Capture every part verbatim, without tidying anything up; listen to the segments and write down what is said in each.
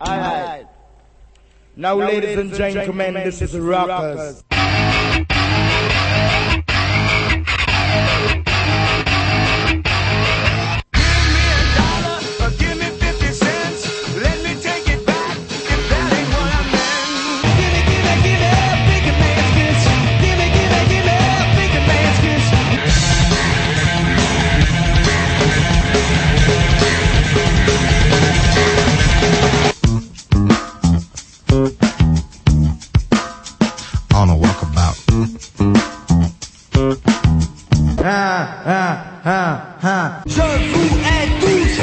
Alright. Now, ladies and gentlemen, this is Rockers. On a walkabout. Ah, ah, ah, ah. Je vous hais tous.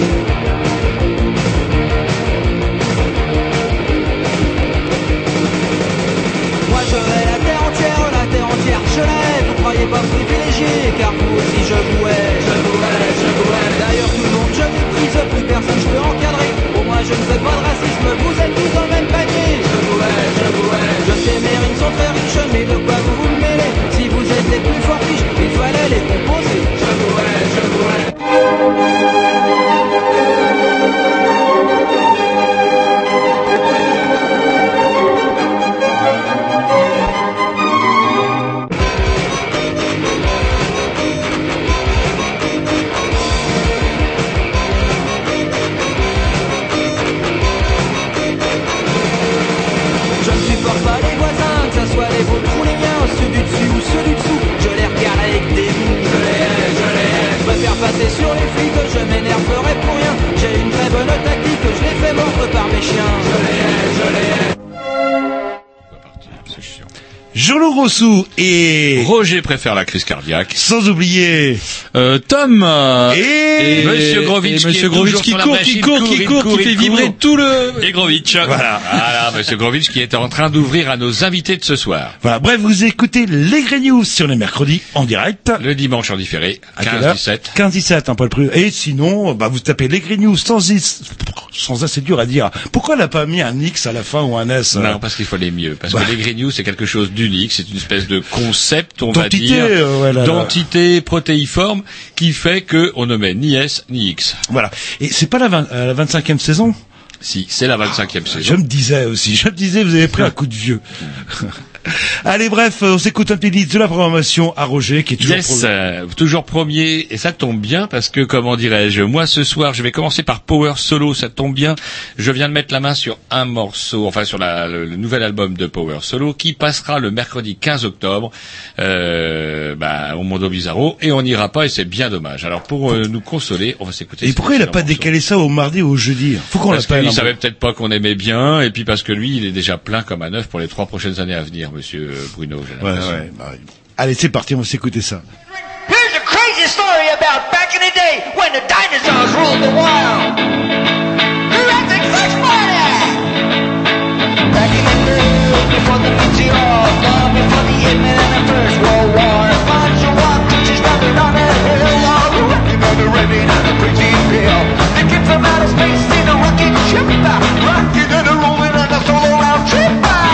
Moi je hais la terre entière, la terre entière je l'hais. Vous croyez pas privilégié, car vous aussi je vous hais. Je vous hais, je vous hais. D'ailleurs tout le monde je méprise, plus personne je peux encadrer. Pour moi je ne fais pas de racisme, vous êtes tous dans le même panier. Je vous hais, je vous hais. Je sais mes rimes sont très riches, mais de quoi vous vous mêlez? Si vous êtes les plus forts riches, il fallait les composer. Je vous hais, je vous hais. Je ne supporte pas les voisins, que ce soit les vôtres ou les miens, ceux du dessus ou ceux du dessous, je les regarde avec dégoût. Je les hais, je les hais. Je préfère passer sur les flics, je m'énerverai pour rien. J'ai une très bonne tactique, je les fais mordre par mes chiens. Je les hais, je les hais. C'est chiant. Jean-Loup Rossou et Roger préfère la crise cardiaque. sans oublier Euh, Tom euh, et, Monsieur Grovitch, et Monsieur qui est Grovitch toujours qui sur la court, machine, qui court, qui il court, court, qui fait il vibrer court. tout le. Et Grovitch. Voilà. Voilà, Monsieur Grovitch qui est en train d'ouvrir à nos invités de ce soir. Voilà. Bref, vous écoutez les Grey News sur les mercredis en direct. Le dimanche en différé, À quelle quinze heure dix-sept. quinze dix-sept, hein, pas le plus. Et sinon, bah, vous tapez les Grey News sans is, sans assez dur à dire. Pourquoi elle a pas mis un X à la fin ou un S? euh Non, parce qu'il fallait mieux. Parce Bah. que les Grey News, c'est quelque chose d'unique. C'est une espèce de concept, on va D'entité, dire, euh, ouais, là, là. d'entité protéiforme qui fait que on ne met ni S ni X. Voilà. Et c'est pas la, vingt, euh, la vingt-cinquième saison? Si, c'est la vingt-cinquième saison. Je me disais aussi. Je me disais, vous avez pris un coup de vieux. Allez, bref, on s'écoute un petit disque de la programmation à Roger, qui est toujours Yes, pro- euh, toujours premier, et ça tombe bien parce que, comment dirais-je, moi ce soir, je vais commencer par Power Solo, ça tombe bien. Je viens de mettre la main sur un morceau, enfin sur la, le, le nouvel album de Power Solo, qui passera le mercredi quinze octobre euh, bah, au Mondo Bizarro, et on n'ira pas, et c'est bien dommage. Alors pour euh, nous consoler, on va s'écouter. Et ce pourquoi il a excellent pas morceau. décalé ça au mardi ou au jeudi? Faut qu'on Parce l'appelle. qu'il hein, savait peut-être pas qu'on aimait bien, et puis parce que lui, il est déjà plein comme un œuf pour les trois prochaines années à venir, monsieur Bruno. J'ai Ouais, l'impression. ouais, bah, allez, c'est parti, on va s'écouter ça. Here's a crazy story about back in the day when the dinosaurs ruled the world. Jurassic Sex Party! Back in the day, before the meteor, long before the end of the First World War, a bunch of wild creatures gathered on a hill, all rocking on the raving and a pretty pill. They came from outer space in a rocket ship, rocking and a rolling on a solo round trip.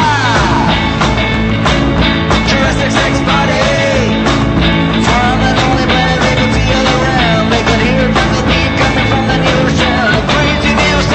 Jurassic Sex Party. From an only planet they could feel around. They could hear from the beat coming from the new shell. Crazy news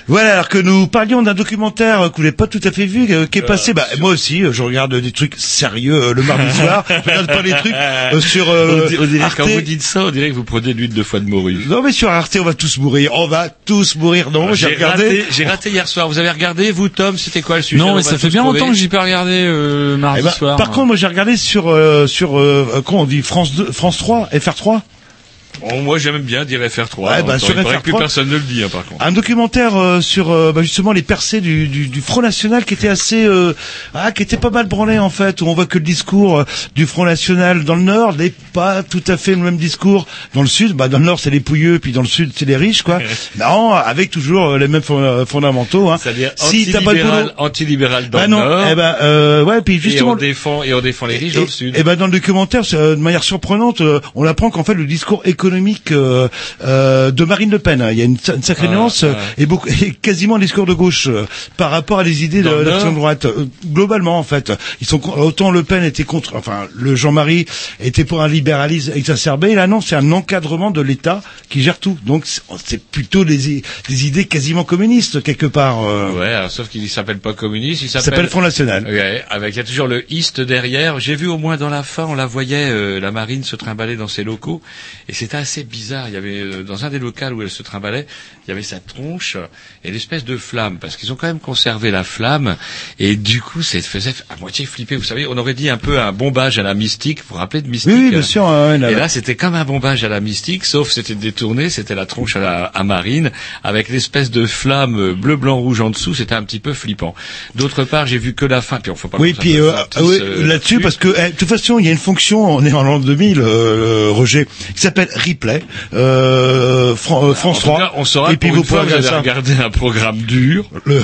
Voilà, alors que nous parlions d'un documentaire que vous n'avez pas tout à fait vu, euh, qui est passé, bah, moi aussi, euh, je regarde des trucs sérieux euh, le mardi soir, je regarde pas les trucs euh, sur euh, on, di- on dirait, Arte. quand vous dites ça, on dirait que vous prenez de l'huile de foie de morue. Non mais sur Arte, on va tous mourir, on va tous mourir, non, j'ai regardé... raté, j'ai raté hier soir, vous avez regardé, vous Tom, c'était quoi le sujet? Non, On mais va ça fait tous bien crever. longtemps que j'ai pas regardé euh, mardi Eh ben, soir. par contre, moi j'ai regardé sur, euh, sur euh, comment on dit, France deux, France trois, F R trois. Bon, moi j'aime bien dire F R trois. Ouais, bah, Attends, sur il paraît F R trois, que plus personne ne le dit, hein, par contre. Un documentaire euh, sur euh, bah, justement les percées du, du, du Front National qui était assez euh, ah qui était pas mal branlé en fait, où on voit que le discours euh, du Front National dans le Nord n'est pas tout à fait le même discours dans le Sud. Bah dans le Nord c'est les pouilleux, puis dans le Sud c'est les riches quoi. Non, avec toujours euh, les mêmes fon- fondamentaux. Hein. C'est-à-dire Si t'as pas de antilibéral, boulot, antilibéral dans bah le non, Nord. eh ben euh, ouais, puis et justement on défend et on défend les riches dans le Sud. Et ben dans le documentaire, c'est, euh, de manière surprenante, euh, on apprend qu'en fait le discours économique euh, euh, de Marine Le Pen, hein, il y a une, une sacrée Ah, nuance ah. euh, et, beaucoup, et quasiment un discours de gauche euh, par rapport à des idées de Dans le l'extrême Nord. droite. Euh, globalement, en fait, ils sont con- autant Le Pen était contre, enfin le Jean-Marie était pour un libéralisme exacerbé. Et là non, c'est un encadrement de l'État qui gère tout. Donc c'est, c'est plutôt des, i- des idées quasiment communistes quelque part. Euh, Ouais, alors, sauf qu'il s'appelle pas communiste, il ça s'appelle... s'appelle Front National. Ouais, avec il y a toujours le East derrière. J'ai vu au moins dans la fin, on la voyait, euh, la marine se trimballer dans ses locaux, et c'était assez bizarre. Il y avait euh, dans un des locaux où elle se trimballait, il y avait sa tronche et l'espèce de flamme, parce qu'ils ont quand même conservé la flamme, et du coup, ça faisait à moitié flipper. Vous savez, on aurait dit un peu un bombage à la Mystique. Vous vous rappelez de Mystique? Oui, oui, bien sûr. euh, là, Et là, c'était comme un bombage à la Mystique, sauf c'était détourné, c'était la tronche à la à Marine, avec l'espèce de flamme bleu, blanc, rouge en dessous, c'était un petit peu flippant. D'autre part, j'ai vu que la fin, puis on faut pas Oui, qu'on puis s'appelle euh, Francis, ah oui, euh, là-dessus, parce que eh, de toute façon, il y a une fonction, on est en l'an deux mille, euh, Roger, qui s'appelle Replay, euh, Fran- euh, France En tout trois. cas, on saura et puis pour vous une fois, pouvez vous avez regarder ça. regardé un programme dur. Le-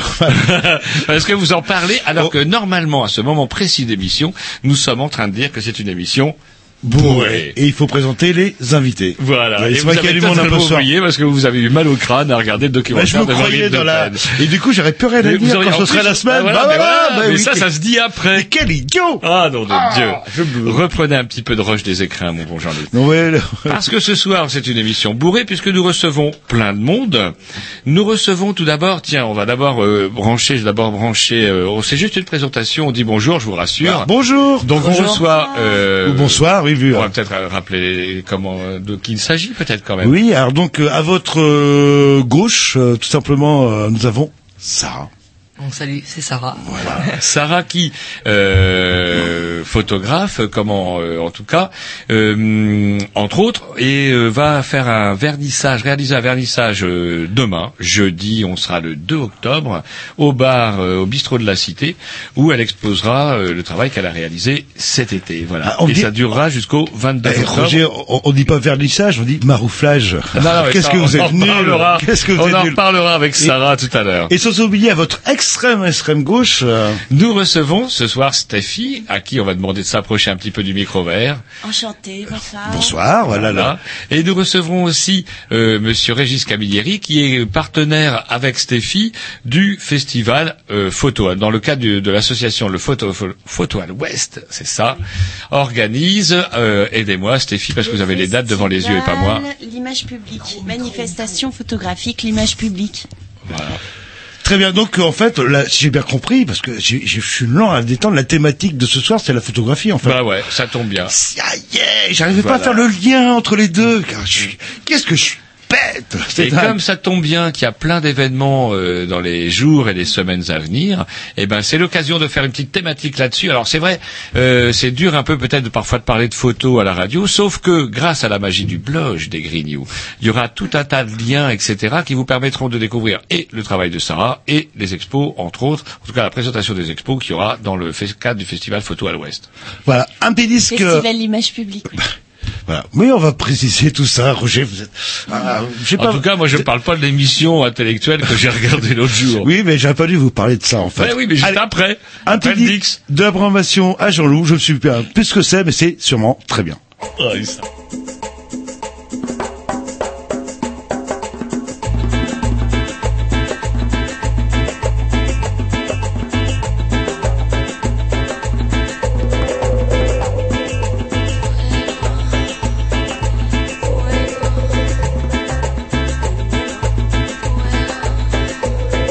Parce que vous en parlez, alors Oh. que normalement, à ce moment précis d'émission, nous sommes en train de dire que c'est une émission bourrée. Et il faut présenter les invités. Voilà. Ouais, Et c'est vous vrai qu'il y a avez du monde un peu totalement soir. oublié parce que vous avez eu mal au crâne à regarder le Ouais, documentaire je me de croyais Marine dans Le la... Pen. Et du coup, j'aurais plus rien à Mais dire auriez- quand en ce serait plus- la semaine. bah voilà, Bah mais voilà, voilà, bah mais oui, ça, quel- ça se dit après. Mais quel idiot! Ah, non, de Dieu. je me- Reprenez un petit peu de Roche des Écrins, mon bon Jean-Luc. Non, ouais, le- Parce que ce soir, c'est une émission bourrée puisque nous recevons plein de monde. Nous recevons tout d'abord, tiens, on va d'abord euh, brancher, d'abord brancher, euh, oh, c'est juste une présentation, on dit bonjour, je vous rassure. Ah, bonjour! Donc Bonjour. on reçoit... Euh, Ou bonsoir, oui, vu. On va peut-être euh, rappeler comment, euh, de qui il s'agit peut-être quand même. Oui, alors donc, euh, à votre euh, gauche, euh, tout simplement, euh, nous avons Sarah. Bon, salut, c'est Sarah. Sarah qui, euh, photographe, comment, euh, en tout cas, euh, entre autres, et euh, va faire un vernissage, réaliser un vernissage euh, demain, jeudi, on sera le deux octobre, au bar, euh, au bistrot de la Cité, où elle exposera euh, le travail qu'elle a réalisé cet été. Voilà. Ah, on et dit- ça durera jusqu'au vingt-deux Eh, octobre. Roger, on, on dit pas vernissage, on dit marouflage. Non, non, mais Qu'est-ce ça, que vous on en êtes nul reparlera. Qu'est-ce que vous On êtes en nul reparlera avec Sarah tout à l'heure. Et sans oublier à votre extrême extrême gauche, euh, Nous recevons ce soir Stéphie, à qui on va demander de s'approcher un petit peu du micro vert. Enchanté, bonsoir. bonsoir, voilà là. Voilà. Et nous recevrons aussi euh, Monsieur Régis Camilleri, qui est partenaire avec Stéphie du festival euh, Photo. Dans le cadre du- de l'association le Photo, Photo à l'Ouest, c'est ça, organise, euh, aidez-moi Stéphie, parce que vous avez les dates devant les yeux et pas moi. Festival, L'image publique, manifestation photographique, l'image publique. Voilà. Très bien, donc en fait, là, si j'ai bien compris, parce que j'ai- j'ai- je suis lent à détendre, la thématique de ce soir, c'est la photographie en fait. Bah ouais, ça tombe bien. Ah yeah, j'arrivais pas à Voilà. faire le lien entre les deux, car je suis... Qu'est-ce que je suis bête! Et C'est dingue. comme ça tombe bien qu'il y a plein d'événements euh, dans les jours et les semaines à venir, eh ben c'est l'occasion de faire une petite thématique là-dessus. Alors c'est vrai, euh, c'est dur un peu peut-être de, parfois de parler de photos à la radio, sauf que grâce à la magie du blog des Grignoux, il y aura tout un tas de liens, et cetera, qui vous permettront de découvrir et le travail de Sarah et les expos, entre autres, en tout cas la présentation des expos qu'il y aura dans le fes- cadre du festival Photo à l'Ouest. Voilà, un pédisque... Festival l'image publique. oui. Voilà. Oui, on va préciser tout ça, Roger, vous êtes... Ah, je sais En pas... tout cas, moi je parle pas de l'émission intellectuelle que j'ai regardée l'autre jour. Oui, mais j'aurais pas dû vous parler de ça, en fait. Ouais, oui, mais juste Allez, après. un après petit le disque de la programmation à Jean-Loup, je me suis bien plus ce que c'est, mais c'est sûrement très bien. Ouais, ça. Fuego, fuego, fuego.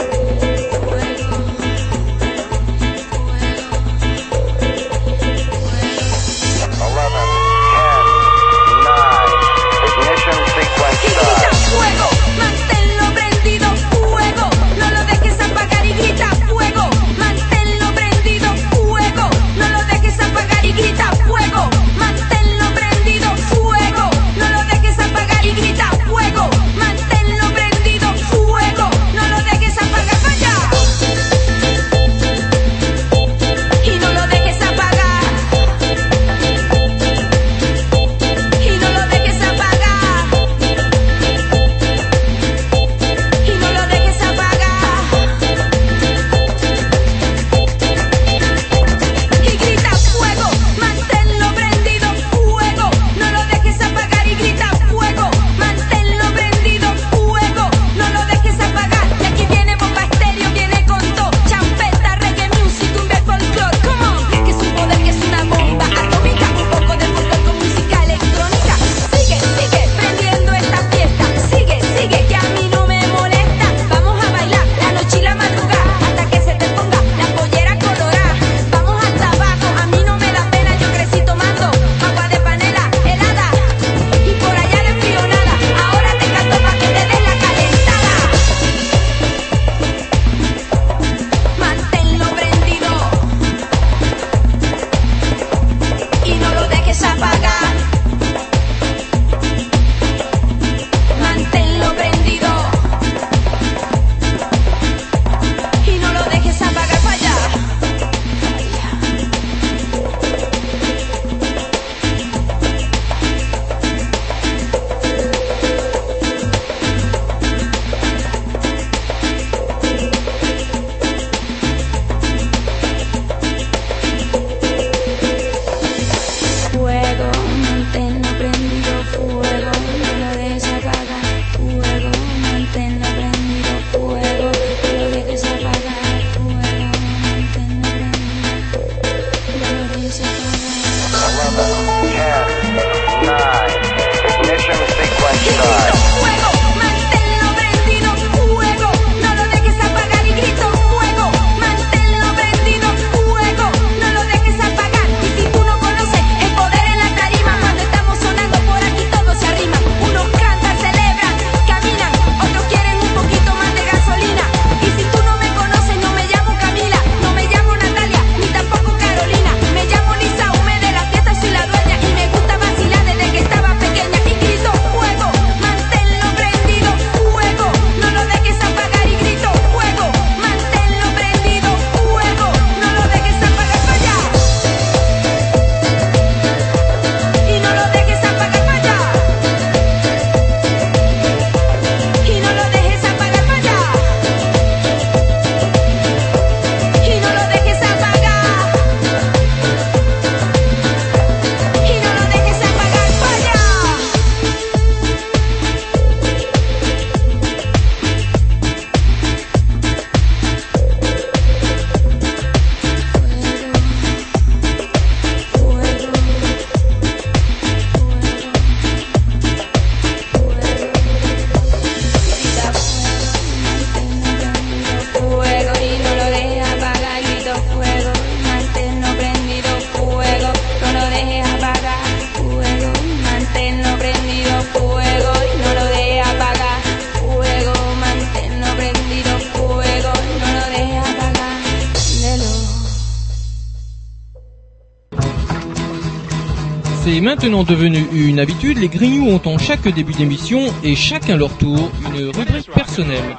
maintenant devenu une habitude, les Grignoux ont en chaque début d'émission et chacun leur tour une rubrique personnelle.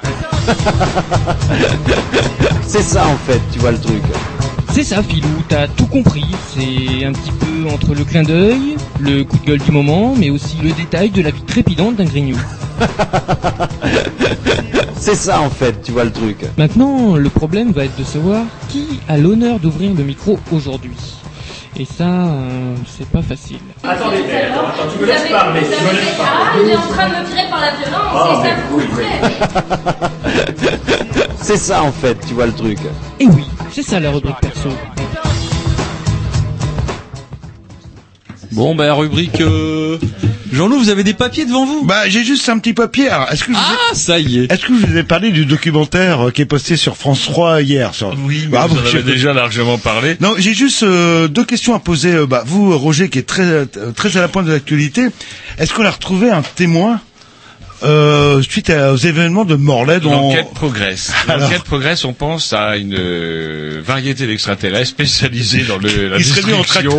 C'est ça en fait, tu vois le truc. C'est ça, Philou, t'as tout compris. C'est un petit peu entre le clin d'œil, le coup de gueule du moment, mais aussi le détail de la vie trépidante d'un Grignou. C'est ça en fait, tu vois le truc. Maintenant, le problème va être de savoir qui a l'honneur d'ouvrir le micro aujourd'hui. Et ça, euh, c'est pas facile. Attendez, attends, attends, tu me laisses parler, tu me laisses parler. Ah, il est en train de me tirer par la violence, et ça vous plaît. C'est ça en fait, tu vois le truc. Et oui, c'est ça la rubrique perso. Bon, bah, rubrique, euh... Jean-Loup, vous avez des papiers devant vous? Bah, j'ai juste un petit papier. Alors, est-ce que je vous ai... Ah, ça y est. Est-ce que je vous ai parlé du documentaire euh, qui est posté sur France trois hier sur... Oui, mais bah, vous bon, en avez déjà largement parlé. Non, j'ai juste euh, deux questions à poser. Euh, bah, vous, Roger, qui est très euh, très à la pointe de l'actualité, est-ce qu'on a retrouvé un témoin euh, suite à, aux événements de Morlaix dont... L'enquête progresse. L'enquête progresse, on pense à une euh, variété d'extraterrestres spécialisés dans le, la destruction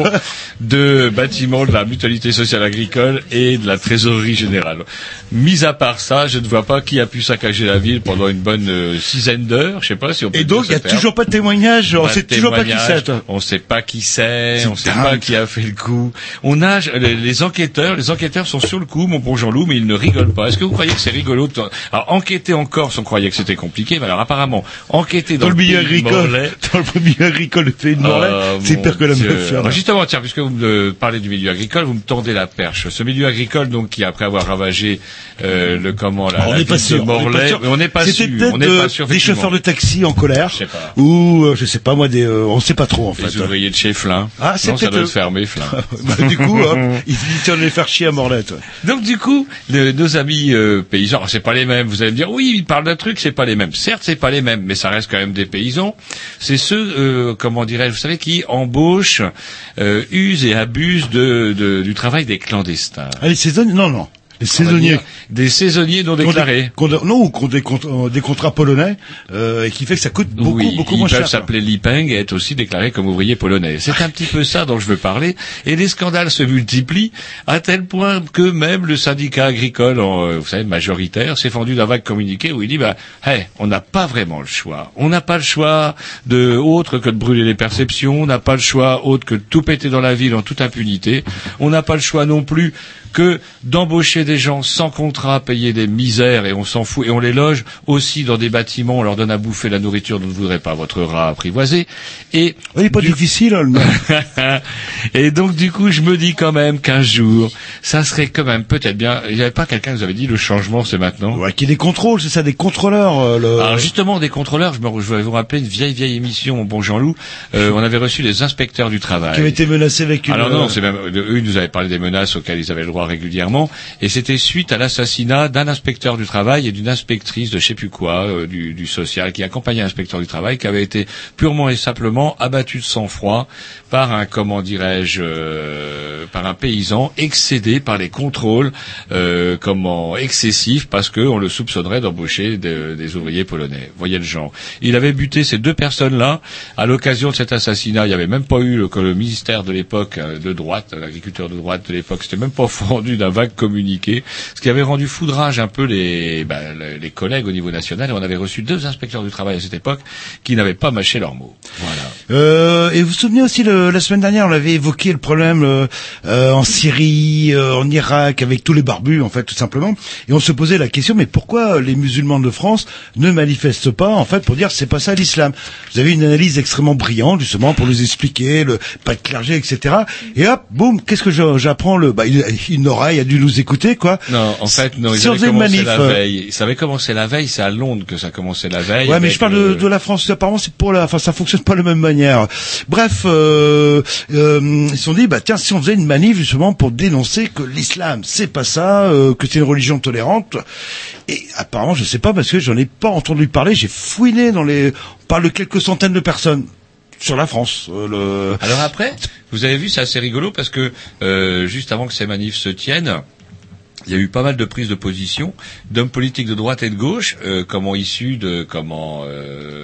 de bâtiments de la mutualité sociale agricole et de la trésorerie générale. Mis à part ça, je ne vois pas qui a pu saccager la ville pendant une bonne euh, sizaine d'heures, je sais pas si on peut. Et donc, il n'y a toujours pas de témoignage, on sait toujours pas qui c'est. On sait pas qui c'est, on sait pas qui a fait le coup. On a, les, les enquêteurs, les enquêteurs sont sur le coup, mon bon Jean-Loup, mais ils ne rigolent pas. Est-ce que vous croyez que c'est rigolo? De... Alors, enquêter en Corse, on croyait que c'était compliqué, mais alors apparemment, enquêter dans, dans le, le milieu agricole, Morlaix, dans le milieu agricole, le pays de Morlaix, euh, c'est pire que la meuf. Alors justement, tiens, puisque vous me parlez du milieu agricole, vous me tendez la perche. Ce milieu agricole, donc, qui après avoir ravagé euh, le comment la, on la n'est pas sûr, de Morlaix, mais on n'est pas sûr. On n'est pas sûr. Des chauffeurs de taxi en colère, je sais pas. ou euh, je sais pas moi, des, euh, on sait pas trop en fait. Les ouvriers de chez Flin. Ah, c'est non, ça doit euh... se fermer, Flin. bah, du coup, hein, ils finissent de les faire chier à Morlaix. Donc du coup, le, nos amis euh, paysans, c'est pas les mêmes. Vous allez me dire, oui, ils parlent d'un truc, c'est pas les mêmes. Certes, c'est pas les mêmes, mais ça reste quand même des paysans. C'est ceux, euh, comment dirais-je, vous savez, qui embauchent, euh, usent et abusent de, de, du travail des clandestins. Ah, les saisonniers, non, non. Les saisonniers. Des saisonniers non déclarés. Des, non, ou qui ont des, contrats, des contrats polonais, euh, et qui fait que ça coûte beaucoup, oui, beaucoup moins cher. Ils peuvent s'appeler Lipeng et être aussi déclarés comme ouvriers polonais. C'est un petit peu ça dont je veux parler. Et les scandales se multiplient à tel point que même le syndicat agricole, en, vous savez, majoritaire, s'est fendu d'un vague communiqué où il dit, bah, hey, on n'a pas vraiment le choix. On n'a pas le choix de autre que de brûler les perceptions. On n'a pas le choix autre que de tout péter dans la ville en toute impunité. On n'a pas le choix non plus que d'embaucher des gens sans contrat, payer des misères et on s'en fout, et on les loge aussi dans des bâtiments, on leur donne à bouffer la nourriture dont ne voudrait pas votre rat apprivoisé. Et il n'est pas du... difficile, hein, et donc du coup, je me dis quand même qu'un jour, ça serait quand même peut-être bien. Il n'y avait pas quelqu'un qui vous avait dit le changement, c'est maintenant. Ouais, qu'il y ait des contrôles, c'est ça, des contrôleurs. Euh, le... Alors justement, des contrôleurs. Je, me, je vais vous rappeler une vieille vieille émission, mon bon Jean-Loup. Euh, on avait reçu les inspecteurs du travail qui avaient été menacés avec une. Alors non, c'est même eux, ils nous avaient parlé des menaces auxquelles ils avaient le droit régulièrement, et c'était suite à l'assassinat d'un inspecteur du travail et d'une inspectrice de je sais plus quoi, euh, du, du social, qui accompagnait l'inspecteur du travail, qui avait été purement et simplement abattu de sang-froid par un, comment dirais-je, euh, par un paysan excédé par les contrôles, euh, comment excessifs, parce que on le soupçonnerait d'embaucher de, des ouvriers polonais. Voyez le genre. Il avait buté ces deux personnes-là à l'occasion de cet assassinat. Il n'y avait même pas eu le, que le ministère de l'époque de droite, l'agriculteur de droite de l'époque, c'était même pas fendu d'un vague communiqué, ce qui avait rendu foudrage un peu les, bah, les collègues au niveau national, et on avait reçu deux inspecteurs du travail à cette époque qui n'avaient pas mâché leurs mots. Voilà. Euh, et vous vous souvenez aussi, le, la semaine dernière, on avait évoqué le problème euh, euh, en Syrie, euh, en Irak, avec tous les barbus, en fait, tout simplement, et on se posait la question, mais pourquoi les musulmans de France ne manifestent pas, en fait, pour dire c'est pas ça l'islam? Vous avez une analyse extrêmement brillante, justement, pour nous expliquer, le pas de clergé, et cetera. Et hop, boum, qu'est-ce que j'apprends? Le, bah, il, il aura, il a dû nous écouter, quoi. Non, en fait, non, ils si avaient commencé manif, la veille. Ça avait commencé la veille, c'est à Londres que ça a commencé la veille. Ouais, mais je parle euh... de, de la France. Apparemment, c'est pour la, enfin, ça fonctionne pas de la même manière. Bref, euh, euh, ils se sont dit, bah tiens, si on faisait une manif justement pour dénoncer que l'islam, c'est pas ça, euh, que c'est une religion tolérante. Et apparemment, je sais pas parce que j'en ai pas entendu parler. J'ai fouiné dans les, on parle de quelques centaines de personnes sur la France. Euh, le... Alors après, vous avez vu, c'est assez rigolo parce que euh, juste avant que ces manifs se tiennent, il y a eu pas mal de prises de position d'hommes politiques de droite et de gauche, euh, comment issus de comment euh,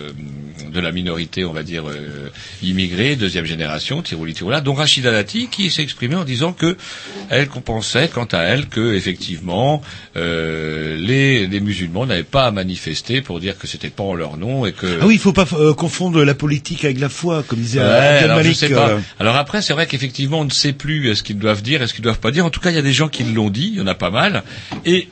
de la minorité, on va dire, euh, immigrée, deuxième génération, Tirouli Tiroula, dont Rachida Dati, qui s'est exprimée en disant que elle pensait, quant à elle, que effectivement euh, les, les musulmans n'avaient pas à manifester pour dire que c'était pas en leur nom et que. Ah oui, il faut pas euh, confondre la politique avec la foi, comme disait ouais, Abdel alors, Malik. je sais pas. Euh... Alors après, c'est vrai qu'effectivement, on ne sait plus ce qu'ils doivent dire, est-ce qu'ils doivent pas dire. En tout cas, il y a des gens qui l'ont dit, il y en a pas mal, et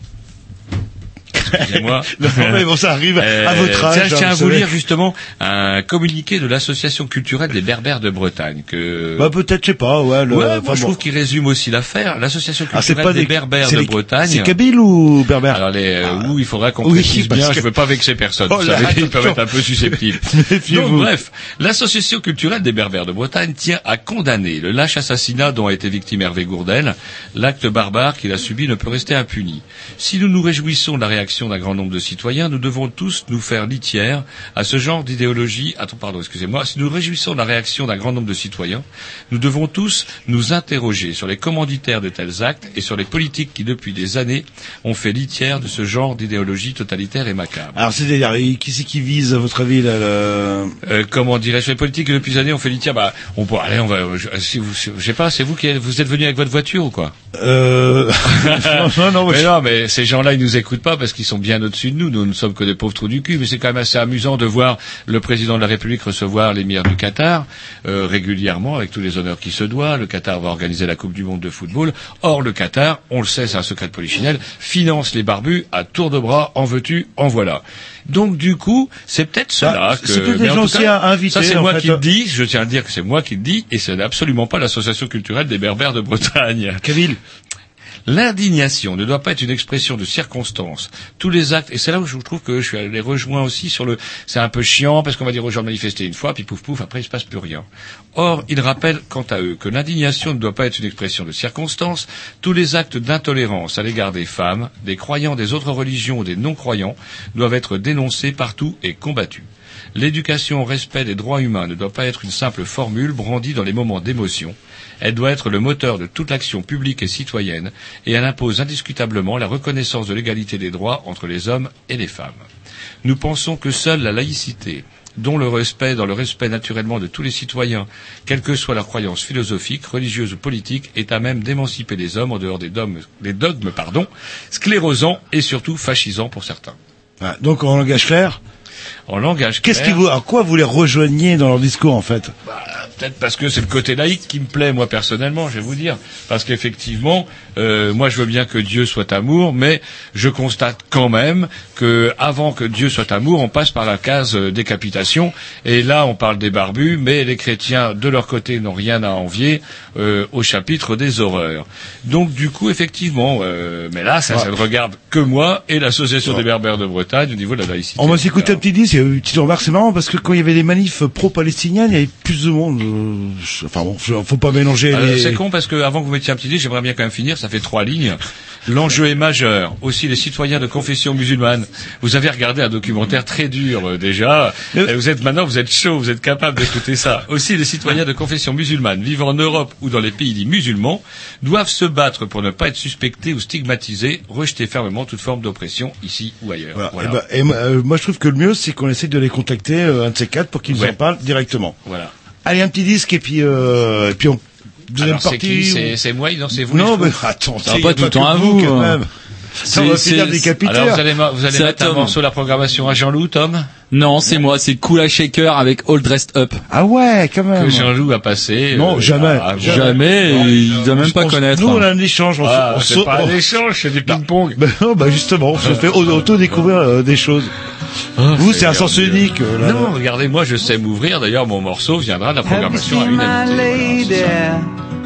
excusez-moi. Non, mais bon, ça arrive euh, à votre âge. Tiens, je tiens hein, à vous savez. lire justement un communiqué de l'association culturelle des Berbères de Bretagne que. Bah peut-être, je sais pas. Ouais. Le... Ouais, enfin, moi je bon. trouve qu'il résume aussi l'affaire. L'association Ah, culturelle pas des, des Berbères de les... Bretagne. C'est Kabyle ou Berbère? Alors les, euh, ah. où il faudra qu'on oui, précise bien. que... Je veux pas vexer personne. Oh, vous là, savez, ils attention. peuvent être un peu susceptibles. Donc bref, l'association culturelle des Berbères de Bretagne tient à condamner le lâche assassinat dont a été victime Hervé Gourdel. L'acte barbare qu'il a subi ne peut rester impuni. Si nous nous réjouissons de la réaction d'un grand nombre de citoyens, nous devons tous nous faire litière à ce genre d'idéologie. Attends, pardon, excusez-moi. Si nous nous réjouissons de la réaction d'un grand nombre de citoyens, nous devons tous nous interroger sur les commanditaires de tels actes et sur les politiques qui, depuis des années, ont fait litière de ce genre d'idéologie totalitaire et macabre. Alors, c'est-à-dire, qui c'est qui vise, à votre avis, là, le... euh, comment dirais-je, les politiques qui, depuis des années, ont fait litière, bah, on peut, allez, on va, je, si vous, je sais pas, c'est vous qui, vous êtes venu avec votre voiture ou quoi? Euh, non, non, non, mais je... non, mais ces gens-là, ils nous écoutent pas parce qu'ils sont bien au-dessus de nous. Nous ne sommes que des pauvres trous du cul, mais c'est quand même assez amusant de voir le président de la République recevoir l'émir du Qatar euh, régulièrement, avec tous les honneurs qui se doit. Le Qatar va organiser la Coupe du Monde de football. Or, le Qatar, on le sait, c'est un secret de polichinelle, finance les barbus à tour de bras, en veux-tu, en voilà. Donc, du coup, c'est peut-être cela ah, que... C'est peut-être des gens aussi à inviter. Ça, c'est moi fait. qui le dis, je tiens à dire que c'est moi qui le dis, et ce n'est absolument pas l'association culturelle des Berbères de Bretagne. Kabyle. L'indignation ne doit pas être une expression de circonstance. Tous les actes, et c'est là où je trouve que je suis allé rejoint aussi sur le, c'est un peu chiant parce qu'on va dire aux gens de manifester une fois, puis pouf pouf, après il se passe plus rien. Or, ils rappellent quant à eux que l'indignation ne doit pas être une expression de circonstance. Tous les actes d'intolérance à l'égard des femmes, des croyants des autres religions ou des non-croyants doivent être dénoncés partout et combattus. L'éducation au respect des droits humains ne doit pas être une simple formule brandie dans les moments d'émotion. Elle doit être le moteur de toute l'action publique et citoyenne, et elle impose indiscutablement la reconnaissance de l'égalité des droits entre les hommes et les femmes. Nous pensons que seule la laïcité, dont le respect, dans le respect naturellement de tous les citoyens, quelle que soit leur croyance philosophique, religieuse ou politique, est à même d'émanciper les hommes en dehors des dogmes, des dogmes pardon, sclérosants et surtout fascisants pour certains. Ah, donc en langage clair. En langage Qu'est-ce clair. qui vous, à quoi vous les rejoignez dans leur discours en fait? Bah, peut-être parce que c'est le côté laïque qui me plaît moi personnellement, je vais vous dire. Parce qu'effectivement, euh, moi je veux bien que Dieu soit amour, mais je constate quand même que avant que Dieu soit amour, on passe par la case euh, décapitation. Et là, on parle des barbus, mais les chrétiens de leur côté n'ont rien à envier euh, au chapitre des horreurs. Donc du coup, effectivement, euh, mais là, ça, ouais. ça ne regarde que moi et l'association ouais. des Berbères de Bretagne au niveau de la laïcité. On va s'écouter un petit disque. Une petite remarque, c'est marrant parce que quand il y avait des manifs pro-palestiniens, il y avait plus de monde. Euh, enfin bon, faut pas mélanger. Alors, les... C'est con parce que avant que vous mettiez un petit disque, j'aimerais bien quand même finir. Ça fait trois lignes. L'enjeu est majeur. Aussi les citoyens de confession musulmane. Vous avez regardé un documentaire très dur euh, déjà. Et vous êtes maintenant, vous êtes chaud, vous êtes capable d'écouter ça. Aussi les citoyens de confession musulmane vivant en Europe ou dans les pays dits musulmans doivent se battre pour ne pas être suspectés ou stigmatisés, rejeter fermement toute forme d'oppression ici ou ailleurs. Voilà. Voilà. Et, bah, et euh, moi je trouve que le mieux c'est qu'on essaie de les contacter euh, un de ces quatre pour qu'ils nous ouais. en parlent directement. Voilà. Allez, un petit disque et puis euh, et puis on deuxième Alors, c'est partie. qui ou... c'est, c'est moi, non, c'est vous. Non, mais attends, ça va pas tout le temps à vous. Quand même. Ça va finir c'est... décapité. Alors vous allez, vous allez mettre un morceau de la programmation à Jean-Loup, Tom? Non, c'est moi, c'est Kula Shaker avec All Dressed Up. Ah ouais, quand même. Que Jean-Loup a passé. Non, euh, jamais. À, à, jamais, jamais non, il doit même pas on, connaître. Nous, on a un échange. On ah, on c'est saute, pas on... un échange, c'est du ping-pong. Ben non, bah justement, on se fait auto-découvrir euh, des choses. Oh, vous, c'est un sens unique. Euh, là, non, là. regardez, moi, je sais m'ouvrir. D'ailleurs, mon morceau viendra de la programmation à l'unanimité. Voilà,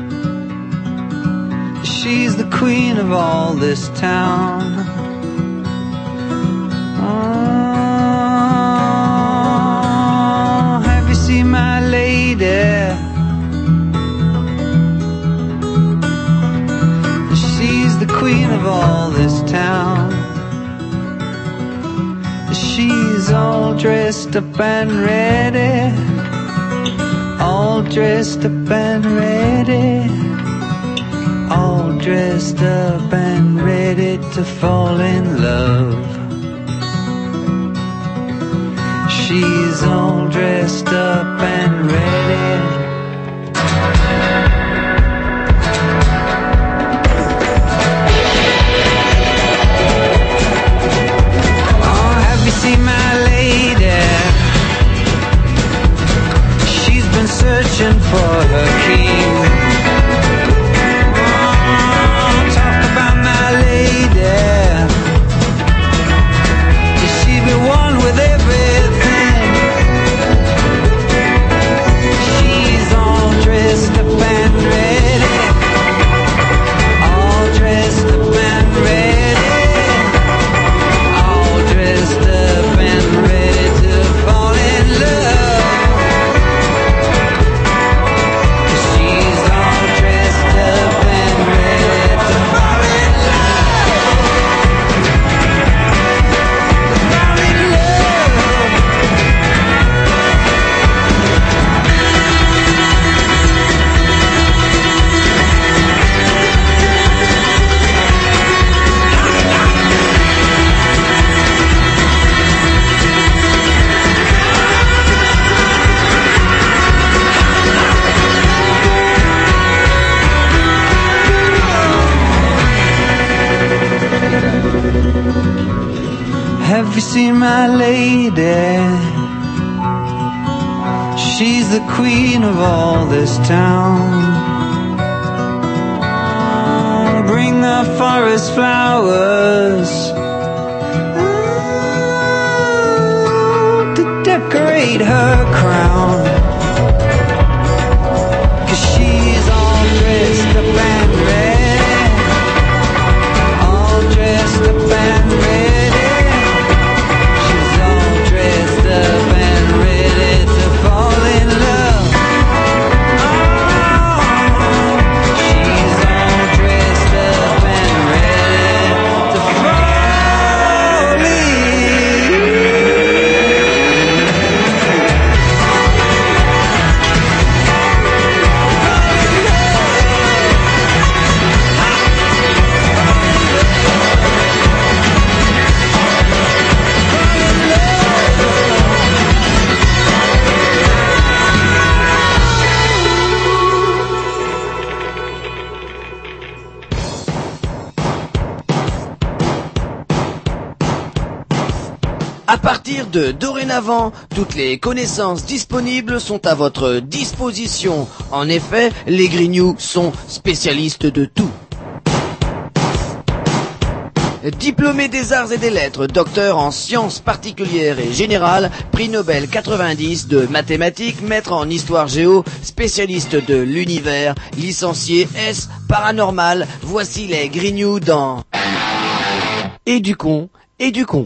she's the queen of all this town. Oh, have you seen my lady? She's the queen of all this town. She's all dressed up and ready, all dressed up and ready, all dressed up and ready to fall in love. She's all dressed up and ready. Oh, have you seen my lady? She's been searching for her king. Oh, talk about my lady. Does she be one with everything? She's all dressed up and ready. All dressed up and ready. All dressed up and ready to fall in love. She's all dressed up and ready to fall in love. Fall in love. Have you seen my lady? She's the queen of all this town. Oh, bring the forest flowers oh, to decorate her crown. 'Cause she's all dressed up and ready. All dressed up and ready. She's all dressed up and ready to fall in love. Oh, she's all dressed up and ready to fall in À partir de dorénavant, toutes les connaissances disponibles sont à votre disposition. En effet, les Grignoux sont spécialistes de tout. Diplômé des arts et des lettres, docteur en sciences particulières et générales, prix Nobel quatre-vingt-dix de mathématiques, maître en histoire géo, spécialiste de l'univers, licencié S paranormal, voici les Grignoux dans Éducons, Éducons.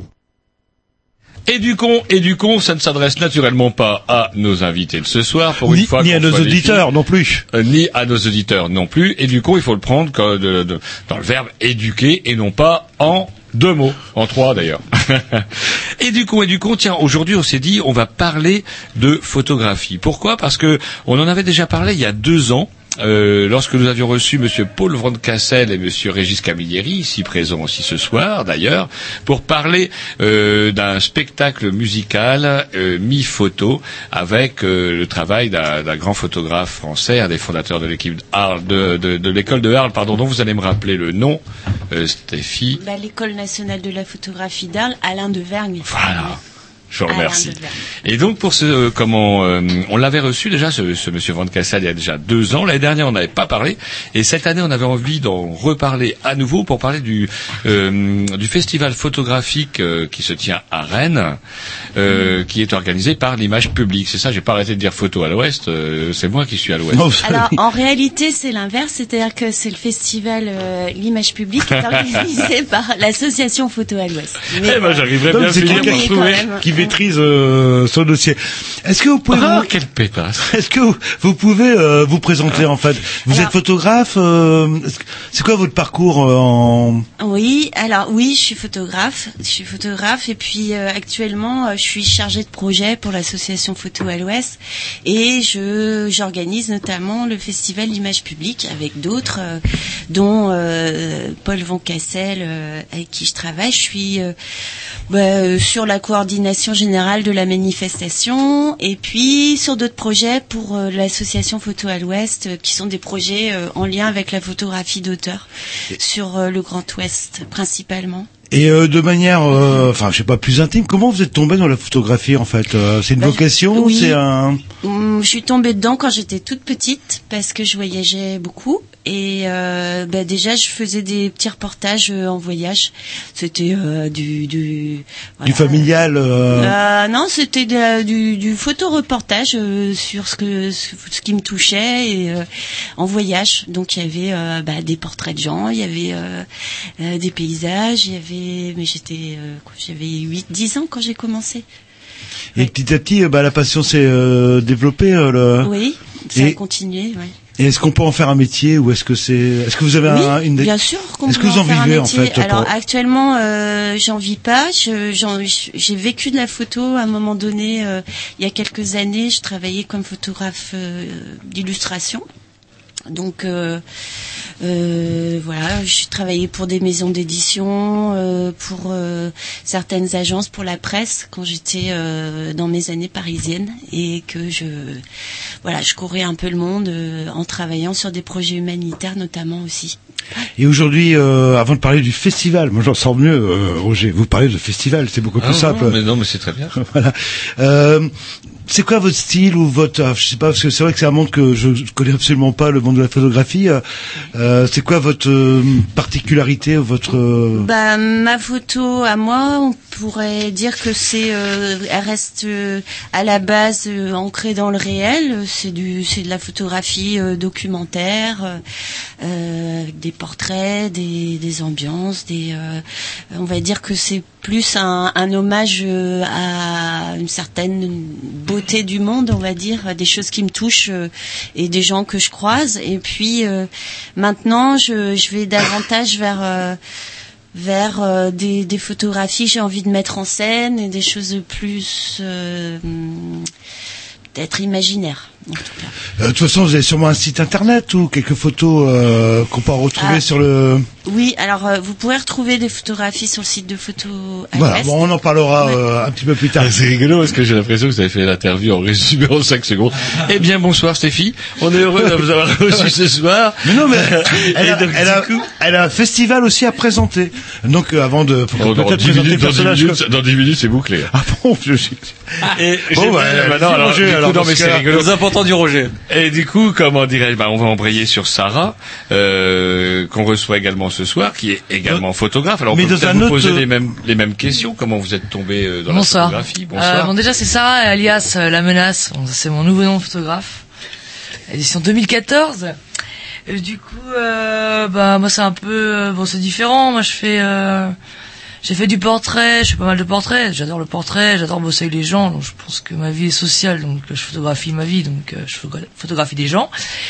Éducons, éducons, ça ne s'adresse naturellement pas à nos invités de ce soir, pour une Ni, fois ni à qu'on nos soit des auditeurs filles. non plus. Euh, ni à nos auditeurs non plus. Éducons, il faut le prendre comme de, de, dans le verbe éduquer et non pas en deux mots, en trois d'ailleurs. Éduquons, éduquons. Tiens, aujourd'hui on s'est dit on va parler de photographie. Pourquoi ? Parce que on en avait déjà parlé il y a deux ans. Euh, lorsque nous avions reçu Monsieur Paul Van Cassel et Monsieur Régis Camilleri, ici présents aussi ce soir d'ailleurs, pour parler euh, d'un spectacle musical euh, mi-photo avec euh, le travail d'un, d'un grand photographe français, un des fondateurs de l'équipe Arles, de, de, de l'école de Arles, pardon, dont vous allez me rappeler le nom, euh, Stéphie. Bah, l'École nationale de la photographie d'Arles, Alain de Vergne. Voilà. Je vous remercie. Alain de Vergne. Et donc pour ce euh, comment euh, on l'avait reçu déjà ce, ce monsieur Van Cassel il y a déjà deux ans. L'année dernière on n'avait pas parlé et cette année on avait envie d'en reparler à nouveau pour parler du euh, du festival photographique euh, qui se tient à Rennes, euh, qui est organisé par l'Image Publique. C'est ça, j'ai pas arrêté de dire photo à l'Ouest. Euh, c'est moi qui suis à l'Ouest. Alors en réalité c'est l'inverse, c'est-à-dire que c'est le festival euh, l'Image Publique qui est organisé par l'association Photo à l'Ouest. Mais, eh ben j'arriverai bien à c'est finir quelqu'un par trouver. qui maîtrise euh, son dossier. Est-ce que vous pouvez Ah, vous... quelle pétasse. Est-ce que vous, vous pouvez euh, vous présenter en fait? Vous Alors... êtes photographe. Euh, c'est quoi votre parcours euh, en Oui, alors oui, je suis photographe. Je suis photographe et puis euh, actuellement, euh, je suis chargée de projet pour l'association Photo à l'Ouest et je j'organise notamment le festival d'Image Publique avec d'autres, euh, dont euh, Paul Van Cassel, euh, avec qui je travaille. Je suis euh, bah, sur la coordination direction générale de la manifestation, et puis sur d'autres projets pour euh, l'association Photo à l'Ouest, euh, qui sont des projets euh, en lien avec la photographie d'auteur sur euh, le Grand Ouest principalement. Et euh, de manière, euh, enfin, je sais pas, plus intime, comment vous êtes tombé dans la photographie en fait? euh, C'est une bah, vocation, oui. c'est un. Je suis tombée dedans quand j'étais toute petite parce que je voyageais beaucoup et euh, bah, déjà je faisais des petits reportages euh, en voyage. C'était euh, du du voilà. Du familial. Euh... Euh, non, c'était de, du du photoreportage euh, sur ce que ce, ce qui me touchait et euh, en voyage. Donc il y avait euh, bah, des portraits de gens, il y avait euh, euh, des paysages, il y avait mais j'étais euh, j'avais huit dix ans quand j'ai commencé. Et ouais. Petit à petit, bah, la passion s'est euh, développée. Euh, le... Oui, ça et... a continué. Ouais. Et est-ce qu'on peut en faire un métier ou est-ce que c'est, est-ce que vous avez oui, un, une, bien sûr qu'on est-ce peut que vous en, en faire vivez un métier. en fait? Alors pour... actuellement, euh, j'en vis pas. Je, j'en, j'ai vécu de la photo à un moment donné. Euh, il y a quelques années, je travaillais comme photographe euh, d'illustration. Donc euh, euh, voilà, je travaillais pour des maisons d'édition, euh, pour euh, certaines agences, pour la presse quand j'étais euh, dans mes années parisiennes et que je voilà, je courais un peu le monde euh, en travaillant sur des projets humanitaires notamment aussi. Et aujourd'hui, euh, avant de parler du festival, moi j'en sors mieux, euh, Roger. Vous parlez de festival, c'est beaucoup ah plus non, simple. Non, mais non, mais c'est très bien. Voilà. Euh, c'est quoi votre style ou votre, je sais pas, parce que c'est vrai que c'est un monde que je, je connais absolument pas, le monde de la photographie. Euh, c'est quoi votre euh, particularité, votre euh... Bah ma photo à moi, on pourrait dire que c'est, euh, elle reste euh, à la base euh, ancrée dans le réel. C'est du, c'est de la photographie euh, documentaire, euh, des portraits, des, des ambiances, des, euh, on va dire que c'est plus un, un hommage euh, à une certaine beauté du monde, on va dire, des choses qui me touchent euh, et des gens que je croise. Et puis euh, maintenant, je, je vais davantage vers euh, vers euh, des, des photographies. J'ai envie de mettre en scène et des choses plus euh, peut-être imaginaires. En tout cas. Euh, de toute façon, vous avez sûrement un site internet ou quelques photos euh, qu'on peut retrouver ah, sur le. Oui, alors euh, vous pourrez retrouver des photographies sur le site de Photo à Voilà, l'Ouest. bon, on en parlera ouais. euh, un petit peu plus tard. C'est rigolo parce que j'ai l'impression que vous avez fait l'interview en résumé en cinq secondes. Eh bien, bonsoir Stéphie, on est heureux de vous avoir reçu ce soir. Mais non, mais elle, a, donc, elle, a, coup... elle a un festival aussi à présenter. Donc euh, avant de oh, peut-être présenter minutes, le personnage. Dans dix minutes, dans dix minutes c'est bouclé. Ah bon, je suis. Et bon, bah, maintenant, alors, Roger, du coup, alors, non, mais c'est rigolo. Les importants du Roger. Et du coup, comment dirais-je, bah, on va embrayer sur Sarah, euh, qu'on reçoit également ce soir, qui est également photographe. Alors, on mais peut peut-être vous autre... poser les mêmes, les mêmes questions. Comment vous êtes tombé euh, dans Bonsoir. la photographie? Bonsoir. Euh, bon, déjà, c'est Sarah, alias euh, La Menace. Bon, c'est mon nouveau nom de photographe. Édition deux mille quatorze. Et du coup, euh, bah, moi, c'est un peu, euh, bon, c'est différent. Moi, je fais, euh, j'ai fait du portrait, je fais pas mal de portraits. J'adore le portrait, j'adore bosser avec les gens. Donc, je pense que ma vie est sociale, donc je photographie ma vie, donc euh, je photographie des gens.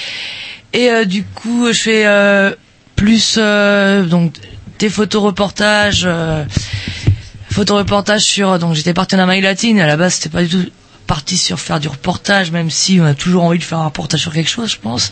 Et euh, du coup, je fais euh, plus euh, donc des photoreportages, euh, photoreportages sur. Donc, j'étais partie en Amérique latine. À la base, c'était pas du tout parti sur faire du reportage, même si on a toujours envie de faire un reportage sur quelque chose, je pense.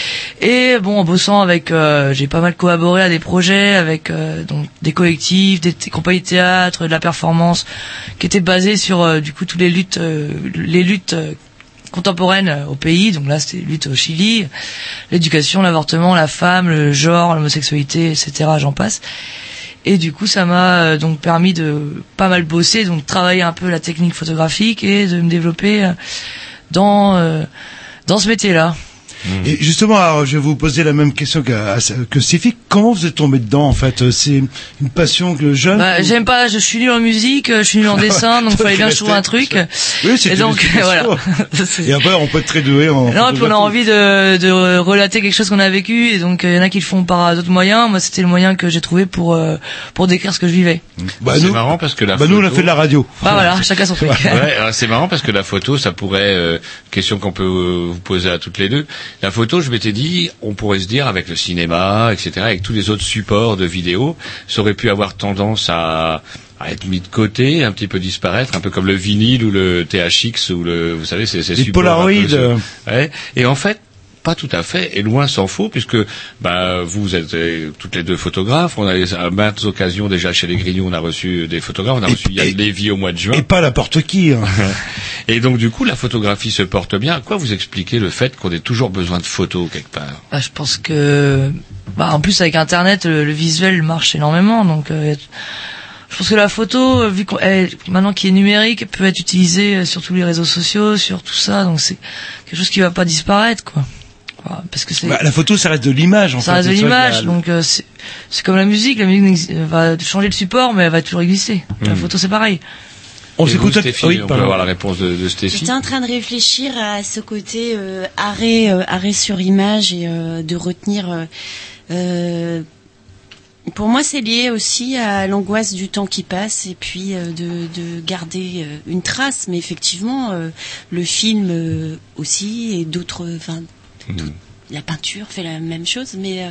Et bon, en bossant avec, euh, j'ai pas mal collaboré à des projets avec euh, donc des collectifs, des, des compagnies de théâtre, de la performance, qui étaient basés sur euh, du coup toutes les luttes, euh, les luttes euh, contemporaines euh, au pays. Donc là, c'était les luttes au Chili, l'éducation, l'avortement, la femme, le genre, l'homosexualité, et cetera. J'en passe. Et du coup, ça m'a euh, donc permis de pas mal bosser, donc travailler un peu la technique photographique et de me développer euh, dans euh, dans ce métier-là. Et justement, alors, je vais vous poser la même question que, que Stéphie. Comment vous êtes tombé dedans, en fait? C'est une passion que jeune? Bah, ou... j'aime pas, je suis nul en musique, je suis nul en dessin, donc il fallait bien que je trouve un truc. Oui, c'est et donc, voilà. Et après, on peut être très doué en non, et puis on a envie de, de relater quelque chose qu'on a vécu, et donc, il y en a qui le font par d'autres moyens. Moi, c'était le moyen que j'ai trouvé pour, euh, pour décrire ce que je vivais. Bah, c'est nous, marrant parce que la bah, photo... nous, on a fait de la radio. Bah, voilà, chacun son truc. Ouais, c'est marrant parce que la photo, ça pourrait, euh, question qu'on peut euh, vous poser à toutes les deux. La photo, je m'étais dit, on pourrait se dire avec le cinéma, et cetera, avec tous les autres supports de vidéo, ça aurait pu avoir tendance à, à être mis de côté, un petit peu disparaître, un peu comme le vinyle ou le T H X ou le, vous savez, c'est ces les supports. Polaroid. Peu, ouais. Et en fait, pas tout à fait, et loin s'en faut, puisque bah, vous êtes euh, toutes les deux photographes. On a à maintes occasions déjà chez les Grignoux, on a reçu des photographes. On a Et- reçu Yann et- Lévy au mois de juin. Et pas n'importe qui. Hein. Et donc du coup, la photographie se porte bien. À quoi vous expliquez le fait qu'on ait toujours besoin de photos quelque part? Bah, je pense que, bah, en plus avec Internet, le, le visuel marche énormément, donc euh, je pense que la photo, vu qu'on elle, maintenant qui est numérique, peut être utilisée sur tous les réseaux sociaux, sur tout ça, donc c'est quelque chose qui va pas disparaître, quoi. Voilà, parce que c'est Bah, la photo, ça reste de l'image, en ça fait. reste de C'est ça l'image, qu'il y a- donc euh, c'est c'est comme la musique, la musique n'exi- va changer de support, mais elle va toujours exister. La Mm. photo, c'est pareil. On Et s'écoute. vous, Stéphie, Oui, on peut pardon. avoir la réponse de, de Stéphie. J'étais en train de réfléchir à ce côté euh, arrêt, euh, arrêt sur image et euh, de retenir. Euh, euh, pour moi, c'est lié aussi à l'angoisse du temps qui passe et puis euh, de, de garder euh, une trace. Mais effectivement, euh, le film euh, aussi et d'autres. Enfin, Mm. la peinture fait la même chose, mais. Euh,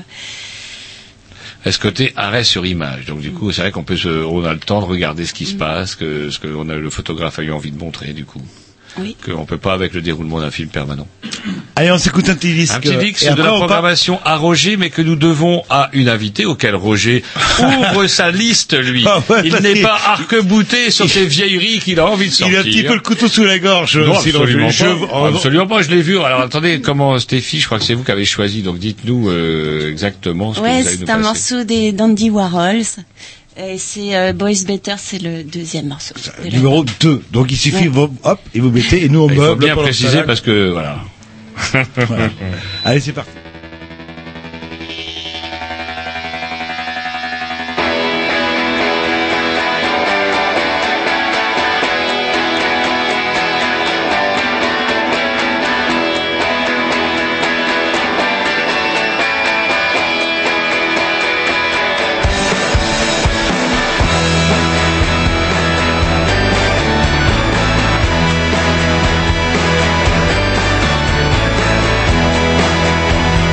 Est-ce côté arrêt sur image? Donc du coup, c'est vrai qu'on peut se, on a le temps de regarder ce qui se passe, que ce que on a, le photographe a eu envie de montrer, du coup. Oui. Qu'on peut pas avec le déroulement d'un film permanent. Allez, on s'écoute un petit disque. Un petit disque Et de après, la on part- programmation à Roger, mais que nous devons à une invitée auquel Roger ouvre sa liste, lui. Ah ouais, Il parce n'est qu'il- pas arc-bouté sur ses vieilleries qu'il a envie de Il sortir. a un petit peu le couteau sous la gorge. Non, sinon absolument je- pas. je- Ah, absolument pas, je l'ai vu. Alors attendez, comment, Stéphie, je crois que c'est vous qui avez choisi, donc dites-nous euh, exactement ce que ouais, vous allez nous c'est un passer. morceau des d'Andy Warhols. Et c'est euh, Boys Better, c'est le deuxième morceau. de la- Numéro deux. Donc il suffit, Ouais. vous- hop, et vous mettez, et nous on Il faut meuble. bien pendant ce préciser temps-là. parce que, voilà. Voilà. Allez, c'est parti. Boys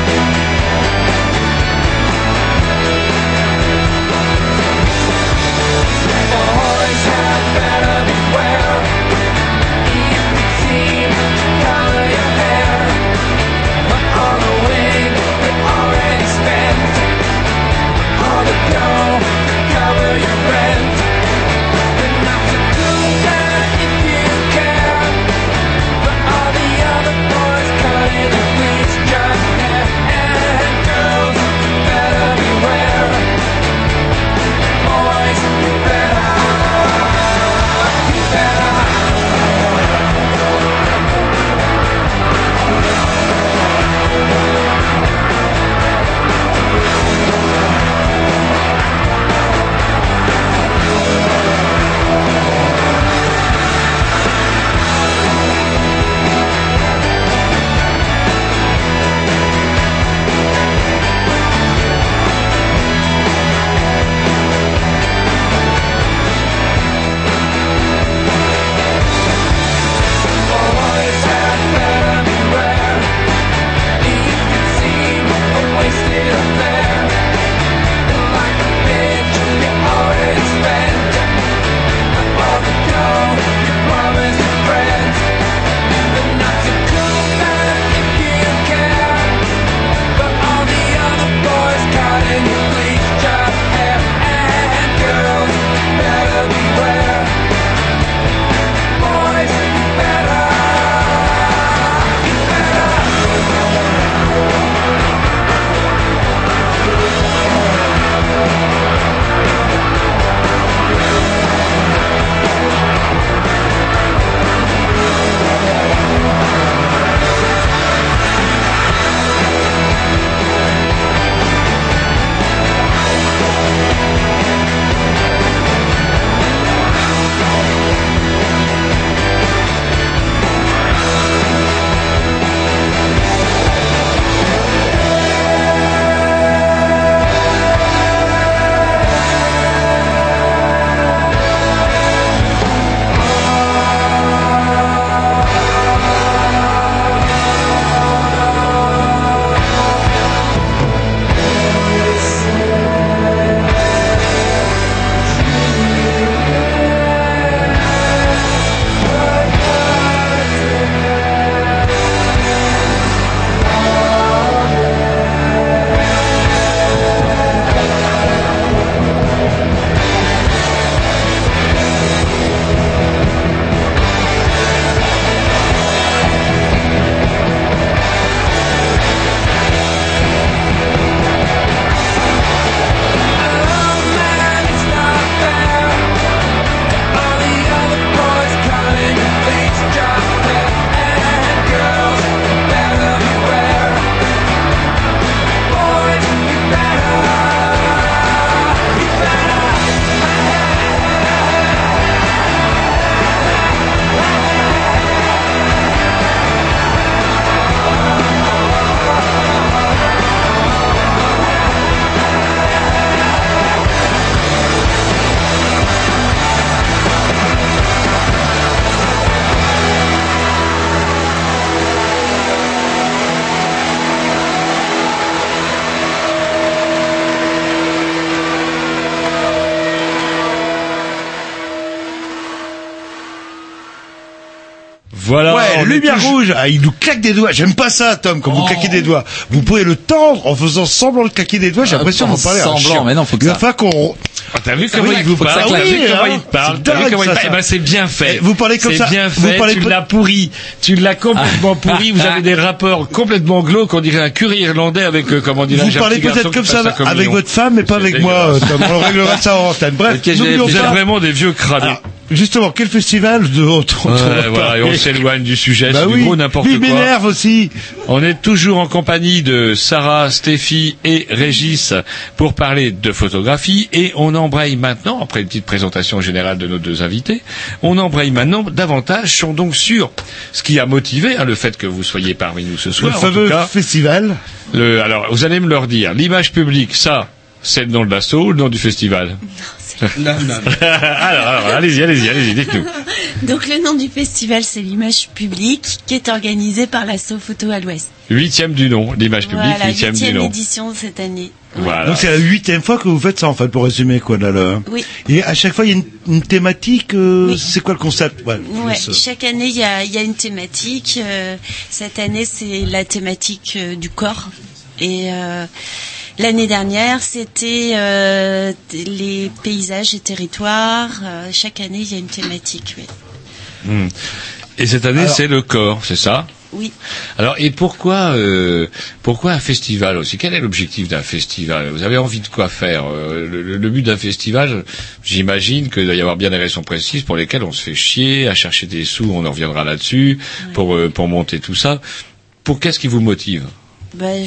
Voilà. Ouais, on est lumière toujours- rouge. Ah, il nous claque des doigts. J'aime pas ça, Tom, quand vous Oh. claquez des doigts. Vous pouvez le tendre en faisant semblant de claquer des doigts. J'ai Ah, l'impression en qu'on parlait à un semblant, chien. mais non, faut que Il va ça- falloir qu'on... Ah, t'as vu Ah comment oui, il vous faut que ça parle? T'as vu claque. comment Oui, il hein. te parle? C'est T'as vu dingue, comment il ça, parle? ça. Eh ben, c'est bien fait. Eh, vous parlez comme ça. C'est bien Vous fait. parlez Tu pas- l'as pourri. Tu l'as complètement pourri. Vous avez des rapports complètement glauques. On dirait un curry irlandais avec, euh, comment dirais-je, Vous un parlez petit garçon peut-être qui comme passe ça sa communion. avec votre femme, mais pas C'est avec moi, euh, dégueulasse. Tom. On réglera ça en antenne. Bref, Ok, j'ai- n'oublions Vous êtes pas. vraiment des vieux cramés. Alors, justement, quel festival de dont on Ouais, va voilà, et on parler s'éloigne du sujet, Bah c'est oui. du gros n'importe Lui, il quoi. m'énerve aussi. On est toujours en compagnie de Sarah, Stéphie et Régis pour parler de photographie et on embraye maintenant, après une petite présentation générale de nos deux invités, on embraye maintenant davantage sur, donc sur ce qui a motivé hein, le fait que vous soyez parmi nous ce Le soir. en fameux tout cas. festival. Le, alors, vous allez me leur dire, l'image publique, ça, c'est le nom de l'assaut ou le nom du festival? Non, non, non. alors, alors, allez-y, allez-y, allez-y, dites-nous. Donc le nom du festival, c'est l'image publique, qui est organisé par l'asso Photo à l'Ouest. Huitième du nom, l'image publique, Voilà, huitième du huitième nom. édition cette année. Voilà. Donc c'est la huitième fois que vous faites ça en fait, pour résumer quoi là. là. Oui. Et à chaque fois il y a une, une thématique. euh, Oui. C'est quoi le concept? Ouais, je Ouais, laisse, euh, chaque année il y a, il y a une thématique. euh, cette année c'est la thématique euh, du corps. Et euh, l'année dernière c'était euh, les paysages et territoires. Euh, chaque année il y a une thématique. Oui. Hmm. Et cette année, Alors- c'est le corps, c'est ça? Oui. Alors, et pourquoi, euh, pourquoi un festival aussi? Quel est l'objectif d'un festival? Vous avez envie de quoi faire? Euh, le, le but d'un festival, j'imagine qu'il doit y avoir bien des raisons précises pour lesquelles on se fait chier à chercher des sous, on en reviendra là-dessus, pour, euh, pour monter tout ça. Pour qu'est-ce qui vous motive? Ben,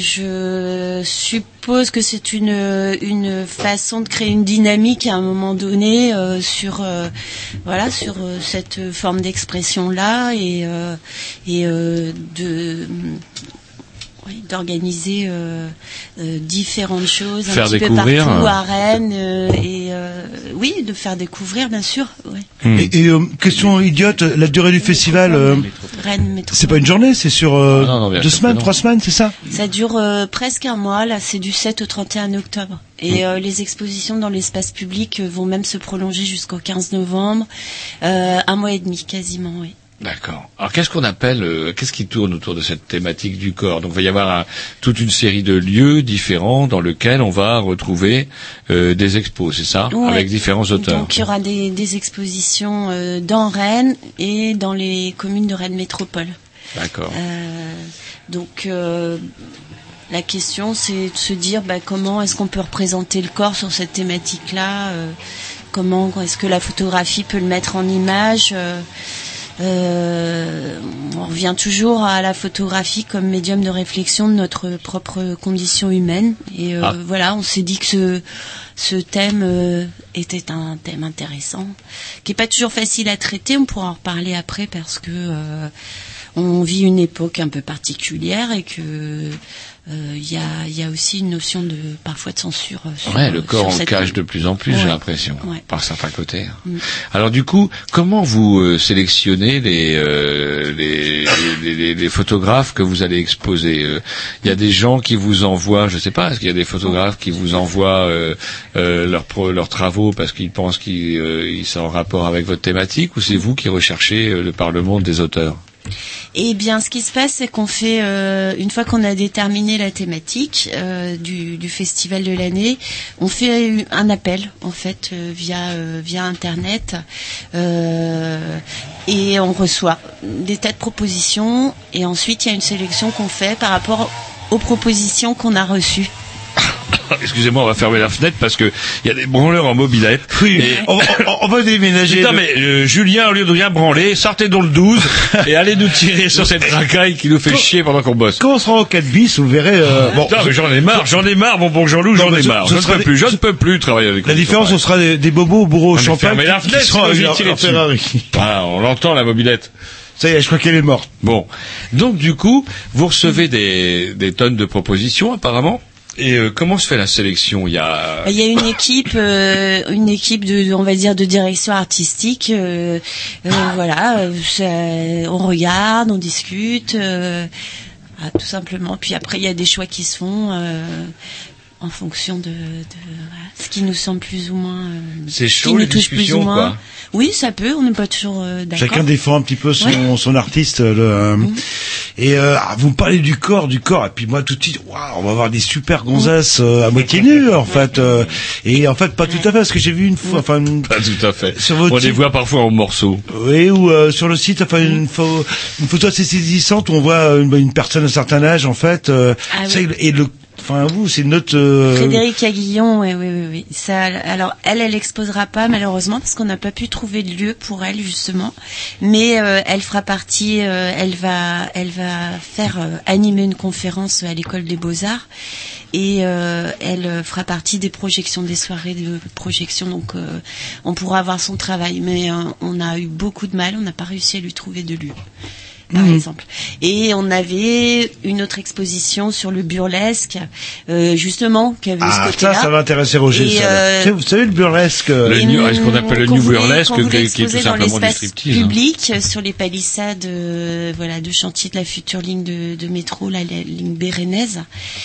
je suppose que c'est une une façon de créer une dynamique à un moment donné euh, sur euh, voilà sur euh, cette forme d'expression là et euh, et euh, de oui, d'organiser euh, euh, différentes choses Faire un petit peu découvrir, partout euh. à Rennes euh, et euh, oui de faire découvrir bien sûr ouais. Hmm. Et, et, euh, question idiote, la durée du festival, euh, Rennes métro. c'est pas une journée, c'est sur euh, Ah non, non, bien deux sûr que semaines, non. trois semaines, c'est ça? Ça dure euh, presque un mois, là c'est du sept au trente et un octobre. Et euh, les expositions dans l'espace public euh, vont même se prolonger jusqu'au quinze novembre, euh, un mois et demi quasiment, oui. D'accord. Alors, qu'est-ce qu'on appelle, euh, qu'est-ce qui tourne autour de cette thématique du corps? Donc, il va y avoir un- toute une série de lieux différents dans lesquels on va retrouver euh, des expos, c'est ça? Ouais. Avec différents auteurs. Donc il y aura des, des expositions euh, dans Rennes et dans les communes de Rennes Métropole. D'accord. Euh, donc euh, la question c'est de se dire bah, comment est-ce qu'on peut représenter le corps sur cette thématique-là, euh, comment est-ce que la photographie peut le mettre en image. euh, Euh, on revient toujours à la photographie comme médium de réflexion de notre propre condition humaine. Et euh, Ah. voilà, on s'est dit que ce, ce thème euh, était un thème intéressant, qui est pas toujours facile à traiter. On pourra en reparler après parce que euh, on vit une époque un peu particulière et que il y, a, y a aussi une notion de parfois de censure. euh, Sur, Ouais, le corps sur on le cette- cache de plus en plus, j'ai Ouais. l'impression, Ouais. par certains côtés. Mm. Alors du coup, comment vous euh, sélectionnez les, euh, les, les, les- les photographes que vous allez exposer? Euh, Il y a des gens qui vous envoient, je sais pas, est-ce qu'il y a des photographes qui vous envoient euh, euh, leurs, pro- leurs travaux parce qu'ils pensent qu'ils euh, ils sont en rapport avec votre thématique, ou c'est vous qui recherchez euh, le par le monde des auteurs? Eh bien, ce qui se passe, c'est qu'on fait, euh, une fois qu'on a déterminé la thématique euh, du, du festival de l'année, on fait un appel, en fait, euh, via euh, via Internet, euh, et on reçoit des tas de propositions, et ensuite il y a une sélection qu'on fait par rapport aux propositions qu'on a reçues. Excusez-moi, on va fermer la fenêtre parce que il y a des branleurs en mobilette. Oui, Et- on, on- on va déménager. Putain, le- mais euh, Julien, au lieu de rien branler, sortez donc le douze et allez nous tirer sur cette racaille qui nous fait chier pendant qu'on bosse. Quand on sera en quatre bis, vous le verrez. euh, bon, Putain, mais j'en ai marre, j'en ai marre, mon bon Jean-Loup, Non, j'en mais ai ce- marre. ce Je ne sera peux des- plus, je ne peux plus travailler avec la vous. différence, ce sera des, des bobos au bureau au Ah, mais champagne fermez la qui fenêtre, seront sinon je vais en- tirer en dessus. Ferrari. Voilà, on l'entend, la mobilette. Ça y est, je crois qu'elle est morte. Bon. Donc, du coup, vous recevez des, des tonnes de propositions, apparemment. Et euh, comment se fait la sélection? Il y a... Il y a une équipe, euh, une équipe de, on va dire, de direction artistique. Euh, euh, voilà, euh, ça- on regarde, on discute, euh, ah, tout simplement. Puis après, il y a des choix qui se font. Euh, en fonction de, de voilà, ce qui nous semble plus ou moins. Euh, c'est chaud qui nous les touche plus ou discussions, moins. quoi. Oui, ça peut. On n'est pas toujours euh, d'accord. Chacun défend un petit peu son, Ouais. son artiste. Le, euh, Mmh. Et euh, ah, vous me parlez du corps, du corps. Et puis moi tout de suite, waouh, on va avoir des super gonzesses euh, à moitié nues en fait. Euh, et en fait pas tout à fait parce que j'ai vu une fois, enfin une, Pas tout à fait. Sur votre On les site- voit parfois en morceaux. oui, ou euh, sur le site, enfin une, pho- une photo assez saisissante où on voit une, une personne d'un certain âge en fait. Euh, Ah ça, oui. et le, enfin vous, c'est notre. Euh, Frédéric Aguillon, oui, oui, oui, oui. Ça, alors elle, elle exposera pas malheureusement parce qu'on n'a pas pu trouver de lieu pour elle justement. Mais euh, elle fera partie, euh, elle va, elle va faire euh, animer une conférence à l'école des Beaux-Arts et euh, elle euh, fera partie des projections, des soirées de projection. Donc euh, on pourra voir son travail, mais euh, on a eu beaucoup de mal, on n'a pas réussi à lui trouver de lieu. Par Mmh. exemple. Et on avait une autre exposition sur le burlesque, euh, justement, qui avait Ah, ce côté-là. ça, ça va intéresser Roger. Et, ça, euh, Tu sais, vous savez le burlesque. euh, Le Et new, nous, ce qu'on appelle le qu'on new voulait- burlesque, qu'on voulait qui est tout exposer dans simplement du l'espace striptease. hein. public, euh, sur les palissades, euh, voilà, de chantier de la future ligne de, de métro, la, la ligne bérénaise.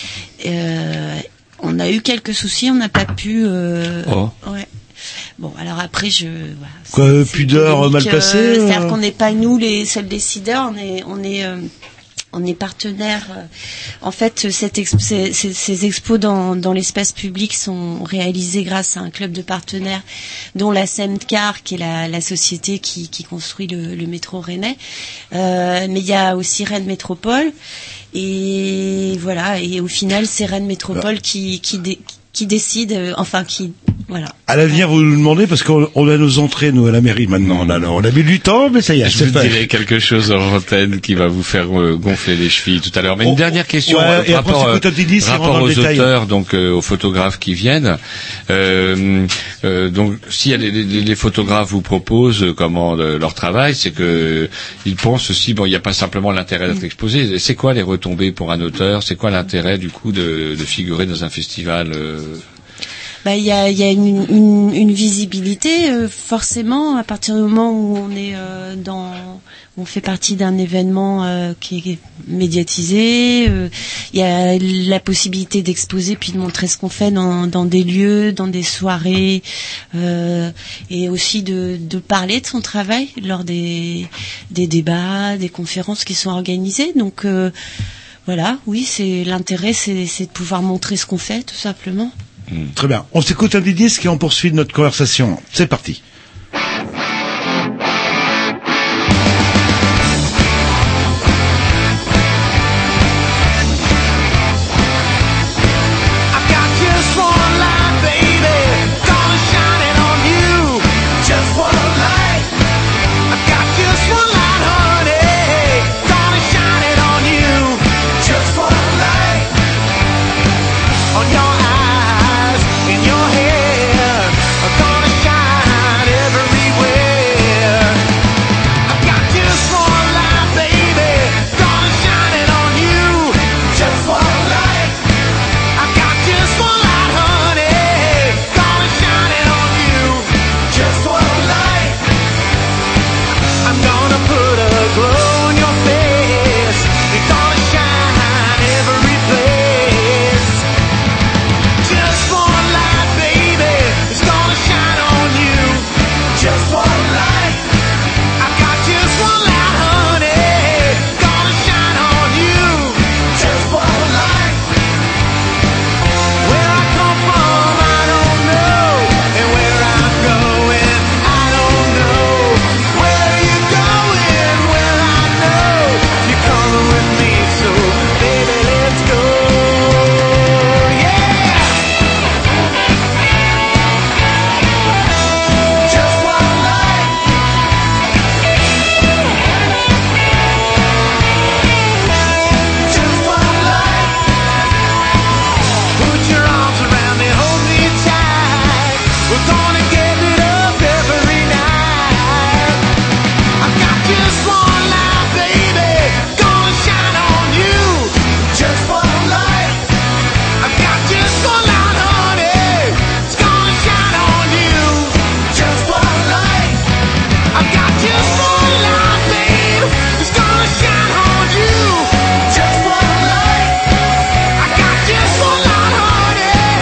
Euh, on a eu quelques soucis, on n'a pas pu. Euh, Oh. ouais. Bon, alors après, je. Voilà, Quoi, c'est- euh, c'est pudeur, polémique, mal placée, euh, euh C'est-à-dire qu'on n'est pas nous les seuls décideurs, on est, on est. euh, on est partenaire. euh, En fait, cette exp- ces, ces- ces expos dans, dans l'espace public sont réalisés grâce à un club de partenaires, dont la Semcar, qui est la, la société qui, qui construit le, le métro rennais. Euh, mais il y a aussi Rennes Métropole. Et voilà. Et au final, c'est Rennes Métropole qui, qui, dé- qui décide. euh, enfin, qui voilà. À l'avenir, vous nous demandez parce qu'on on a nos entrées nous à la mairie maintenant. On a, on a mis du temps, mais ça y est, Je c'est vous fait. dirai quelque chose en antenne qui va vous faire euh, gonfler les chevilles tout à l'heure. Mais une Oh, dernière question ouais, euh, et par après, rapport, c'est euh, Coton Didi, c'est rapport rentre dans aux le détail. auteurs, donc euh, aux photographes qui viennent. Euh, euh, donc, si les, les, les photographes vous proposent euh, comment euh, leur travail, c'est que ils pensent aussi, bon, il n'y a pas simplement l'intérêt d'être exposé. C'est quoi les retombées pour un auteur? C'est quoi l'intérêt du coup de, de figurer dans un festival euh, Bah, il y a, il y a une, une, une visibilité euh, forcément à partir du moment où on est euh, dans, on fait partie d'un événement euh, qui est médiatisé. euh, Il y a la possibilité d'exposer puis de montrer ce qu'on fait dans, dans des lieux, dans des soirées, euh, et aussi de, de parler de son travail lors des, des débats, des conférences qui sont organisées. Donc euh, voilà, oui, c'est l'intérêt, c'est, c'est de pouvoir montrer ce qu'on fait, tout simplement. Très bien. On s'écoute un des disques et on poursuit notre conversation. C'est parti. I've got just one light, baby. Gonna shine it on you. Just one light. I've got just one light, honey. Gonna shine it on you. Just one light. On your eyes, in your hair. I'm gonna shine everywhere. I've got just one light, baby. Gonna shine it on you. Just one light. I've got just one light, honey. Gonna shine it on you. Just one light. I'm gonna put a glow on your face. You're gonna shine every place. Just one light, baby. It's gonna shine on you. Just one light. I've got just one light, honey. Gonna shine on you. Just one light. Where I come from, I don't know, and where I'm going, I don't know. Where are you going? Well, I know you're coming with me, so baby, let's go. Yeah. Just one light. Just one light. Put your arms around me, hold me tight. We're gonna get it up every night. I've got just one light, baby. Gonna shine on you. Just one light. I've got just one light, honey. It's gonna shine on you. Just one light. I've got just one light, babe. It's gonna shine on you. Just one light. I got just one light, honey.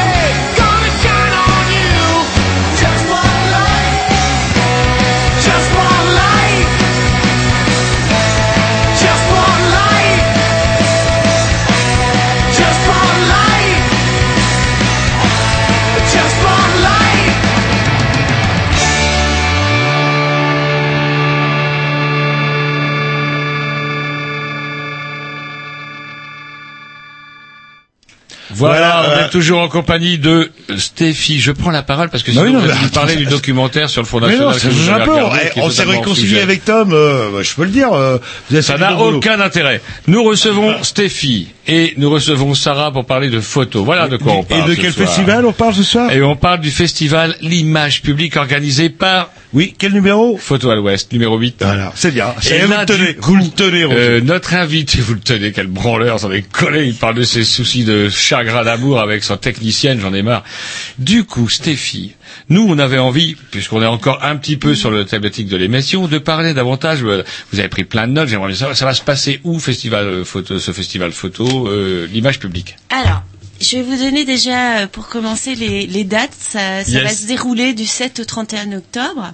Voilà, Voilà, on euh, est toujours en compagnie de Stéphie. Je prends la parole parce que Non, sinon oui, non, vous allez mais nous parler attends, du documentaire sur le Front Mais National. non, que ça vous change un avez peu. regardé, Eh, qui est on s'est totalement réconcilié sujet. avec Tom, euh, bah, je peux le dire. euh, vous avez Ça fait n'a du boulot. aucun intérêt. Nous recevons Stéphie et nous recevons Sarah pour parler de photos. Voilà de quoi on parle. Et de ce quel soir. festival on parle ce soir? Et on parle du festival L'Image Publique organisé par Oui, quel numéro? Photo à l'Ouest, numéro huit. Voilà, c'est bien. Et C'est vous là, le tenez, du vous le tenez, Roger. Euh, notre invité, vous le tenez, quel branleur, s'en est collé, il parle de ses soucis de chagrin d'amour avec son technicienne, j'en ai marre. Du coup, Stéphie, nous, on avait envie, puisqu'on est encore un petit peu sur le thématique de l'émission, de parler davantage, euh, vous avez pris plein de notes, j'aimerais bien savoir, ça va se passer où, festival euh, photo, ce festival photo, euh, l'image publique? Alors, je vais vous donner déjà, euh, pour commencer, les, les dates. Ça, ça Yes. va se dérouler du sept au trente et un octobre.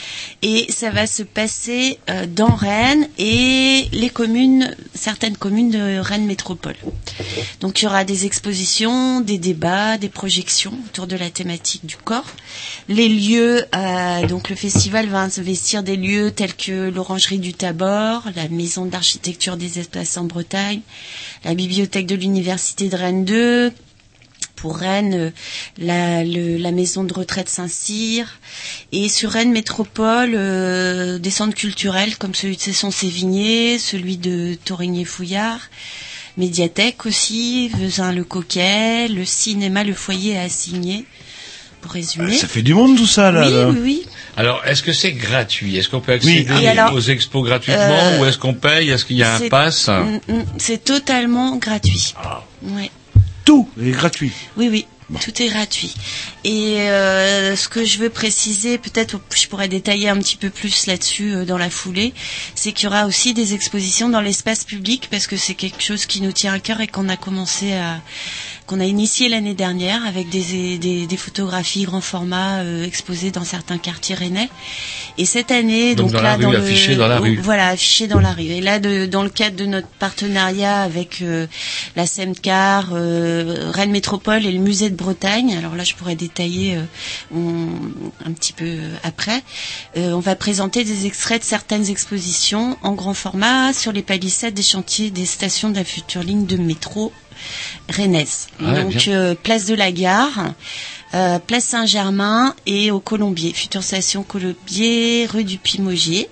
Et ça va se passer euh, dans Rennes et les communes, certaines communes de Rennes Métropole. Donc il y aura des expositions, des débats, des projections autour de la thématique du corps. Les lieux, euh, donc le festival va investir des lieux tels que l'Orangerie du Tabor, la Maison d'architecture des espaces en Bretagne, la bibliothèque de l'Université de Rennes deux, pour Rennes, la, le, la maison de retraite Saint-Cyr, et sur Rennes Métropole, euh, des centres culturels comme celui de Cesson-Sévigné, celui de Torigné-Fouillard, médiathèque aussi, Vezin-le-Coquet, le cinéma, le foyer à Assigné, pour résumer. Ça fait du monde tout ça, là. Oui, là. oui, oui. Alors, est-ce que c'est gratuit? Est-ce qu'on peut accéder Oui. Et alors, aux expos gratuitement, euh, ou est-ce qu'on paye? Est-ce qu'il y a un C'est- pass? Mm, mm, C'est totalement gratuit. Ah. Ouais. Tout est gratuit. Oui, oui, tout est gratuit. Et euh, ce que je veux préciser, peut-être je pourrais détailler un petit peu plus là-dessus euh, dans la foulée, c'est qu'il y aura aussi des expositions dans l'espace public, parce que c'est quelque chose qui nous tient à cœur et qu'on a commencé à... qu'on a initié l'année dernière avec des, des, des photographies grand format euh, exposées dans certains quartiers rennais. Et cette année, Donc donc, dans là, la rue, dans le, affiché dans la rue. Voilà, affiché dans la rue. Et là, de, dans le cadre de notre partenariat avec euh, la SEMCAR, euh, Rennes Métropole et le Musée de Bretagne, alors là, je pourrais détailler euh, on, un petit peu euh, après, euh, on va présenter des extraits de certaines expositions en grand format sur les palissades des chantiers des stations de la future ligne de métro rennaise. Ah, Donc, bien. euh, place de la Gare, euh, place Saint-Germain et au Colombier, future station Colombier, rue du Pimogier.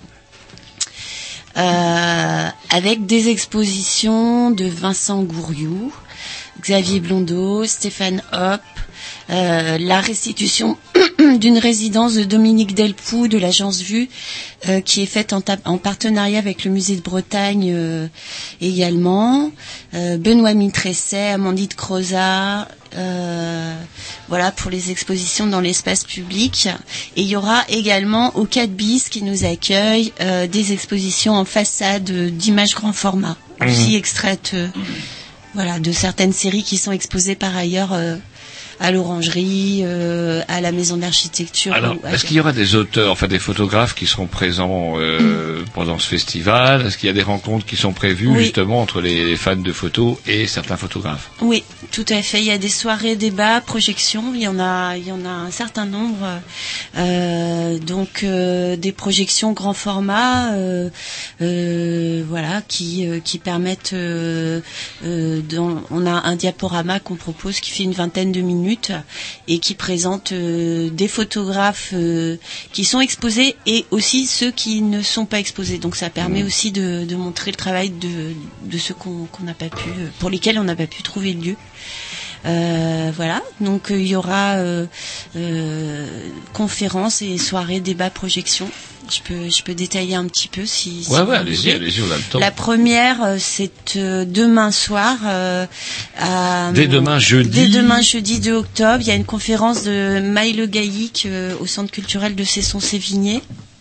Euh, avec des expositions de Vincent Gouriou, Xavier Blondeau, Stéphane Hoppe, euh, la restitution d'une résidence de Dominique Delpoux de l'agence Vue, euh, qui est faite en, ta- en partenariat avec le musée de Bretagne euh, également, euh, Benoît Mitresset, Amandine Crozat, euh, voilà pour les expositions dans l'espace public. Et il y aura également au quatre bis qui nous accueille euh, des expositions en façade euh, d'images grand format, Mmh. aussi extraites euh, voilà, de certaines séries qui sont exposées par ailleurs euh, à l'Orangerie, euh, à la Maison d'architecture. Alors, ou à- est-ce qu'il y aura des auteurs, enfin des photographes qui seront présents euh, pendant ce festival? Est-ce qu'il y a des rencontres qui sont prévues Oui. justement entre les, les fans de photos et certains photographes? Oui, tout à fait. Il y a des soirées, débats, projections. Il y en a, il y en a un certain nombre. Euh, donc euh, des projections grand format, euh, euh, voilà, qui euh, qui permettent. Euh, euh, dans- on a un diaporama qu'on propose qui fait une vingtaine de minutes et qui présente euh, des photographes euh, qui sont exposés et aussi ceux qui ne sont pas exposés. Donc ça permet aussi de, de montrer le travail de, de ceux qu'on qu'on n'a pas pu, pour lesquels on n'a pas pu trouver le lieu. Euh, voilà, donc euh, il y aura euh, euh, conférences et soirées, débats, projections. Je peux, je peux détailler un petit peu si. si Ouais, vous ouais, allez-y, voulez. allez-y, on a le temps. La première, euh, c'est euh, demain soir. Euh, à, Dès demain, jeudi. Dès demain jeudi deux octobre, il y a une conférence de Maïle Gaillic euh, au Centre culturel de Cesson-Sévigné.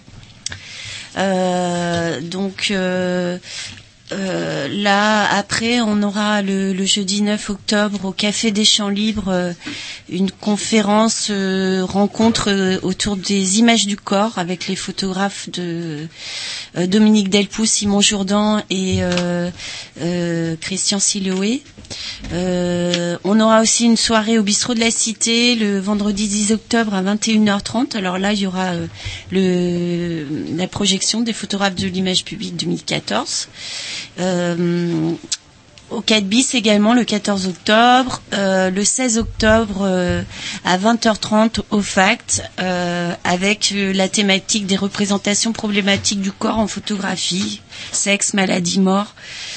Euh, donc euh, euh, là, après, on aura le, le jeudi neuf octobre au Café des Champs Libres euh, une conférence euh, rencontre euh, autour des images du corps avec les photographes de euh, Dominique Delpoux, Simon Jourdan et euh, euh, Christian Siloé. Euh, on aura aussi une soirée au bistrot de la Cité le vendredi dix octobre à vingt et une heures trente. Alors là, il y aura euh, le, la projection des photographes de l'image publique deux mille quatorze. Euh, Au quatre bis également le quatorze octobre, euh, le seize octobre euh, à vingt heures trente au Fact, euh, avec euh, la thématique des représentations problématiques du corps en photographie, sexe, maladie, mort.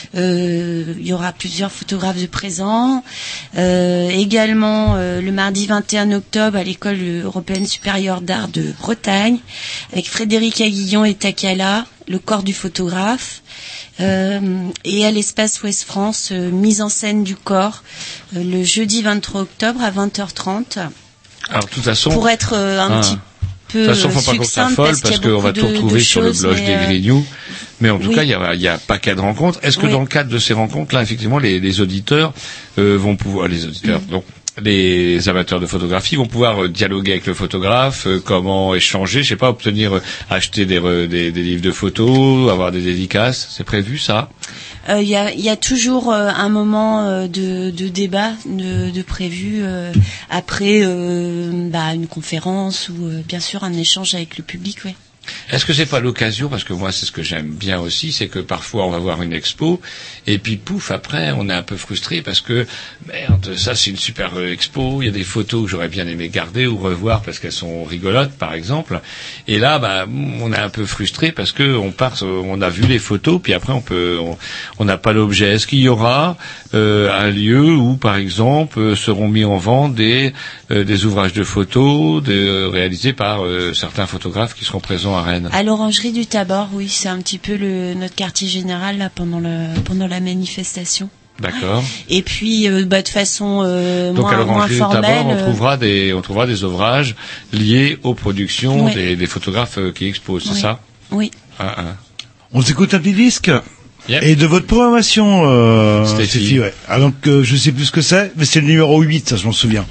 Euh, il y aura plusieurs photographes de présents. Euh, également euh, le mardi vingt et un octobre à l'École européenne supérieure d'art de Bretagne, avec Frédéric Aguillon et Takala, le corps du photographe. Euh, et à l'espace Ouest France, euh, mise en scène du corps, euh, le jeudi vingt-trois octobre à vingt heures trente. Alors, de toute façon, pour être euh, un ah, petit peu de toute façon, faut pas qu'on s'affole parce qu'on va tout retrouver sur le blog des Grignoux. Mais en tout oui. cas, il y a, il y a un paquet de rencontres. Est-ce que oui. dans le cadre de ces rencontres-là, effectivement, les, les auditeurs euh, vont pouvoir, les auditeurs, mmh. donc les amateurs de photographie vont pouvoir euh, dialoguer avec le photographe, euh, comment échanger, je sais pas, obtenir, euh, acheter des, re, des, des livres de photos, avoir des dédicaces, c'est prévu ça? Il euh, y, a, y a toujours euh, un moment euh, de, de débat de, de prévu euh, après euh, bah, une conférence ou euh, bien sûr un échange avec le public, oui. Est-ce que c'est pas l'occasion, parce que moi c'est ce que j'aime bien aussi, c'est que parfois on va voir une expo et puis pouf après on est un peu frustré parce que merde ça c'est une super expo, il y a des photos que j'aurais bien aimé garder ou revoir parce qu'elles sont rigolotes par exemple, et là bah on est un peu frustré parce que on part, on a vu les photos puis après on peut on n'a pas l'objet. Est-ce qu'il y aura euh, un lieu où par exemple seront mis en vente des euh, des ouvrages de photos de, réalisés par euh, certains photographes qui seront présents à Rennes? À l'Orangerie du Tabor, oui, c'est un petit peu le, notre quartier général là pendant le pendant la manifestation. D'accord. Et puis, euh, bah, de façon euh, Donc moins, à l'Orangerie moins formelle, du Tabor, on euh... trouvera des on trouvera des ouvrages liés aux productions oui. des, des photographes qui exposent, oui. c'est ça? Oui. Ah, ah. On s'écoute un petit disque. Yep. Et de votre programmation, euh, Stéphie. Stéphie, ouais. Ah, donc euh, je sais plus ce que c'est, mais c'est le numéro huit, ça je m'en souviens.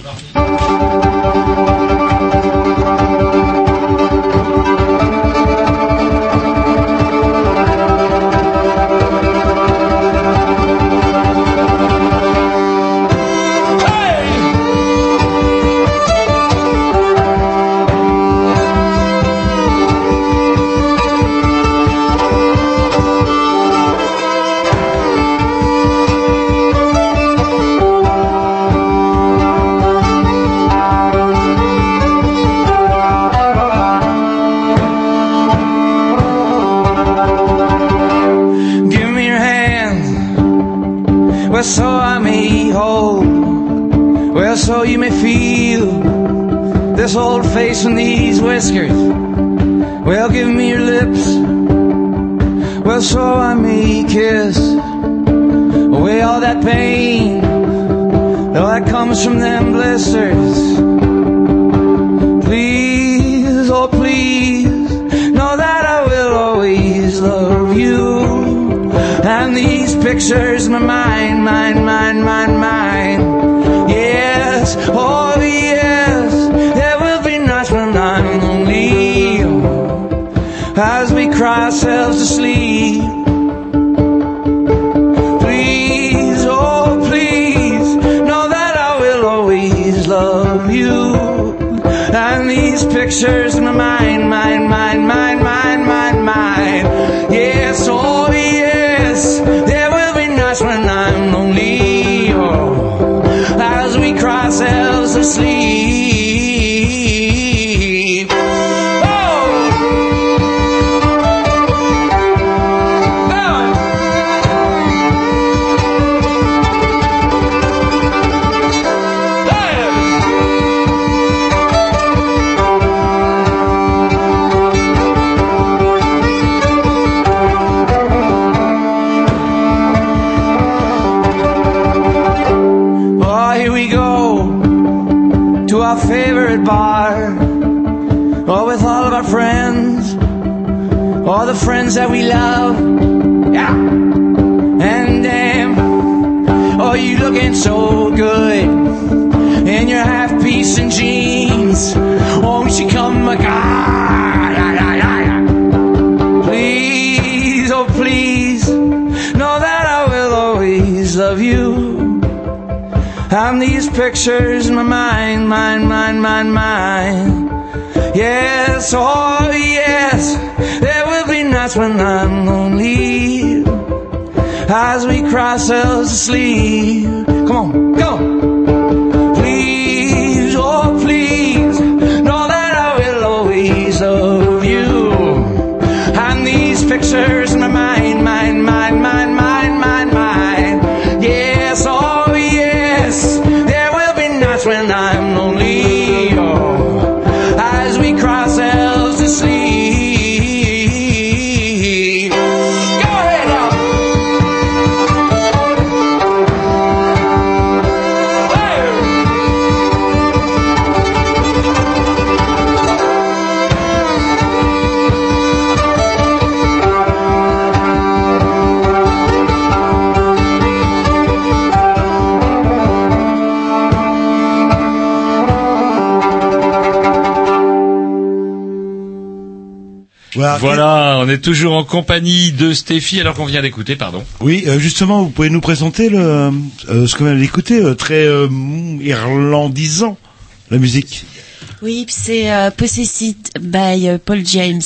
Well, so I may hold, well, so you may feel this old face and these whiskers. Well, give me your lips, well, so I may kiss away all that pain, all that comes from them blisters. Please, oh please, know that I will always love you. And these pictures in my mind, mind, mind, mind, mind. Yes, oh yes, there will be nights when I'm lonely, as we cry ourselves to sleep. Please, oh please, know that I will always love you. And these pictures in my mind, mind, mind, mind, mind, mind, mind. Yes, oh yes, there will be nights when I'm lonely, oh, as we cry ourselves to sleep. Favorite bar, or with all of our friends, or the friends that we love, yeah. And damn, oh, you looking so good in your half-piece and jeans. Won't you come, my God? Please, oh please, know that I will always love you. And these pictures in my mind, mind, mind, mind, mind. Yes, oh yes, there will be nights when I'm lonely, as we cry ourselves to sleep. Come on, come on. Please, oh please, know that I will always love you. And these pictures in my mind, mind, mind, mind, mind, mind, mind. Yes, oh yes, there will be nights when I'm lonely, oh, as we cry ourselves to sleep. Voilà, on est toujours en compagnie de Stéphie alors qu'on vient d'écouter, pardon. Oui, euh, justement, vous pouvez nous présenter le, euh, ce qu'on vient d'écouter, euh, très euh, irlandisant, la musique. Oui, c'est euh, Possessed by euh, Paul James.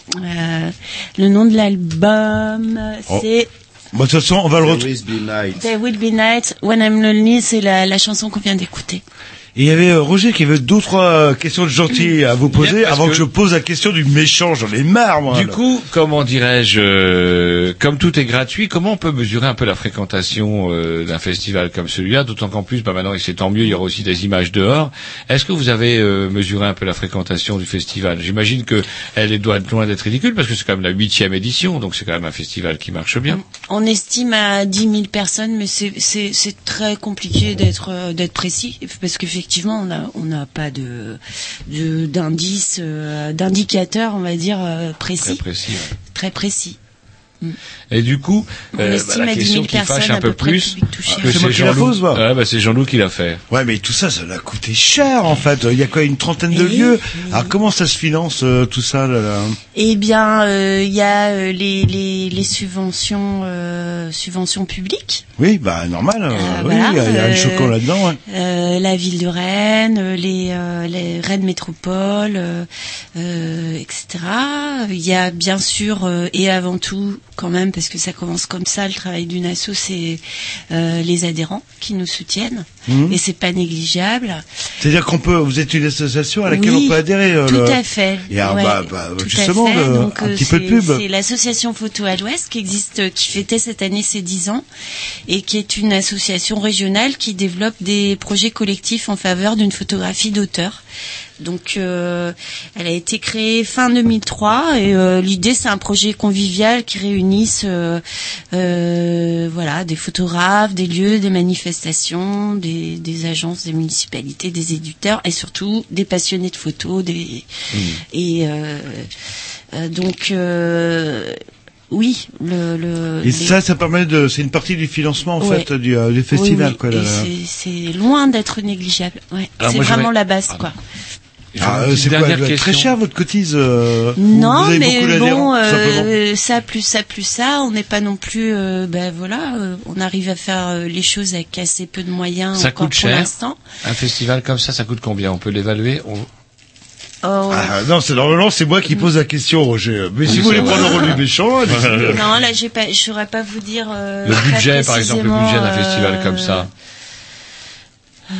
Euh, le nom de l'album, Oh. c'est Bah, de toute façon, on va le retrouver. There Will Be Night, When I'm Lonely, c'est la, la chanson qu'on vient d'écouter. Et il y avait euh, Roger qui avait d'autres euh, questions de gentil à vous poser Bien, parce avant que... que je pose la question du méchant. J'en ai marre, moi. Du là. coup, comment dirais-je, euh, comme tout est gratuit, comment on peut mesurer un peu la fréquentation euh, d'un festival comme celui-là, d'autant qu'en plus, bah maintenant, c'est tant mieux, il y aura aussi des images dehors. Est-ce que vous avez euh, mesuré un peu la fréquentation du festival? J'imagine que elle est doit être loin d'être ridicule parce que c'est quand même la huitième édition, donc c'est quand même un festival qui marche bien. On estime à dix mille personnes, mais c'est, c'est, c'est très compliqué d'être, euh, d'être précis, parce qu'effectivement, on a, on n'a pas de, de d'indice, euh, d'indicateur, on va dire, euh, précis. Très précis. Ouais. Très précis. Mm. Et du coup, euh, bah, la question qui fâche un peu plus, que c'est Jean-Loup. Ouais, bah, c'est Jean-Loup qui l'a fait. Ouais, mais tout ça, ça l'a coûté cher, en fait. Il y a quoi, une trentaine de Et lieux. oui. Alors, comment ça se finance, euh, tout ça, là, là Eh bien, il euh, y a euh, les, les, les subventions, euh, subventions publiques. Oui, bah, normal. Euh, oui, voilà, il y a, y a un euh, chocolat là-dedans, ouais. Euh, la ville de Rennes, euh, les, euh, les Rennes Métropole, euh, euh, et cetera. Il y a bien sûr, euh, et avant tout, quand même, parce que ça commence comme ça, le travail d'une asso, c'est euh, les adhérents qui nous soutiennent. Mmh. Et c'est pas négligeable. C'est-à-dire qu'on peut, vous êtes une association à laquelle oui, on peut adhérer. Euh, tout le... à fait. Et alors, ouais, bah, bah, tout justement, à fait. le, Donc, un euh, petit peu de pub. C'est l'association Photo à l'Ouest qui existe, qui fêtait cette année ses dix ans et qui est une association régionale qui développe des projets collectifs en faveur d'une photographie d'auteur. Donc, euh, elle a été créée fin deux mille trois et euh, l'idée, c'est un projet convivial qui réunisse, euh, euh, voilà, des photographes, des lieux, des manifestations, des, des agences, des municipalités, des éditeurs et surtout des passionnés de photos. Des mmh. et euh, euh, donc. Euh, Oui, le, le. Et les... ça, ça permet de, c'est une partie du financement en ouais. fait du, euh, du festival, oui, oui. quoi. Là, et là. C'est, c'est loin d'être négligeable. Ouais. Alors c'est moi, vraiment j'avais... la base, Pardon. quoi. Ah, euh, c'est quoi, elle doit être très cher votre cotise euh, Non, vous avez mais beaucoup bon, euh, ça plus ça plus ça, on n'est pas non plus, euh, ben voilà, euh, on arrive à faire euh, les choses avec assez peu de moyens ça encore coûte pour cher. l'instant. Un festival comme ça, ça coûte combien? On peut l'évaluer? On... Oh. Ah, non, c'est normalement c'est moi qui pose la question, Roger. Mais oui, si vous voulez prendre le rôle du méchant, allez-y. Non, là, j'ai pas, je saurais pas vous dire. Euh, le budget, par exemple, le budget d'un festival euh, comme ça. Euh,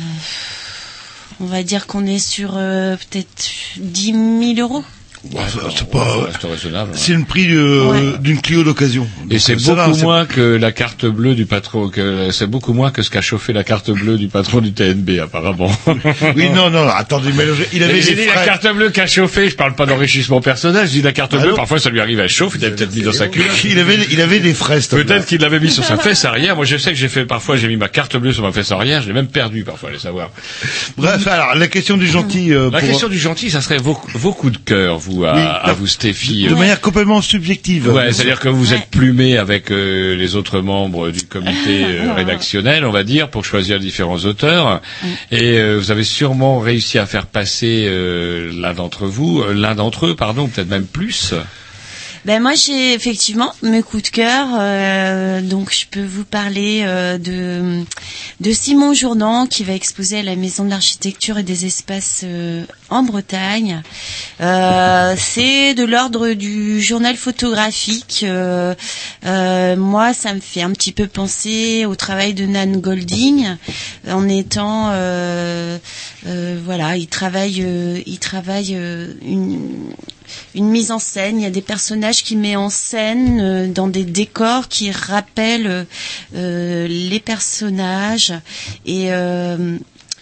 on va dire qu'on est sur euh, peut-être dix mille euros. Ouais, c'est pas, c'est raisonnable. C'est le prix euh, ouais. d'une Clio d'occasion. Et c'est beaucoup va, moins c'est... que la carte bleue du patron, que c'est beaucoup moins que ce qu'a chauffé la carte bleue du patron du T N B, apparemment. Oui, non, non, attendez, mais il avait J'ai dit frais. la carte bleue qu'a chauffé, je parle pas d'enrichissement personnel, je dis la carte bleue, Alors, parfois ça lui arrive à chauffer, il avait peut-être mis dans sa culotte. Il avait, il avait des frais, peut-être qu'il l'avait mis sur sa fesse arrière. Moi, je sais que j'ai fait, parfois, j'ai mis ma carte bleue sur ma fesse arrière, je l'ai même perdu, parfois, allez savoir. Bref, alors, la question du gentil, euh, La pour... question du gentil, ça serait vos, vos coups de cœur, vous, à, oui, à vous, Stéphie. De ouais. manière complètement subjective. Ouais, c'est-à-dire que vous ouais. êtes plumé avec euh, les autres membres du comité euh, rédactionnel, on va dire, pour choisir différents auteurs. Mm. Et euh, vous avez sûrement réussi à faire passer euh, l'un d'entre vous, euh, l'un d'entre eux, pardon, peut-être même plus. Ben moi j'ai effectivement mes coups de cœur. Euh, donc je peux vous parler euh, de de Simon Jourdan qui va exposer à la Maison de l'Architecture et des Espaces euh, en Bretagne. Euh, c'est de l'ordre du journal photographique. Euh, euh, moi ça me fait un petit peu penser au travail de Nan Golding, en étant euh, euh, voilà, il travaille euh, il travaille euh, une une mise en scène, il y a des personnages qu'il met en scène euh, dans des décors qui rappellent euh, les personnages et euh,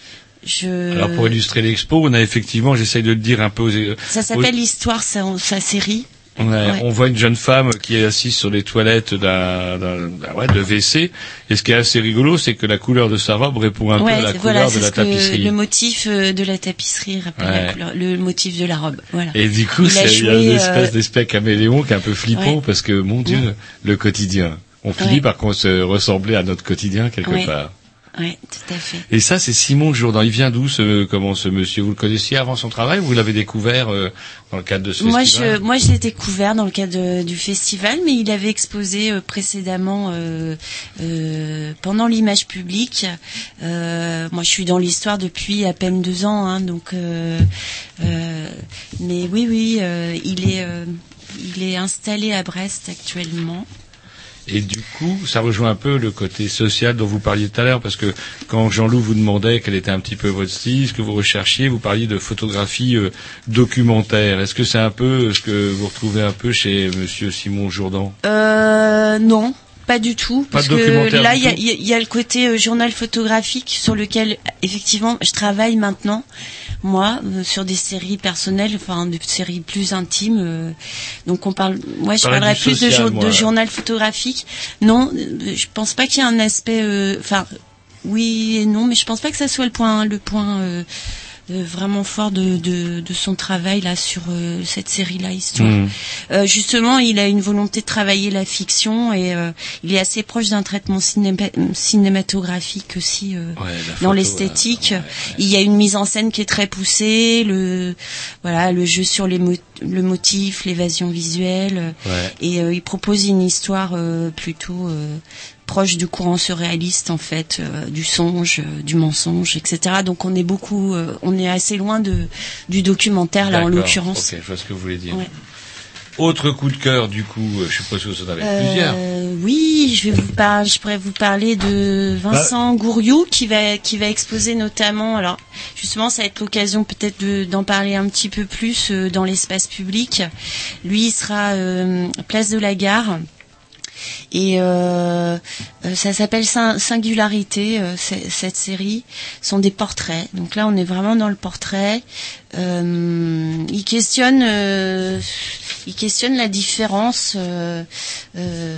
je... Alors pour illustrer l'expo, on a effectivement, j'essaye de le dire un peu aux... Ça s'appelle aux... Histoire, sa, sa série. Ouais, ouais. On voit une jeune femme qui est assise sur les toilettes d'un, d'un, d'un ouais, de W C. Et ce qui est assez rigolo, c'est que la couleur de sa robe répond un ouais, peu à la voilà, couleur de la tapisserie. Le motif de la tapisserie rappelle ouais. la couleur, le motif de la robe. Voilà. Et du coup, il c'est, il y a une espèce euh... d'espèce caméléon qui est un peu flippant ouais. parce que, mon Dieu, ouais. le quotidien. On finit ouais. par qu'on se ressembler à notre quotidien quelque ouais. part. Oui, tout à fait. Et ça, c'est Simon Jourdan. Il vient d'où, ce, comment, ce monsieur? Vous le connaissiez avant son travail ou vous l'avez découvert euh, dans le cadre de ce moi, festival? je, Moi, je l'ai découvert dans le cadre de, du festival, mais il avait exposé euh, précédemment euh, euh, pendant l'image publique. Euh, moi, je suis dans l'histoire depuis à peine deux ans, hein, donc. Euh, euh, mais oui, oui, euh, il est, euh, il est installé à Brest actuellement. Et du coup, ça rejoint un peu le côté social dont vous parliez tout à l'heure, parce que quand Jean-Loup vous demandait quel était un petit peu votre style, ce que vous recherchiez, vous parliez de photographie euh, documentaire. Est-ce que c'est un peu ce que vous retrouvez un peu chez Monsieur Simon Jourdan? Euh, non. Pas du tout, pas parce que là il y a, y a le côté euh, journal photographique sur lequel effectivement je travaille maintenant, moi, euh, sur des séries personnelles, enfin des séries plus intimes. Euh, donc on parle, moi je parlerais plus social, de, jour, moi, de journal photographique. Non, euh, je pense pas qu'il y ait un aspect, enfin euh, oui et non, mais je pense pas que ça soit le point, le point. Euh, Euh, vraiment fort de, de, de son travail là sur euh, cette série-là, Histoire. Mmh. Euh, justement, il a une volonté de travailler la fiction et euh, il est assez proche d'un traitement cinéma- cinématographique aussi euh, ouais, photo, dans l'esthétique. Ouais, ouais, ouais. Il y a une mise en scène qui est très poussée, le voilà, le jeu sur les mo- le motif, l'évasion visuelle, ouais. et euh, il propose une histoire euh, plutôt euh, proche du courant surréaliste en fait, euh, du songe, euh, du mensonge, et cetera. Donc on est beaucoup, euh, on est assez loin de du documentaire là. D'accord. En l'occurrence. Ok, je vois ce que vous voulez dire. Ouais. Autre coup de cœur du coup, je suppose que vous en avez euh, plusieurs. Oui, je vais vous parler, je pourrais vous parler de Vincent bah. Gouriou qui va qui va exposer notamment. Alors justement, ça va être l'occasion peut-être de, d'en parler un petit peu plus euh, dans l'espace public. Lui, il sera euh, place de la Gare. Et euh, ça s'appelle Singularité, euh, cette série. Ce sont des portraits. Donc là, on est vraiment dans le portrait. Euh, il questionne, euh, il questionne la différence. Euh, euh,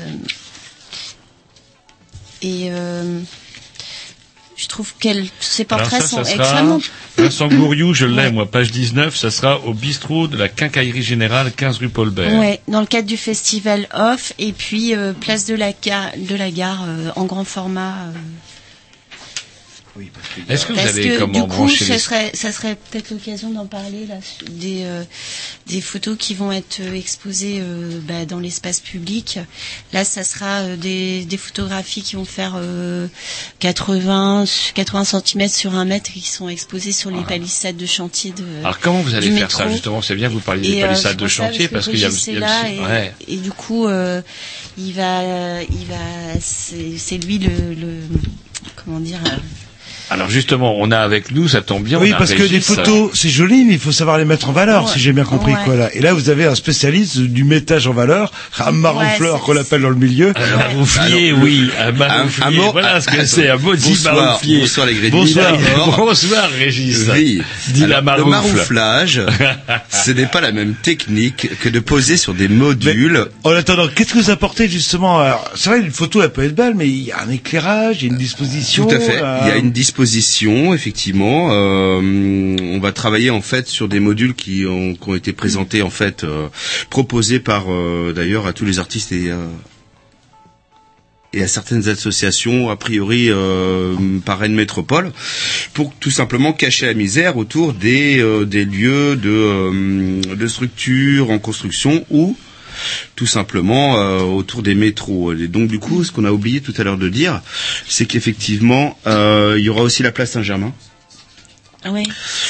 et euh, je trouve que ces portraits ça, sont ça extrêmement... Vincent Gouriou, je l'ai, ouais. moi, page dix-neuf, ça sera au bistrot de la Quincaillerie Générale, quinze rue Paul Bert. Ouais, dans le cadre du festival Off, et puis euh, place de la gare, de la gare euh, en grand format. Euh... Oui, parce que Est-ce que parce vous avez que, comment du coup, brancher ça les... serait, ça serait peut-être l'occasion d'en parler là, des euh, des photos qui vont être exposées euh, bah, dans l'espace public. Là, ça sera euh, des des photographies qui vont faire euh, quatre-vingts centimètres sur un mètre et qui sont exposées sur les ah. palissades de chantier de. Alors comment vous allez faire métro. ça justement? C'est bien que vous parliez des palissades euh, de chantier parce, parce qu'il y a, il y a là le... et, ouais. et du coup, euh, il va, il va, c'est, c'est lui le, le comment dire. Euh, Alors justement, on a avec nous, ça tombe bien. Oui, on a parce Régis, que des photos, c'est joli, mais il faut savoir les mettre en valeur, ouais. si j'ai bien compris. Ouais. Quoi, là. Et là, vous avez un spécialiste du mettage en valeur, un maroufleur ouais, qu'on l'appelle dans le milieu. Un marouflier, oui, un marouflier. Un, un voilà ce que c'est, un maudit marouflier. Bonsoir les grédis. Bonsoir, bonsoir Régis. Oui. Dis la le marouflage, ce n'est pas la même technique que de poser sur des modules. Mais, en attendant, qu'est-ce que vous apportez justement? Alors, c'est vrai, une photo, elle peut être belle, mais il y a un éclairage, il y a une disposition. Tout à fait. Euh... Il y a une disposition. Effectivement, euh, on va travailler en fait sur des modules qui ont, qui ont été présentés en fait, euh, proposés par euh, d'ailleurs à tous les artistes et euh, et à certaines associations, a priori euh, par Rennes Métropole, pour tout simplement cacher la misère autour des euh, des lieux de euh, de structures en construction où tout simplement euh, autour des métros. Et donc du coup, ce qu'on a oublié tout à l'heure de dire, c'est qu'effectivement, euh, il y aura aussi la place Saint-Germain. Oui.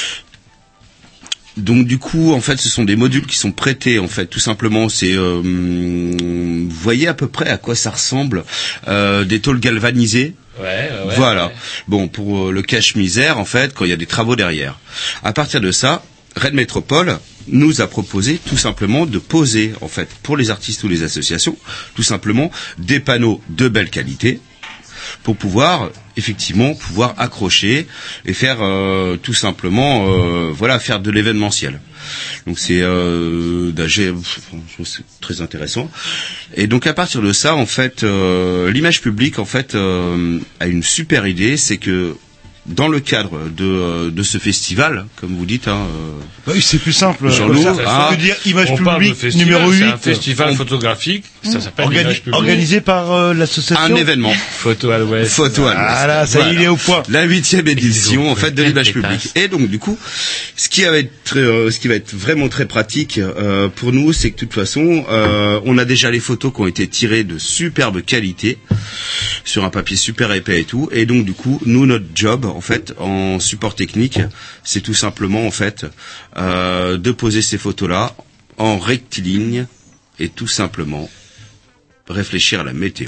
Donc du coup, en fait, ce sont des modules qui sont prêtés, en fait, tout simplement. C'est, euh, vous voyez à peu près à quoi ça ressemble, euh, des tôles galvanisées. Ouais, ouais, ouais, voilà. Ouais. Bon, pour euh, le cache-misère, en fait, quand il y a des travaux derrière. À partir de ça, Rennes Métropole nous a proposé tout simplement de poser, en fait, pour les artistes ou les associations, tout simplement des panneaux de belle qualité, pour pouvoir effectivement pouvoir accrocher et faire euh, tout simplement euh, voilà faire de l'événementiel. Donc c'est euh, c'est très intéressant. Et donc à partir de ça, en fait, euh, l'image publique en fait euh, a une super idée, c'est que dans le cadre de, de ce festival, comme vous dites, hein, bah oui, c'est plus simple. Jean-Loup, ah, on peut dire image on publique festival, numéro huit. C'est un festival on... photographique, ça s'appelle Organi- Image publique. Organisé par euh, l'association. Un événement. Photo à l'Ouest. Photo à l'Ouest. Ah là, ça voilà. y est, il est au point. La huitième édition, en fait, de l'image publique. Et donc, du coup, ce qui va être, très, euh, ce qui va être vraiment très pratique euh, pour nous, c'est que de toute façon, euh, on a déjà les photos qui ont été tirées de superbe qualité sur un papier super épais et tout. Et donc, du coup, nous, notre job, en fait, en support technique, c'est tout simplement, en fait, euh, de poser ces photos-là en rectiligne et tout simplement réfléchir à la météo.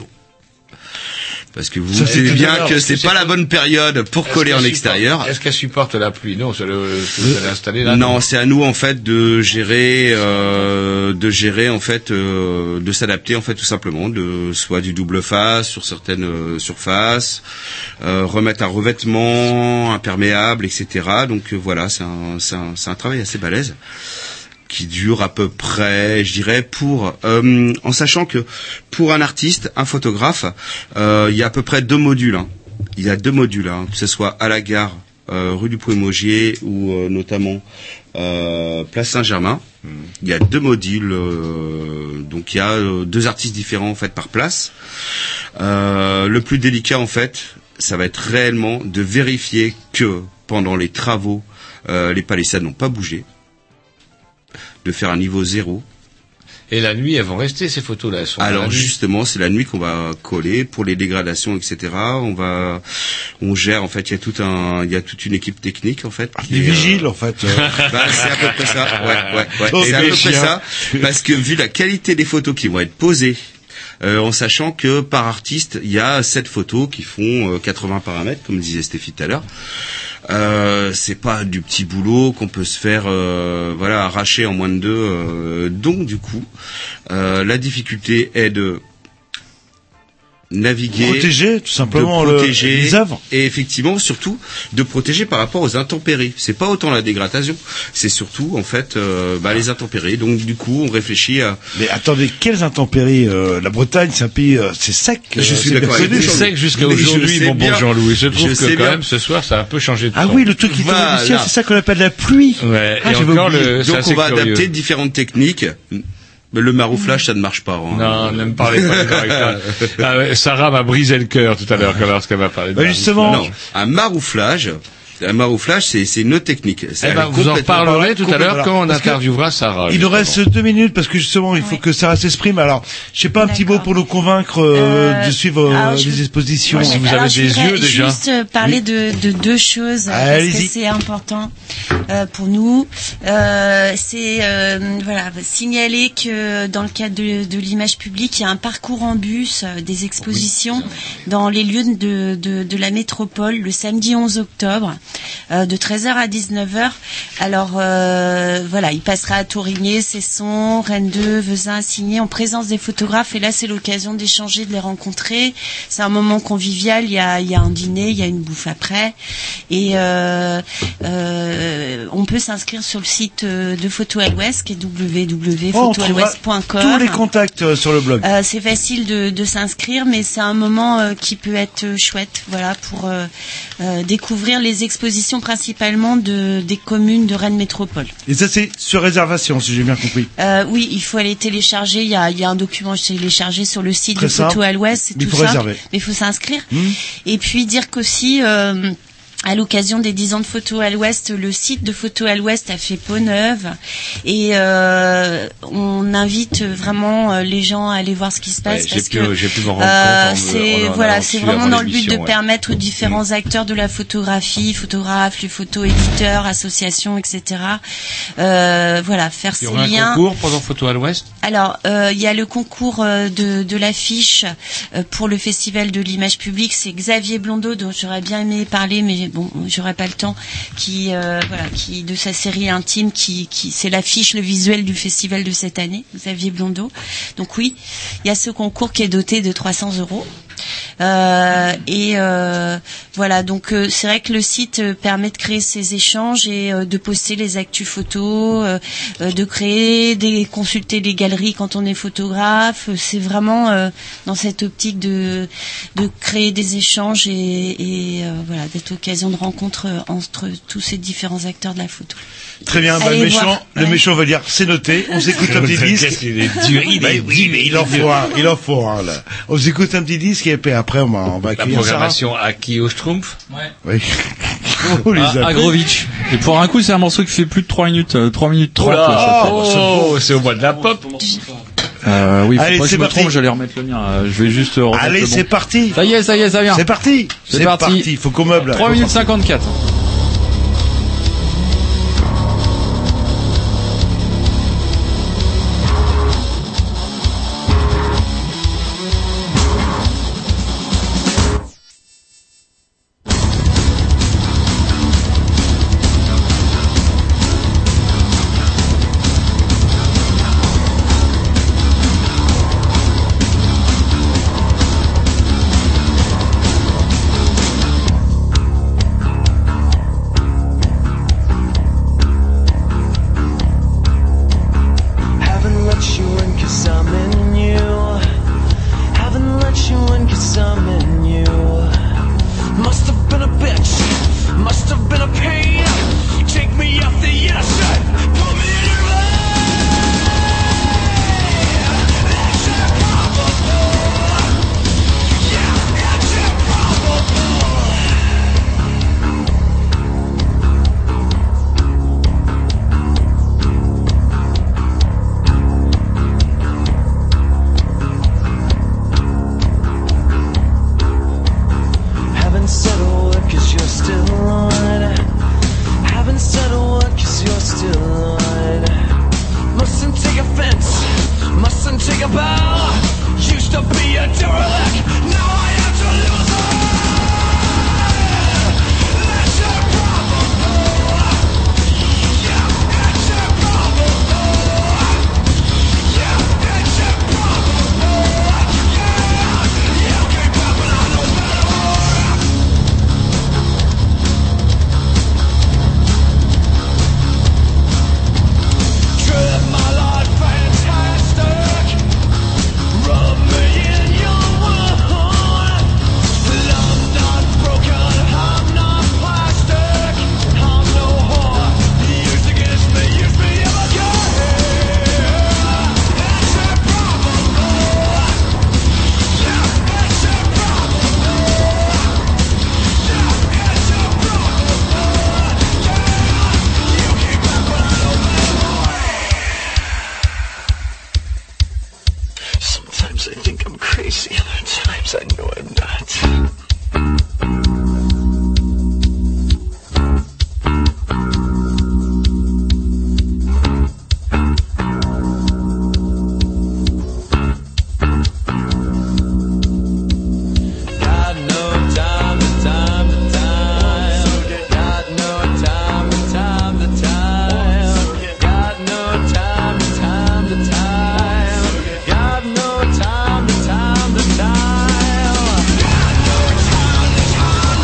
Parce que vous savez bien que c'est pas la bonne période pour coller en extérieur. Est-ce qu'elle supporte la pluie? Non, c'est le, c'est installé là. Non, c'est à nous en fait de gérer, euh, de gérer en fait, euh, de s'adapter en fait tout simplement, de soit du double face sur certaines euh, surfaces, euh, remettre un revêtement imperméable, et cetera. Donc euh, voilà, c'est un, c'est un, c'est un travail assez balèze, qui dure à peu près, je dirais, pour, euh, en sachant que pour un artiste, un photographe, euh, il y a à peu près deux modules. Hein. Il y a deux modules, hein, que ce soit à la gare, euh, rue du Pouet-Maugier ou euh, notamment euh, place Saint-Germain. Mmh. Il y a deux modules, euh, donc il y a euh, deux artistes différents en fait par place. Euh, le plus délicat en fait, ça va être réellement de vérifier que pendant les travaux, euh, les palissades n'ont pas bougé, de faire un niveau zéro. Et la nuit, elles vont rester ces photos-là. Elles sont Alors justement, c'est la nuit qu'on va coller pour les dégradations, et cetera. On va, on gère en fait. Il y a tout un, il y a toute une équipe technique en fait. Des vigiles en fait. Bah, c'est à peu près ça. Ouais, ouais, ouais. Oh, c'est à peu près ça. Parce que vu la qualité des photos qui vont être posées, euh, en sachant que par artiste, il y a sept photos qui font euh, quatre-vingts paramètres, comme disait Stéphie tout à l'heure. Euh, c'est pas du petit boulot qu'on peut se faire euh, voilà arracher en moins de deux. Euh, donc du coup, euh, la difficulté est de naviguer, protéger tout simplement de protéger, le, les œuvres, et effectivement surtout de protéger par rapport aux intempéries. C'est pas autant la dégradation, c'est surtout en fait euh, bah, les intempéries. Donc du coup on réfléchit à. Mais attendez, quelles intempéries euh, La Bretagne, c'est un pays, euh, c'est sec. Je suis euh, d'accord. C'est sec jusqu'à aujourd'hui, mon bon Jean-Louis. Et je trouve je que quand bien. même ce soir ça a un peu changé de Ah temps. oui, le truc qui tombe du ciel, c'est ça qu'on appelle la pluie. Ouais. Ah, et encore le, donc on va curieux. adapter différentes techniques. Mais le marouflage, ça ne marche pas. Hein. Non, ne me parlez pas de marouflage. Ah ouais, Sarah m'a brisé le cœur tout à l'heure lorsqu'elle m'a parlé de bah justement, non, un marouflage, un marouflage, c'est, c'est une technique. Eh ben, vous en reparlerez tout à l'heure quand on interviewera Sarah. Il nous reste deux minutes parce que justement, il faut oui. que Sarah s'exprime. Alors, je sais pas, un D'accord. petit mot pour nous convaincre euh, euh, de suivre euh, les je... expositions. Ouais, si vous alors, avez des yeux déjà. Juste parler oui. de, de deux choses ah, parce que c'est important euh, pour nous. Euh, c'est euh, voilà, signaler que dans le cadre de, de l'image publique, il y a un parcours en bus euh, des expositions dans les lieux de, de, de la métropole le samedi onze octobre. Euh, de treize heures à dix-neuf heures. Alors euh, voilà, il passera à Tourigné, Cesson, Rennes deux, Vezin, Signé en présence des photographes. Et là, c'est l'occasion d'échanger, de les rencontrer. C'est un moment convivial. Il y a, il y a un dîner, il y a une bouffe après. Et euh, euh, on peut s'inscrire sur le site de Photo à l'Ouest, qui est w w w point photo à l'ouest point com. Tous les contacts euh, sur le blog. Euh, c'est facile de, de s'inscrire, mais c'est un moment euh, qui peut être chouette, voilà, pour euh, euh, découvrir les expositions exposition principalement de, des communes de Rennes Métropole. Et ça, c'est sur réservation, si j'ai bien compris. Euh, oui, il faut aller télécharger. Il y a, il y a un document téléchargé sur le site Très de Photo à l'Ouest. C'est mais tout il faut simple. Réserver. Mais il faut s'inscrire. Mmh. Et puis dire qu'aussi... Euh, à l'occasion des dix ans de Photo à l'Ouest, le site de Photo à l'Ouest a fait peau neuve et euh, on invite vraiment les gens à aller voir ce qui se passe ouais, parce j'ai que pu, j'ai pu m'en rendre euh, compte en, c'est en, en voilà, c'est vraiment dans le but de ouais. permettre aux différents acteurs de la photographie, photographes, les photo-éditeurs, associations, et cetera. Euh, voilà, faire ces liens. Il y aura un concours pendant Photo à l'Ouest. Alors, euh, il y a le concours euh, de, de l'affiche euh, pour le Festival de l'image publique. C'est Xavier Blondeau, dont j'aurais bien aimé parler, mais bon, j'aurais pas le temps, qui euh, voilà, qui de sa série intime, qui, qui c'est l'affiche, le visuel du festival de cette année, Xavier Blondeau. Donc oui, il y a ce concours qui est doté de trois cents euros. Euh, et euh, voilà, donc euh, c'est vrai que le site euh, permet de créer ces échanges et euh, de poster les actus photos, euh, euh, de créer, de consulter les galeries quand on est photographe. C'est vraiment euh, dans cette optique de de créer des échanges et, et euh, voilà, d'être occasion de rencontres entre tous ces différents acteurs de la photo. Très bien, bah, le méchant, le ouais. méchant va dire c'est noté. On s'écoute un petit disque. Il est dur, il bah, est oui, mais il en faut un, il en faut un là. On s'écoute un petit disque et puis après on va, on va accueillir la programmation à qui au Schtroumpf. Ouais. Oui. Oh, à Agrovitch. Et pour un coup, c'est un morceau qui fait plus de trois minutes, euh, trois minutes trente. Oh, oh, c'est au mois de la pop. Euh, oui, faut Allez, pas que je me parti. trompe, j'allais remettre le mien. Euh, je vais juste remettre Allez, le bon. c'est parti. Ça y est, ça y est, ça vient. C'est parti. C'est, c'est parti. parti. Faut qu'on meuble. trois minutes cinquante-quatre. Time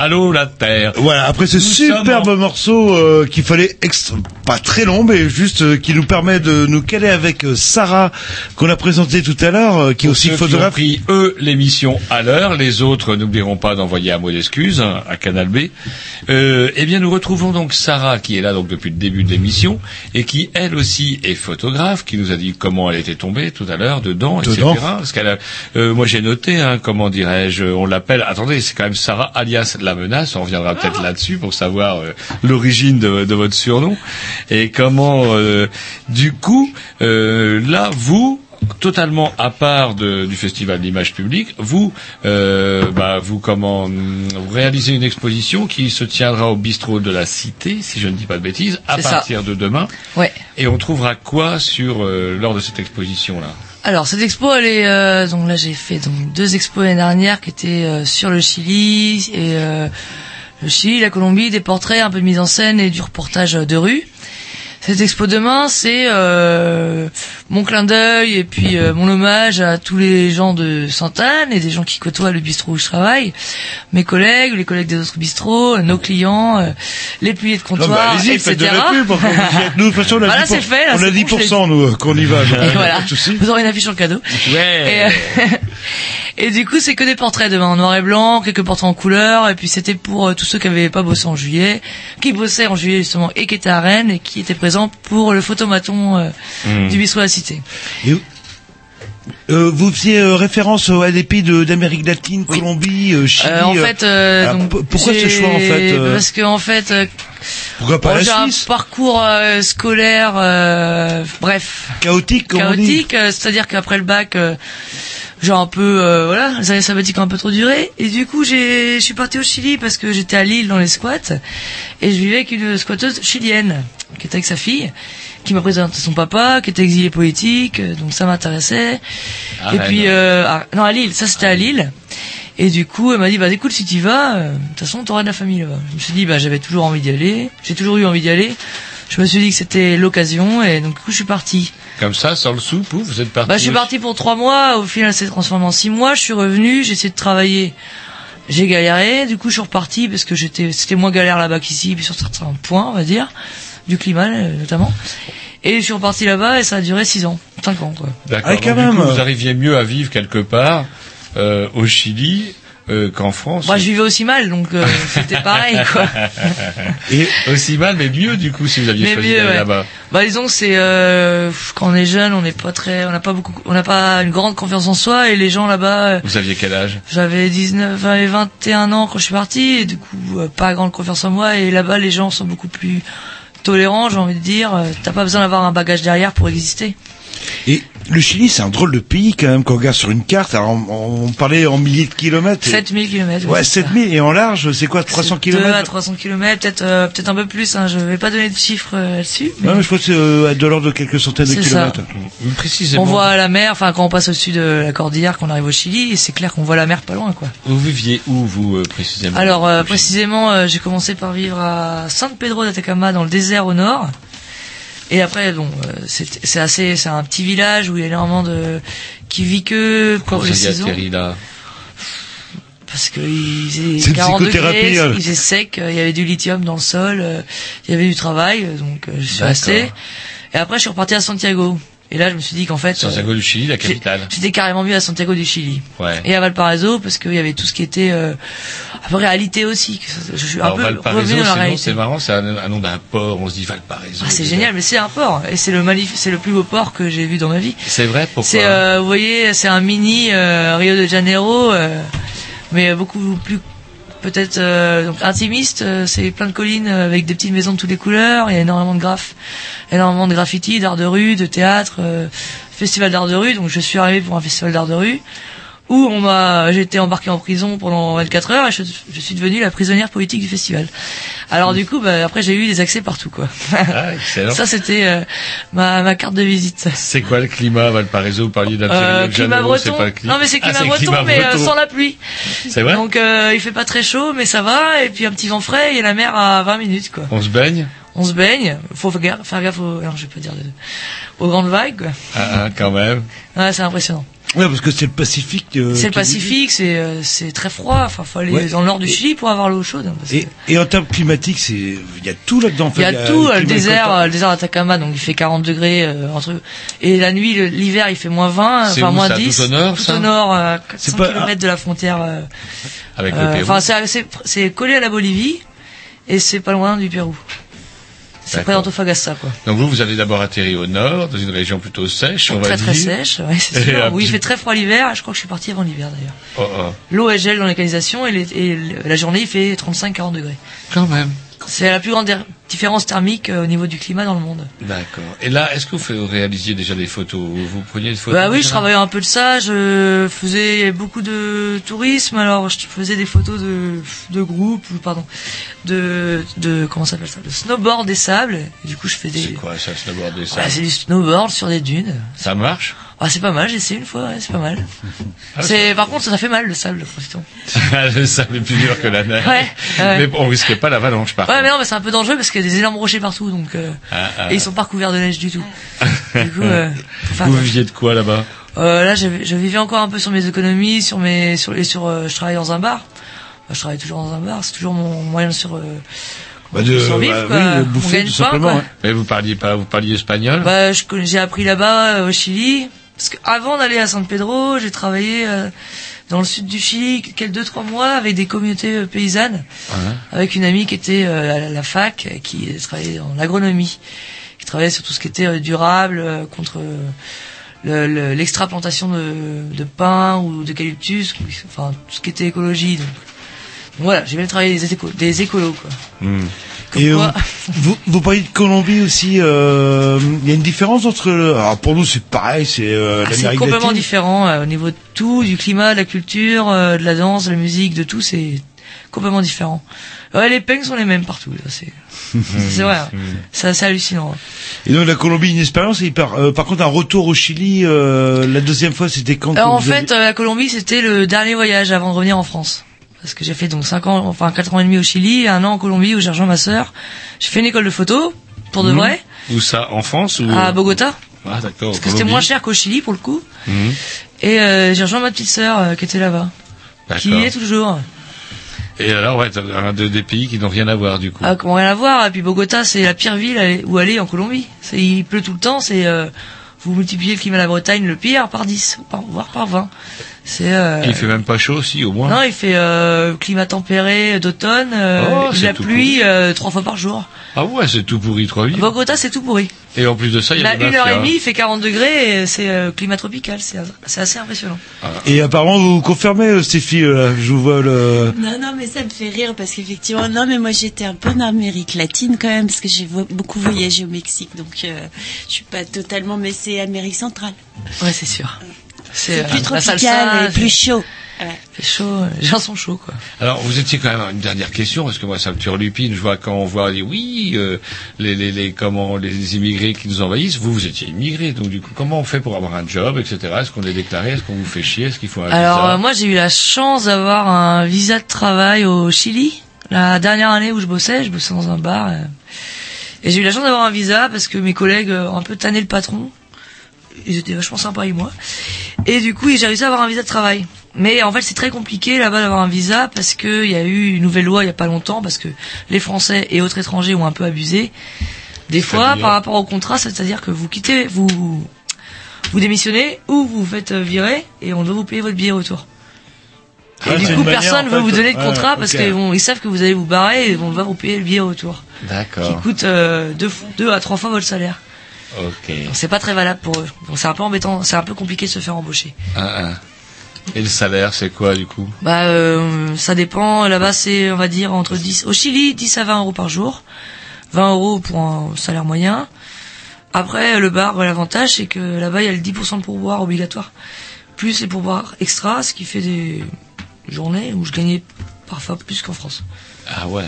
Allô la Terre. Voilà, après ce Nous superbe sommes en- morceau euh, qu'il fallait extra... pas très long, mais juste euh, qui nous permet de nous caler avec euh, Sarah qu'on a présenté tout à l'heure, euh, qui est Pour aussi ceux photographe. qui ont pris, eux, l'émission à l'heure, les autres n'oublieront pas d'envoyer un mot d'excuse à Canal B. Euh, eh bien, nous retrouvons donc Sarah, qui est là donc depuis le début de l'émission, et qui, elle aussi, est photographe, qui nous a dit comment elle était tombée tout à l'heure, dedans, Dedans. et cetera. Parce qu'elle a, euh, moi j'ai noté, hein, comment dirais-je, on l'appelle, attendez, c'est quand même Sarah alias La Menace, on reviendra peut-être là-dessus pour savoir euh, l'origine de, de votre surnom. Et comment, euh, du coup, euh, là, vous, totalement à part de, du festival d'image publique, vous, euh, bah, vous comment, vous réalisez une exposition qui se tiendra au bistrot de la Cité, si je ne dis pas de bêtises, à C'est ça. partir de demain. Ouais. Et on trouvera quoi sur euh, lors de cette exposition-là? Alors cette expo, elle est euh, donc là j'ai fait donc deux expos l'année dernière qui étaient euh, sur le Chili et euh, le Chili, la Colombie, des portraits, un peu de mise en scène et du reportage de rue. Cette expo demain, c'est euh, mon clin d'œil et puis euh, mon hommage à tous les gens de Sainte-Anne et des gens qui côtoient le bistrot où je travaille, mes collègues, les collègues des autres bistrots, nos clients, euh, les pliés de Non, bah, comptoir, allez-y, et faites de cetera. la pub. Encore, vous y êtes. Nous, de toute façon, on a Voilà, dix pour cent, c'est fait, là, on c'est a bon, dix pour cent, je l'ai nous, euh, qu'on y va. donc, Et voilà, pas de souci. vous aurez une affiche en cadeau. Ouais. Et, euh, et du coup, c'est que des portraits demain en noir et blanc, quelques portraits en couleur, et puis c'était pour euh, tous ceux qui avaient pas bossé en juillet, qui bossaient en juillet justement et qui étaient à Rennes et qui étaient présents pour le photomaton euh, Mmh. du bistrot à la Cité. Et, euh, vous faisiez euh, référence euh, à des pays de- d'Amérique latine, Colombie, euh, Chili. Euh, en euh, fait, euh, alors, donc, p- pourquoi ce j'ai- choix en fait euh, Parce que en fait, euh, Pourquoi pas bon, la j'ai un Suisse parcours euh, scolaire, euh, bref, Chaotique, comme on dit. chaotique, euh, c'est-à-dire qu'après le bac, euh, j'ai un peu, euh, voilà, les années sabbatiques ont un peu trop duré, et du coup, j'ai, je suis parti au Chili parce que j'étais à Lille dans les squats, et je vivais avec une squatteuse chilienne qui était avec sa fille, qui m'a présenté son papa, qui était exilé politique, euh, donc ça m'intéressait. À et Rennes. puis, euh, à- non à Lille, ça c'était à Lille. Et du coup, elle m'a dit, bah écoute, si t'y vas, euh, de toute façon, t'auras de la famille là-bas. Je me suis dit, bah j'avais toujours envie d'y aller, j'ai toujours eu envie d'y aller. Je me suis dit que c'était l'occasion, et donc du coup, je suis parti. Comme ça, sans le sou, pouf, vous êtes parti. Bah je suis parti pour trois mois, au final, ça s'est transformé en six mois. Je suis revenu, j'ai essayé de travailler. J'ai galéré, du coup, je suis reparti parce que j'étais, c'était moins galère là-bas qu'ici, puis sur certains points, on va dire, du climat euh, notamment. Et je suis reparti là-bas et ça a duré six ans, cinq ans quoi. D'accord. Ah, quand Donc, du coup, même. vous arriviez mieux à vivre quelque part euh, au Chili euh, qu'en France. Moi, je vivais aussi mal, donc euh, c'était pareil quoi. Et aussi mal, mais mieux du coup si vous aviez Mais choisi mieux, d'aller ouais. là-bas. Bah disons que c'est euh, quand on est jeune, on n'est pas très, on n'a pas beaucoup, on n'a pas une grande confiance en soi, et les gens là-bas. euh, Vous aviez quel âge? J'avais dix-neuf, j'avais vingt et un ans quand je suis parti, et du coup, euh, pas grande confiance en moi, et là-bas, les gens sont beaucoup plus tolérants, j'ai envie de dire. Euh, T'as pas besoin d'avoir un bagage derrière pour exister. Et le Chili, c'est un drôle de pays quand même, quand on regarde sur une carte. Alors, on, on parlait en milliers de kilomètres. et- sept mille kilomètres. Ouais, sept mille. Et en large, c'est quoi, trois cents deux à kilomètres? trois cents kilomètres, peut-être, euh, peut-être un peu plus, hein. Je vais pas donner de chiffres euh, là-dessus. mais Non, mais je crois que c'est euh, de l'ordre de quelques centaines de C'est kilomètres. Mm, Précisément. on voit la mer, enfin, quand on passe au-dessus de la cordillère, qu'on arrive au Chili, c'est clair qu'on voit la mer pas loin, quoi. Vous viviez où, vous, euh, précisément? Alors, euh, Au Chili. précisément, euh, j'ai commencé par vivre à San Pedro d'Atacama, dans le désert au nord. Et après, bon, euh, c'est c'est assez, c'est un petit village où il y a énormément de qui vit que pour Comment les vous aviez saisons, atterri là? parce que il faisait C'est quarante psychothérapie, degrés, hein. il faisait sec, euh, il y avait du lithium dans le sol, euh, il y avait du travail, euh, donc euh, je suis D'accord. resté. Et après, je suis reparti à Santiago. Et là, je me suis dit qu'en fait, Santiago euh, du Chili, la j'ai- capitale. j'étais carrément mieux à Santiago du Chili. Ouais. Et à Valparaiso, parce qu'il y avait tout ce qui était euh, un peu réalité aussi. que Je suis un Alors, peu Valparaiso, revenu dans la c'est nom, réalité. c'est marrant, c'est un, un nom d'un port, on se dit Valparaiso. Ah, c'est déjà. génial, mais c'est un port, et c'est le magnifique, c'est le plus beau port que j'ai vu dans ma vie. C'est vrai, pourquoi? C'est, euh, vous voyez, c'est un mini euh, Rio de Janeiro, euh, mais beaucoup plus peut-être euh, donc intimiste. euh, C'est plein de collines euh, avec des petites maisons de toutes les couleurs. Il y a énormément de graphes, énormément de graffiti, d'art de rue, de théâtre, euh, festival d'art de rue. Donc je suis arrivé pour un festival d'art de rue où on m'a, j'ai été embarqué en prison pendant vingt-quatre heures et je, je suis devenue la prisonnière politique du festival. Alors du coup, bah, après j'ai eu des accès partout, quoi. Ah, excellent. Ça c'était euh, ma, ma carte de visite. C'est quoi le climat à Valparaiso? Vous parliez d'un petit Euh, Rio de climat Janeiro, breton. c'est pas le climat. Non mais c'est Ah, climat le breton, climat mais euh, breton. sans la pluie. C'est vrai? Donc euh, il fait pas très chaud, mais ça va. Et puis un petit vent frais et la mer à vingt minutes, quoi. On se baigne? On se baigne. Faut faire gaffe, faire gaffe aux, non, je vais pas dire de- aux grandes vagues, quoi. Ah, ah, quand même. Ouais, c'est impressionnant. Ouais, parce que c'est le Pacifique. Euh, c'est le qui- Pacifique, c'est euh, c'est très froid. Enfin, faut aller Ouais. dans le nord du Chili pour avoir l'eau chaude. hein, parce Et, que- et en termes climatiques, c'est il y a tout là-dedans. en Il y fait. a tout, euh, le climat désert, équatorial. euh, le désert d'Atacama, donc il fait quarante degrés euh, entre et la nuit, le- l'hiver, il fait moins vingt, C'est enfin où, moins ça, dix. tout au nord, tout ça au nord, euh, C'est quatre cents pas- kilomètres de la frontière. euh, Avec euh, le Pérou. Enfin, c'est c'est c'est collé à la Bolivie et c'est pas loin du Pérou. C'est près D'accord. d'Antofagasta, quoi. Donc vous, vous avez d'abord atterri au nord, dans une région plutôt sèche, on va Très dire. très sèche, ouais, c'est Et sûr. un Oui, il petit- fait très froid l'hiver. Je crois que je suis parti avant l'hiver d'ailleurs. Oh, oh. L'eau elle gèle dans les canalisations et, les- et le- la journée il fait trente-cinq à quarante degrés. Quand même. C'est la plus grande der- différence thermique euh, au niveau du climat dans le monde. D'accord. Et là, est-ce que vous faites- réalisiez déjà des photos? Vous, vous preniez des photos? Bah oui, je déjà travaillais un peu de ça, je faisais beaucoup de tourisme, alors je faisais des photos de, de groupe, ou pardon, de, de, comment ça s'appelle ça, de snowboard des sables, et du coup je fais des... C'est quoi ça, snowboard des Ah, sables? c'est du snowboard sur des dunes. Ça marche? Ah, c'est pas mal, j'ai essayé une fois, ouais, c'est pas mal. Ah, c'est, par contre, ça fait mal le sable, pourtant. Le sable est plus dur que la neige. Ouais, ouais. Mais on risque pas l'avalanche, par Ouais, contre. mais non, mais c'est un peu dangereux parce qu'il y a des énormes rochers partout, donc, euh, Ah, ah. et ils sont pas recouverts de neige du tout. Du coup, euh, faut faire Vous attention. viviez de quoi là-bas? Euh, là, je, je vivais encore un peu sur mes économies, sur mes, sur et sur, euh, je travaillais dans un bar. Bah, je travaille toujours dans un bar, c'est toujours mon moyen sur, euh, Bah, de- survivre, bah, quoi. oui, de On bouffer, gagne tout pas, simplement, quoi. ouais. Mais vous parliez pas, vous parliez espagnol? Bah, je connais- j'ai appris là-bas euh, au Chili, parce que avant d'aller à San Pedro, j'ai travaillé euh, dans le sud du Chili quelques deux trois mois avec des communautés euh, paysannes, Ouais. avec une amie qui était euh, à la, la fac, euh, qui travaillait en agronomie, qui travaillait sur tout ce qui était euh, durable, euh, contre euh, le- le- l'extraplantation de, de pin ou d'eucalyptus, ou- enfin tout ce qui était écologie. Donc, donc voilà, j'ai bien travaillé des, éco des écolos, quoi. Hmm. Comme Et quoi- euh, vous, vous parliez de Colombie aussi. euh, Il y a une différence entre. le- Alors pour nous c'est pareil, c'est euh, Ah, c'est l'Amérique complètement latine. différent euh, au niveau de tout, du climat, de la culture, euh, de la danse, de la musique, de tout, c'est complètement différent. Ouais, les peignes sont les mêmes partout. là, C'est c'est vrai, hein. c'est assez hallucinant. hein. Et donc la Colombie, une expérience. Et par, euh, par contre, un retour au Chili. Euh, la deuxième fois, c'était quand Alors, que en vous fait, aviez- euh, la Colombie, c'était le dernier voyage avant de revenir en France. Parce que j'ai fait donc cinq ans, enfin quatre ans et demi au Chili, et un an en Colombie où j'ai rejoint ma sœur. J'ai fait une école de photo, pour de Mhm. vrai, Où ça? En France ou? à Bogota. Ah, d'accord. Parce que c'était moins cher qu'au Chili, pour le coup. Mhm. Et euh, j'ai rejoint ma petite sœur euh, qui était là-bas. Qui y D'accord. est toujours. Et alors, ouais, t'as un de, des pays qui n'ont rien à voir, du coup. Ah, comment rien à voir. Et puis Bogota, c'est la pire ville aller- où aller en Colombie. C'est, il pleut tout le temps. C'est, euh, vous multipliez le climat de la Bretagne, le pire, par dix, ou par, voire par vingt. C'est, euh, Et il fait même pas chaud aussi, au moins. non, il fait euh, climat tempéré d'automne. Euh, Oh, il c'est a tout pluie euh, trois fois par jour. Ah ouais, c'est tout pourri, trois vies. Bogota, c'est tout pourri. Et en plus de ça, il y a Là, des une heure et mafias. demie, il fait quarante degrés. Et c'est euh, climat tropical. C'est, c'est assez impressionnant. Et apparemment, vous vous confirmez, euh, Stéphie. Là, je vous vois le. Non, non, mais ça me fait rire parce qu'effectivement, non, mais moi j'étais un peu en Amérique latine quand même parce que j'ai vo- beaucoup voyagé au Mexique, donc euh, je suis pas totalement, mais c'est Amérique centrale. Ouais, c'est sûr. C'est euh, plus la tropical salsa, et plus chaud. Ouais. C'est chaud. euh, Les gens sont chauds, quoi. Alors, vous étiez quand même une dernière question, parce que moi, ça me turlupine. Je vois quand on voit les, oui, euh, les, les, les, comment, les immigrés qui nous envahissent. Vous, vous étiez immigré. Donc, du coup, comment on fait pour avoir un job, et cetera? Est-ce qu'on est déclaré? Est-ce qu'on vous fait chier? Est-ce qu'il faut un Alors visa? euh, moi j'ai eu la chance d'avoir un visa de travail au Chili. La dernière année où je bossais, je bossais dans un bar. euh, et j'ai eu la chance d'avoir un visa parce que mes collègues euh, ont un peu tanné le patron. Ils étaient vachement sympas avec moi. Et du coup j'ai réussi à avoir un visa de travail. Mais en fait c'est très compliqué là-bas d'avoir un visa parce que il y a eu une nouvelle loi il y a pas longtemps parce que les Français et autres étrangers ont un peu abusé. Des fois C'est-à-dire par rapport au contrat, c'est-à-dire que vous quittez, vous vous démissionnez ou vous vous faites euh, virer et on doit vous payer votre billet retour. Et Ouais, du c'est coup, une manière, personne en veut fait, vous donner de ouais, contrat parce ok. qu'ils vont, ils savent que vous allez vous barrer et on va vous payer le billet retour. Qui D'accord. coûte euh, deux, f- deux à trois fois votre salaire. Ok. Donc c'est pas très valable pour eux. Donc c'est un peu embêtant, c'est un peu compliqué de se faire embaucher. Un, un. Et le salaire, c'est quoi, du coup? Bah, euh, ça dépend. Là-bas, c'est, on va dire, entre dix, au Chili, dix à vingt euros par jour. vingt euros pour un salaire moyen. Après, le bar, l'avantage, c'est que là-bas, il y a le dix pour cent de pourboire obligatoire. Plus les pourboires extra, ce qui fait des journées où je gagnais parfois plus qu'en France. Ah ouais.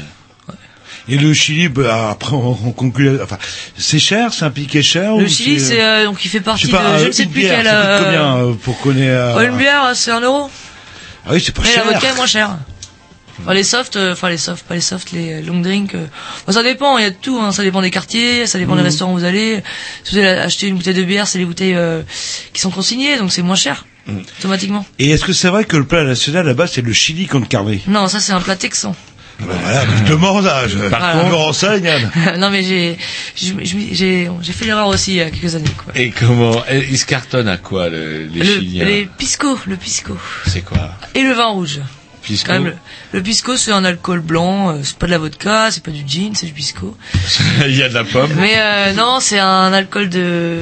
Et le Chili, bah, après on, on conclut. Enfin, c'est cher, c'est un pays qui est cher. Le ou Chili, c'est, euh, donc il fait je partie sais pas, de, je euh, ne sais une plus bière, quelle, ça coûte euh, combien euh, pour connaître oh, une bière, c'est un euro. Ah oui, c'est pas Mais cher. la vodka est moins chère. Enfin, les softs, euh, enfin les softs, pas les softs, les long drinks. euh, bon, ça dépend, il y a de tout. Hein, ça dépend des quartiers, ça dépend des Mhm. restaurants où vous allez. Si vous allez acheter une bouteille de bière, c'est les bouteilles euh, qui sont consignées, donc c'est moins cher. automatiquement. Et est-ce que c'est vrai que le plat national là-bas c'est le chili con carne? Non, ça c'est un plat texan. Ben voilà, je demande, là, je, Par je contre- me renseigne. Anne. Non, mais j'ai, j'ai, j'ai, j'ai fait l'erreur aussi il y a quelques années, quoi. Et comment et il se cartonne à quoi le, les Le, Chiliens? les pisco, le pisco. C'est quoi? Et le vin rouge. Pisco. Quand même, le, le pisco, c'est un alcool blanc, euh, c'est pas de la vodka, c'est pas du gin, c'est du pisco. Il y a de la pomme. Mais euh, non, c'est un alcool de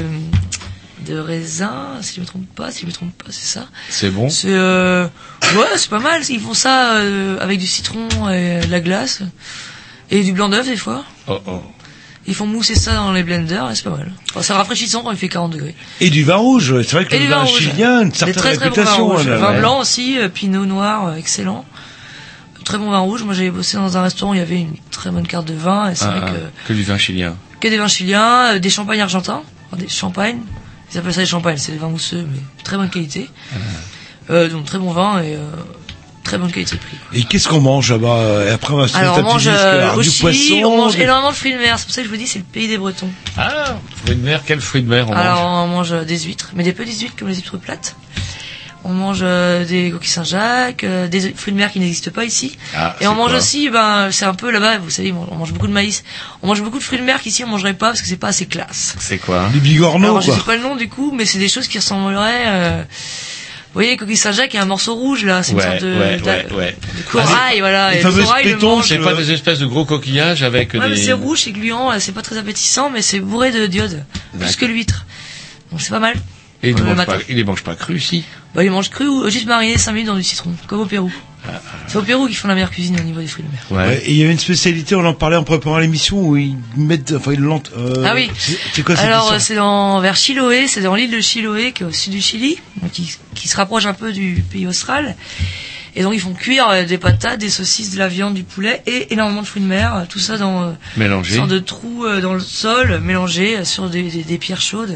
de raisin, si je me trompe pas, si je me trompe pas, c'est ça. C'est bon. C'est euh, ouais, c'est pas mal. Ils font ça euh, avec du citron et de la glace et du blanc d'œuf des fois. Oh oh. Ils font mousser ça dans les blenders et c'est pas mal. Enfin, c'est rafraîchissant quand il fait quarante degrés. Et du vin rouge, c'est vrai que Et le du vin vin rouge. chilien a une Des certaine très très bons vins réputation. rouges. Anne, Vin ouais. blanc aussi, euh, pinot noir, euh, excellent. Très bon vin rouge. Moi, j'avais bossé dans un restaurant où il y avait une très bonne carte de vin et c'est Ah, vrai ah, que que du vin chilien. que des vins chiliens, euh, des champagnes argentins, enfin, des champagnes. Ils appellent ça des champagnes, c'est des vins mousseux, mais très bonne qualité. Euh, donc très bon vin et euh, très bonne qualité de prix. Et qu'est-ce qu'on mange là-bas euh, et après on va se Alors on mettre un mange petit disque, euh, alors, au du Chili, poisson, on mange du- énormément de fruits de mer. C'est pour ça que je vous dis c'est le pays des Bretons. Ah, fruits de mer, quel fruit de mer on Alors mange? on mange euh, des huîtres, mais des petites huîtres comme les huîtres plates. On mange euh, des coquilles Saint-Jacques, euh, des fruits de mer qui n'existent pas ici. Ah, et on c'est mange quoi? aussi, ben c'est un peu là-bas, vous savez, on mange beaucoup de maïs. On mange beaucoup de fruits de mer qu'ici on mangerait pas parce que c'est pas assez classe. C'est quoi? Du bigorneau, Alors je quoi. sais pas le nom du coup, mais c'est des choses qui ressembleraient. Euh... Vous voyez, les coquilles Saint-Jacques, il y a un morceau rouge là, c'est Ouais, une sorte de, ouais, d'a- ouais, ouais. de corail, voilà. Les Et le fameuses corail, le pétons, mange. c'est pas des espèces de gros coquillages avec Ouais, mais des... c'est rouge, c'est gluant, c'est pas très appétissant, mais c'est bourré de d'iode, plus que l'huître. Donc c'est pas mal. Et ils Le ne mangent matin. pas, ils les mangent pas crus, si. Bah, ils mangent cru ou juste marinés cinq minutes dans du citron, comme au Pérou. C'est au Pérou qu'ils font la meilleure cuisine au niveau des fruits de mer. Ouais, et il y avait une spécialité, on en parlait en préparant l'émission, où ils mettent, enfin ils l'ont. Euh, Ah oui. c'est- C'est quoi cette Alors histoire euh, c'est dans vers Chiloé, c'est dans l'île de Chiloé qui est au sud du Chili, donc qui, qui se rapproche un peu du pays austral. Et donc ils font cuire euh, des patates, des saucisses, de la viande, du poulet et énormément de fruits de mer, euh, tout ça dans euh, Mélangé. une sorte de trous euh, dans le sol, mélangé euh, sur des, des, des pierres chaudes.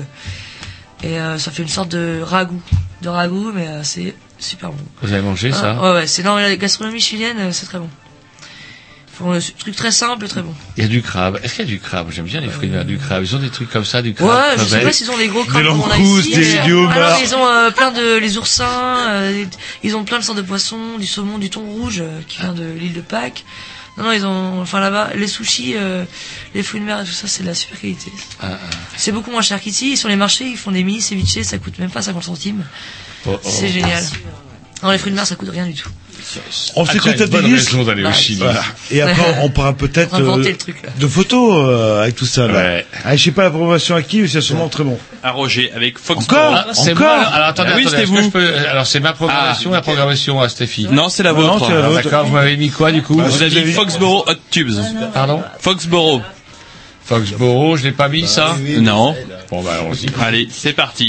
Et euh, ça fait une sorte de ragoût, de ragoût, mais euh, c'est super bon. Vous avez mangé ça? Ah, ouais, ouais, c'est dans la gastronomie chilienne, euh, c'est très bon. Ils font un truc très simple et très bon. Il y a du crabe. Est-ce qu'il y a du crabe? J'aime bien les fruits de mer, du crabe. Ils ont des trucs comme ça, du crabe. Ouais, je sais crevettes. pas s'ils ont des gros crabes Des comme on a langoustes, ici. des- mais- du homard. Alors, ils ont euh, plein de les oursins, euh, ils ont plein de sortes de poissons, du saumon, du thon rouge euh, qui vient de l'île de Pâques. Non, non, ils ont, enfin là-bas, les sushis, euh, les fruits de mer et tout ça, c'est de la super qualité. Ah, ah. C'est beaucoup moins cher qu'ici. Sur les marchés, ils font des mini ceviche, ça coûte même pas cinquante centimes. Oh, oh. C'est génial. Non, les fruits de mer, ça coûte rien du tout. On Ah, s'écoute t'as à une bonne Denise. raison d'aller au Chili. Voilà. Et après, on pourra peut-être On va inventer euh, le truc, là. de photos euh, avec tout ça. Là. Ouais. Ah, je sais pas la promotion à qui, mais c'est sûrement très bon. À Roger, avec Fox. Encore Ah, c'est Encore moi. Alors attendez, Ah oui, attendez, c'était est-ce que vous. je peux- Alors c'est ma programmation, Ah. la programmation à Stéphie. Non, c'est la Non, vôtre. c'est la Ah, vôtre. D'accord, vous m'avez mis quoi du coup? Vous avez dit Foxborough Hot Tubes. Pardon? Foxborough. Foxborough, je l'ai pas mis ça? Non. Bon bah allons-y. Allez, c'est parti.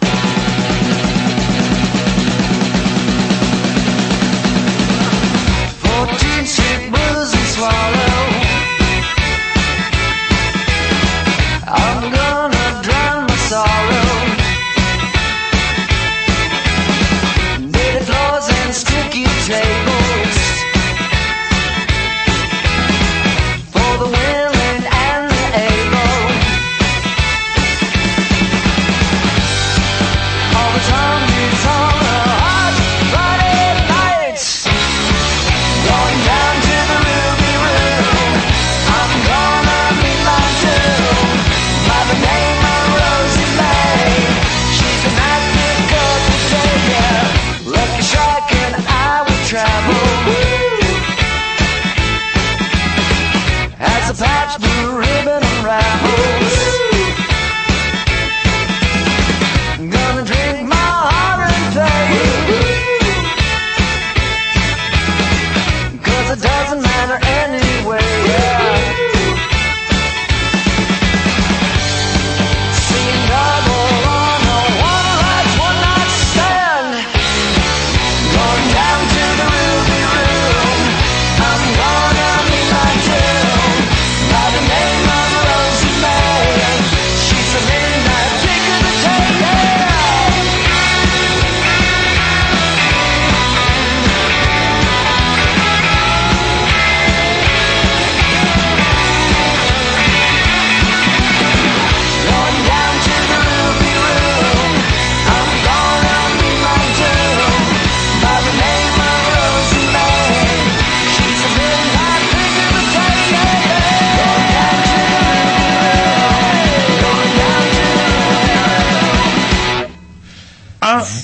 Fourteen sweet blues and swallow. I'm gonna drown my sorrow. Dirty floors and sticky tables for the willing and the able.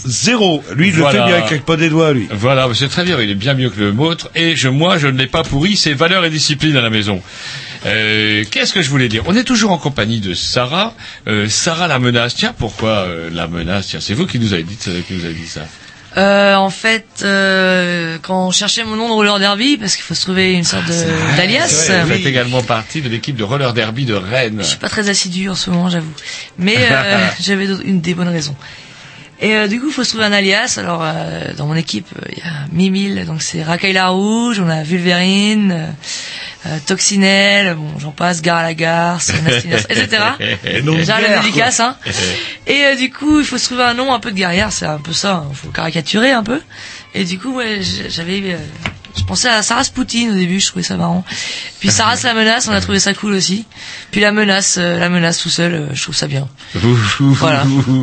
Zéro. Lui, il Voilà. le fait bien, il claque pas des doigts, lui. Voilà, c'est très bien, il est bien mieux que le vôtre. Et je, moi, je ne l'ai pas pourri, c'est valeur et discipline à la maison. Euh, qu'est-ce que je voulais dire? On est toujours en compagnie de Sarah. Euh, Sarah la menace. Tiens, pourquoi euh, la menace? Tiens, c'est vous qui nous avez dit, qui nous avez dit ça. Euh, en fait, euh, quand on cherchait mon nom de roller derby, parce qu'il faut se trouver une sorte de, d'alias. Vous faites également partie de l'équipe de roller derby de Rennes. Je suis pas très assidu en ce moment, j'avoue. Mais euh, j'avais d'autres- une des bonnes raisons. Et euh, du coup, il faut se trouver un alias. Alors, euh, dans mon équipe, il y a Mimile, donc c'est Racaille la Rouge, on a Vulvérine, euh, euh, Toxinelle, bon, j'en passe, Gare à la Gare, Nastiners, et cetera. Et non, J'ai la guerre, dédicace, hein. Et euh, du coup, il faut se trouver un nom un peu de guerrière, c'est un peu ça, il faut caricaturer un peu. Et du coup, ouais, j'avais... Euh, je pensais à Sarah Spoutine au début, je trouvais ça marrant. Puis Sarah la menace, on a trouvé ça cool aussi. Puis la menace, euh, la menace tout seul, euh, je trouve ça bien. Voilà.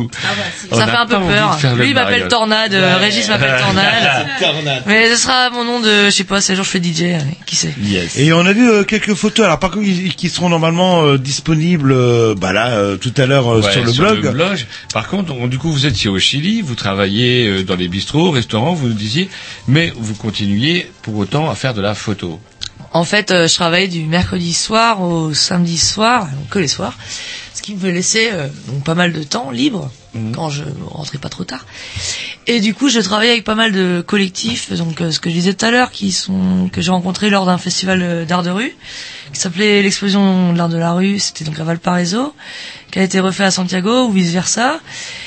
Ça fait un peu peur. Lui, il m'appelle Tornade, euh, Régis m'appelle Tornade. Tornade. Mais ce sera mon nom de, je sais pas, c'est un jour je fais D J, euh, qui sait. Yes. Et on a vu euh, quelques photos, alors par contre, qui, qui seront normalement euh, disponibles, euh, bah là, euh, tout à l'heure euh, Ouais, sur le blog. Par contre, on- du coup, vous étiez au Chili, vous travaillez euh, dans les bistrots, restaurants, vous nous disiez, mais vous continuiez pour autant à faire de la photo. En fait, euh, je travaillais du mercredi soir au samedi soir, donc que les soirs, ce qui me laissait euh, donc pas mal de temps libre quand je rentrais pas trop tard. Et du coup, je travaillais avec pas mal de collectifs, donc euh, ce que je disais tout à l'heure, qui sont que j'ai rencontré lors d'un festival euh, d'art de rue qui s'appelait l'explosion de l'art de la rue. C'était donc à Valparaiso, qui a été refait à Santiago ou vice versa.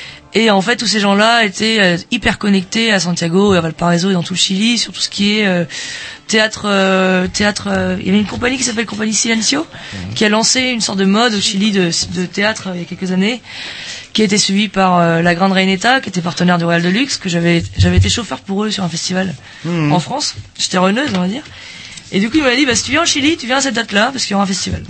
Et en fait, tous ces gens-là étaient euh, hyper connectés à Santiago et à Valparaiso et dans tout le Chili sur tout ce qui est euh, théâtre. Euh, théâtre. Euh, il y avait une compagnie qui s'appelle Compagnie Silencio, qui a lancé une sorte de mode au Chili de, de théâtre euh, il y a quelques années, qui a été suivie par euh, la Grande Reineta, qui était partenaire du Royal de Luxe, que j'avais j'avais été chauffeur pour eux sur un festival Mmh. en France. J'étais reneuse, on va dire. Et du coup, il m'a dit, bah si tu viens au Chili, tu viens à cette date-là parce qu'il y aura un festival.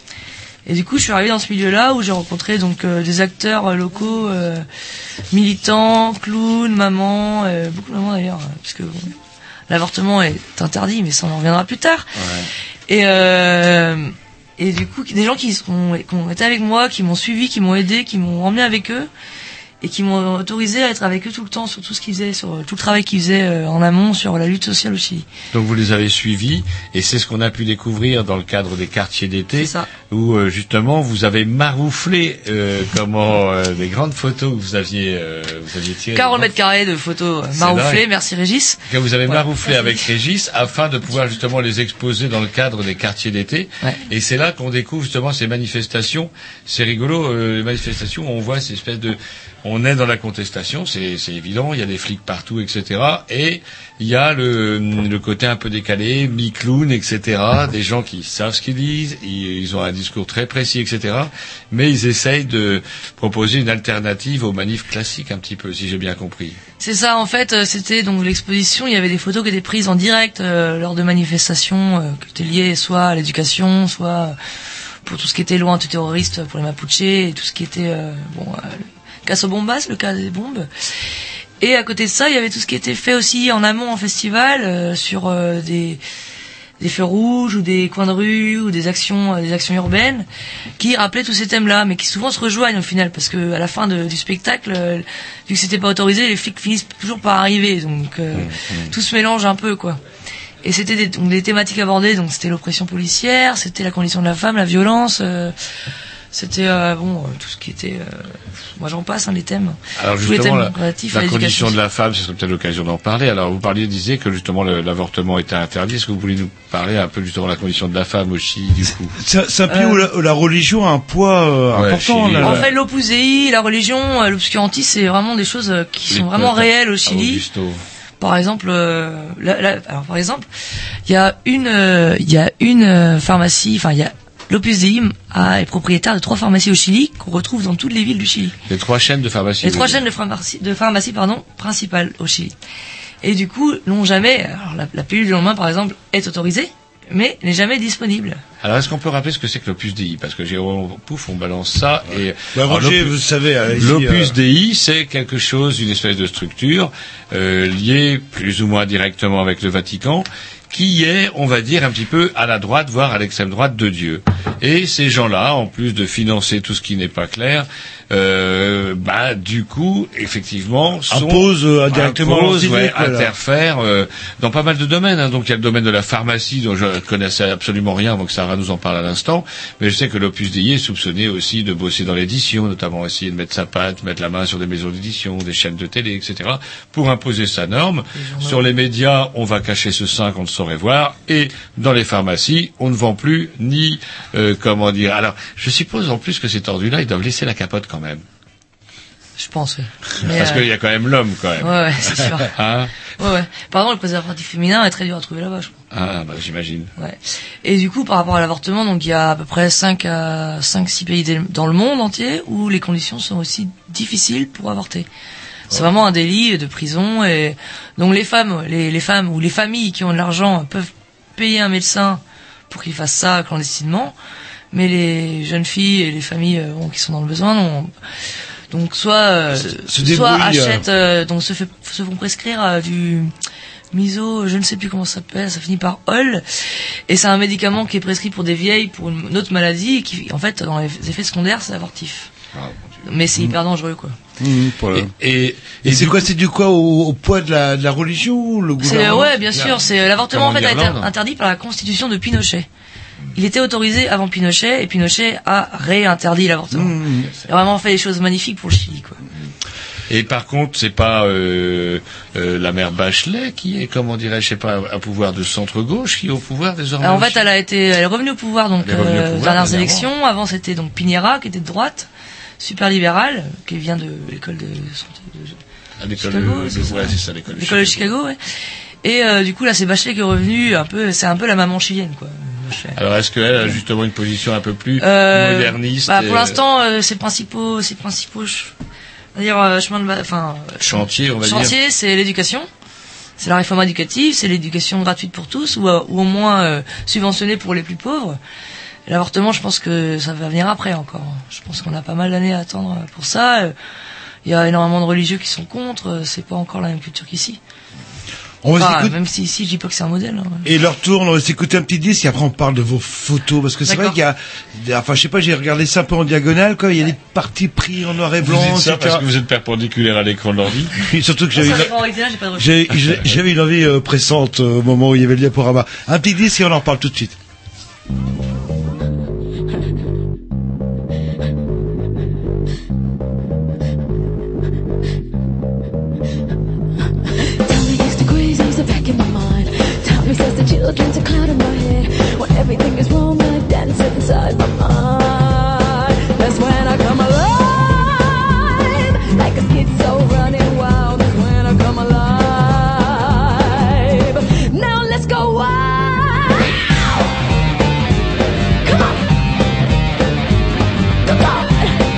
Et du coup, je suis arrivé dans ce milieu-là où j'ai rencontré donc euh, des acteurs euh, locaux, euh, militants, clowns, mamans, euh, beaucoup de mamans d'ailleurs, euh, parce que bon, l'avortement est interdit, mais ça on en reviendra plus tard. Et euh, et du coup, des gens qui sont qui ont été avec moi, qui m'ont suivi, qui m'ont aidé, qui m'ont emmené avec eux et qui m'ont autorisé à être avec eux tout le temps sur tout ce qu'ils faisaient, sur tout le travail qu'ils faisaient euh, en amont sur la lutte sociale au Chili. Donc vous les avez suivis, et c'est ce qu'on a pu découvrir dans le cadre des quartiers d'été, où euh, justement vous avez marouflé euh, comment euh, des grandes photos que vous aviez euh, vous aviez tirées. quarante mètres carrés de photos euh, C'est marouflées, dingue. merci Régis. Que vous avez Voilà. marouflé avec Régis afin de pouvoir justement les exposer dans le cadre des quartiers d'été. Ouais. Et c'est là qu'on découvre justement ces manifestations. C'est rigolo, euh, les manifestations où on voit ces espèces de... On est dans la contestation, c'est c'est évident, il y a des flics partout, et cetera. Et il y a le, le côté un peu décalé, mi-clown, et cetera. Des gens qui savent ce qu'ils disent, ils, ils ont un discours très précis, et cetera. Mais ils essayent de proposer une alternative aux manifs classiques un petit peu, si j'ai bien compris. C'est ça, en fait, euh, c'était donc l'exposition, il y avait des photos qui étaient prises en direct euh, lors de manifestations euh, qui étaient liées soit à l'éducation, soit euh, pour tout ce qui était loi antiterroriste pour les Mapuches, et tout ce qui était euh, bon, euh, casse aux bombas, le cas des bombes. Et à côté de ça, il y avait tout ce qui était fait aussi en amont en festival, euh, sur euh, des des feux rouges ou des coins de rue ou des actions euh, des actions urbaines qui rappelaient tous ces thèmes-là, mais qui souvent se rejoignent au final, parce que à la fin de, du spectacle, euh, vu que c'était pas autorisé, les flics finissent toujours par arriver, donc euh, tout se mélange un peu, quoi. Et c'était des, donc, des thématiques abordées, donc c'était l'oppression policière, c'était la condition de la femme, la violence, euh, c'était euh, bon euh, tout ce qui était, euh, moi j'en passe, hein, les thèmes. Alors Tous les justement, thèmes la, relatifs à la condition l'éducation. de la femme, ce serait peut-être l'occasion d'en parler. Alors vous parliez, disiez que justement le- l'avortement était interdit. Est-ce que vous voulez nous parler un peu justement de la condition de la femme au Chili, du coup? C'est c'est un pays où, la, où la religion a un poids euh, Ouais, important. Chili, là, En là. fait, l'Opus Dei, la religion, euh, l'obscurantisme, c'est vraiment des choses euh, qui Les sont vraiment peuples. réelles au Ah, Chili. Augusto. Par exemple, euh, la- la- alors par exemple, il y a une, euh, il y a une euh, pharmacie, enfin il y a l'Opus Dei a, est propriétaire de trois pharmacies au Chili qu'on retrouve dans toutes les villes du Chili. Les trois chaînes de pharmacie. Les trois vous chaînes de pharmacie, de pharmacie pardon, principales au Chili. Et du coup, n'ont jamais, alors la, la pilule du lendemain par exemple est autorisée, mais n'est jamais disponible. Alors est-ce qu'on peut rappeler ce que c'est que l'Opus Dei? Parce que Jérôme Pouf, on balance ça et Bah, alors, Roger, l'Opus- vous savez, allez-y, l'Opus euh, Dei, c'est quelque chose, une espèce de structure euh, liée plus ou moins directement avec le Vatican, qui est, on va dire, un petit peu à la droite, voire à l'extrême droite de Dieu. Et ces gens-là, en plus de financer tout ce qui n'est pas clair, euh, bah du coup, effectivement, sont, impose euh, directement impose, ouais, voilà. interfèrent euh, dans pas mal de domaines. Hein. Donc il y a le domaine de la pharmacie dont je connaissais absolument rien, donc Sarah nous en parle à l'instant. Mais je sais que l'Opus Dei est soupçonné aussi de bosser dans l'édition, notamment essayer de mettre sa patte, mettre la main sur des maisons d'édition, des chaînes de télé, et cetera, pour imposer sa norme. Sur les médias, on va cacher ce sein qu'on ne saurait voir, et dans les pharmacies, on ne vend plus ni euh, comment dire. Alors, je suppose en plus que ces tordus-là, ils doivent laisser la capote quand même. Je pense, oui. Parce euh... qu'il y a quand même l'homme, quand même. Ouais, ouais, c'est sûr. Hein ouais, ouais. Pardon, le préservatif féminin est très dur à trouver là-bas, je crois. Ah, bah, j'imagine. Ouais. Et du coup, par rapport à l'avortement, donc, il y a à peu près cinq à cinq, six pays dans le monde entier où les conditions sont aussi difficiles pour avorter. C'est ouais. vraiment un délit de prison, et donc les femmes, les, les femmes ou les familles qui ont de l'argent peuvent payer un médecin pour qu'il fasse ça clandestinement, mais les jeunes filles et les familles euh, qui sont dans le besoin, non. Donc soit euh, soit achètent, euh, donc se, fait, se font prescrire euh, du miso, je ne sais plus comment ça s'appelle, ça finit par ol, et c'est un médicament qui est prescrit pour des vieilles pour une autre maladie, et qui en fait dans les effets secondaires c'est avortif. Ah, mais c'est mmh. hyper dangereux quoi. Mmh, voilà. Et, et, et, et c'est quoi, c'est du quoi au, au poids de la, de la religion ou le gouvernement? Ouais, bien sûr, c'est l'avortement en fait a été interdit par la constitution de Pinochet. Il était autorisé avant Pinochet, et Pinochet a réinterdit l'avortement. Mmh. Il a vraiment fait des choses magnifiques pour le Chili, quoi. Et par contre, c'est pas euh, euh, la mère Bachelet qui est, comment dirais-je, je sais pas, un pouvoir de centre-gauche qui est au pouvoir désormais. En fait, elle a été, elle est revenue au pouvoir donc euh, aux dernières élections. Avant, c'était donc Piñera qui était de droite, super libéral, qui vient de l'école de, de, de à l'école Chicago, de, de, ouais, c'est ça, l'école de Chicago. de Chicago, ouais. Et euh, du coup, là, c'est Bachelet qui est revenu un peu, c'est un peu la maman chilienne, quoi. Alors, est-ce qu'elle a justement une position un peu plus euh, moderniste? Bah, pour et... l'instant, euh, ses principaux, ses principaux, c'est-à-dire euh, chemin de, enfin, chantier, on va chantier, dire. Chantier, c'est l'éducation, c'est la réforme éducative, c'est l'éducation gratuite pour tous, ou, ou au moins euh, subventionnée pour les plus pauvres. Et l'avortement, je pense que ça va venir après encore. Je pense qu'on a pas mal d'années à attendre pour ça. Il y a énormément de religieux qui sont contre. C'est pas encore la même culture qu'ici. On va enfin, même si ici, je dis pas que c'est un modèle. Hein. Et leur tour, on va s'écouter un petit disque et après on parle de vos photos. Parce que c'est vrai qu'il y a, enfin, je sais pas, j'ai regardé ça un peu en diagonale, quoi. Il y a des parties pris en noir et blanc. Vous dites ça parce que vous êtes perpendiculaire à l'écran de l'ordi. Surtout que j'avais, une... j'avais, j'avais une envie euh, pressante euh, au moment où il y avait le diaporama. Un petit disque et on en reparle tout de suite. Children's a cloud in my head. When everything is wrong, I dance inside my mind. That's when I come alive. Like a kid so running wild. That's when I come alive. Now let's go wild. Come on. Come on.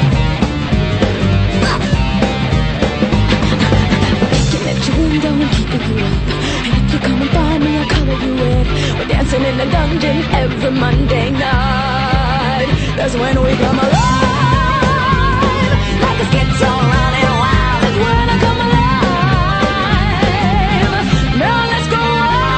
Looking at your window and keeping you up. And if you come and find me, I'll color you in. We're dancing in the dungeon every Monday night. That's when we come alive. Like a schizo running wild. That's when I come alive. Now let's go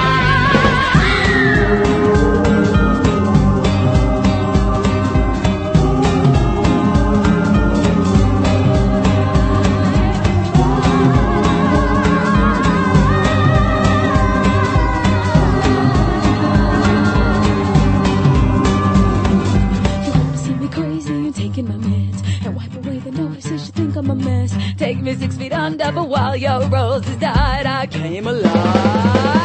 take me six feet under, but while your roses died, I came alive.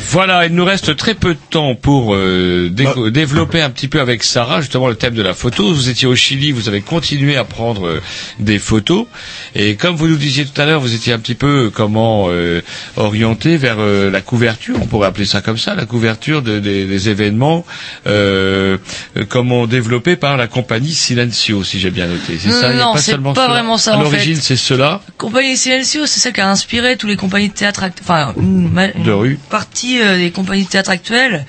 Voilà, il nous reste très peu de temps pour euh, dé- bah. développer un petit peu avec Sarah justement le thème de la photo. Vous étiez au Chili, vous avez continué à prendre euh, des photos, et comme vous nous disiez tout à l'heure, vous étiez un petit peu euh, comment euh, orienté vers euh, la couverture, on pourrait appeler ça comme ça, la couverture de, des, des événements, euh, euh, comment développé par la compagnie Silencio, si j'ai bien noté. C'est ça, non, il y a non, pas c'est seulement pas cela. vraiment ça. À en l'origine, fait. c'est cela. Compagnie Silencio, c'est celle qui a inspiré toutes les compagnies de théâtre, act... enfin une, une de rue. partie euh, des compagnies de théâtre actuelles.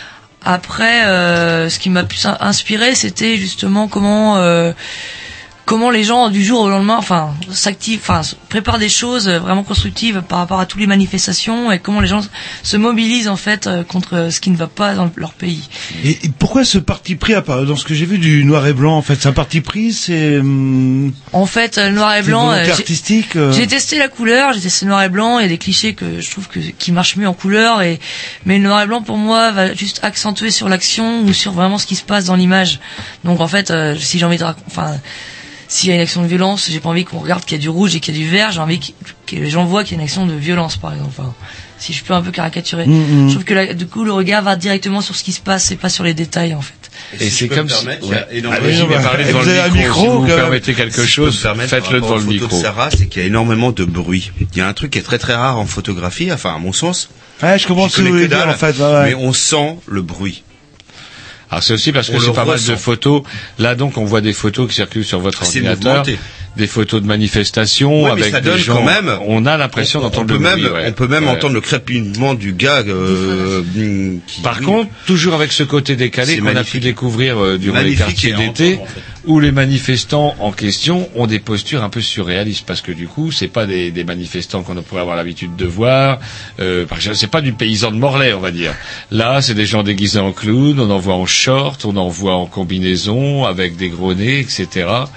Après, euh, ce qui m'a plus inspiré, c'était justement comment euh, comment les gens du jour au lendemain, enfin, s'activent, enfin, préparent des choses vraiment constructives par rapport à toutes les manifestations, et comment les gens se mobilisent en fait contre ce qui ne va pas dans leur pays. Et, et pourquoi ce parti pris, dans ce que j'ai vu du noir et blanc, en fait, c'est un parti pris, c'est hum, en fait le noir et blanc. C'est artistique. Euh... J'ai testé la couleur, j'ai testé le noir et blanc. Il y a des clichés que je trouve que qui marchent mieux en couleur, et mais le noir et blanc pour moi va juste accentuer sur l'action ou sur vraiment ce qui se passe dans l'image. Donc en fait, euh, si j'ai envie de, rac- enfin. S'il y a une action de violence, j'ai pas envie qu'on regarde qu'il y a du rouge et qu'il y a du vert, j'ai envie que les gens voient qu'il y a une action de violence, par exemple. Enfin, si je peux un peu caricaturer. Mmh, mmh. Je trouve que là, du coup, le regard va directement sur ce qui se passe et pas sur les détails, en fait. Et, et si c'est comme si... Ouais. Allez-y, mais parlez devant le micro, micro, si vous permettez quelque si chose, faites-le devant le micro. De Sarah, c'est qu'il y a énormément de bruit. Il y a un truc qui est très très rare en photographie, enfin, à mon sens. Ouais, je comprends ce que vous voulez dire, en fait. Ouais, ouais. Mais on sent le bruit. Alors c'est aussi parce que c'est pas mal de photos. Là donc on voit des photos qui circulent sur votre ordinateur, des photos de manifestations ouais, avec mais ça des donne gens. Quand même, on a l'impression on, d'entendre on le même, bruit. Ouais. On peut même ouais. entendre le crépitement du gars. Euh, qui... Par contre, toujours avec ce côté décalé qu'on magnifique. a pu découvrir euh, durant magnifique les quartiers d'été, en fait. Où les manifestants en question ont des postures un peu surréalistes, parce que du coup c'est pas des, des manifestants qu'on pourrait avoir l'habitude de voir. Euh, c'est pas du paysan de Morlaix, on va dire. Là, c'est des gens déguisés en clown, on en voit en short, on en voit en combinaison, avec des gros nez, et cetera.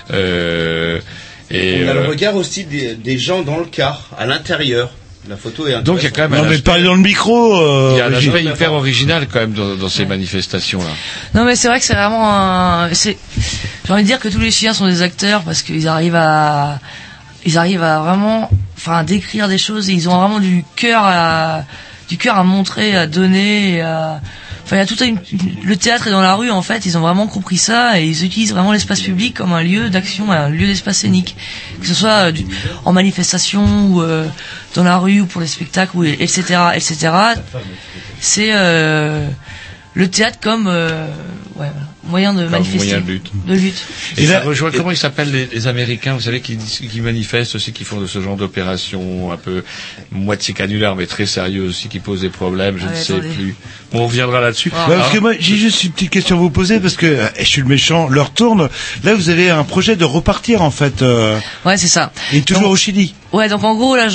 Euh, et on a euh, le regard aussi des, des gens dans le car, à l'intérieur. La photo est donc il y a quand même non un mais parlez dans le micro. Euh, il y a un aspect hyper original quand même dans, dans ces manifestations là. Non mais c'est vrai que c'est vraiment un... c'est... j'ai envie de dire que tous les chiens sont des acteurs, parce qu'ils arrivent à ils arrivent à vraiment enfin à décrire des choses, et ils ont vraiment du cœur à du cœur à montrer, à donner, et à... enfin il y a tout une... le théâtre est dans la rue en fait, ils ont vraiment compris ça, et ils utilisent vraiment l'espace public comme un lieu d'action, un lieu d'espace scénique, que ce soit euh, du... en manifestation ou euh, dans la rue ou pour les spectacles, ou et cetera et cetera. C'est euh, le théâtre comme euh, ouais, moyen de comme manifester, moyen de lutte. De lutte. Et, et ça là, rejoint comment ils s'appellent les, les Américains, vous savez, qui, qui manifestent aussi, qui font de ce genre d'opérations un peu moitié canular mais très sérieux aussi, qui posent des problèmes, je ah, ne sais attendez. plus. Bon, on reviendra là-dessus. Ah. Bah, parce que moi, j'ai juste une petite question à vous poser, parce que euh, je suis le méchant, l'heure tourne. Là, vous avez un projet de repartir en fait. Euh, ouais, c'est ça. Et toujours donc, au Chili. Ouais, donc en gros là,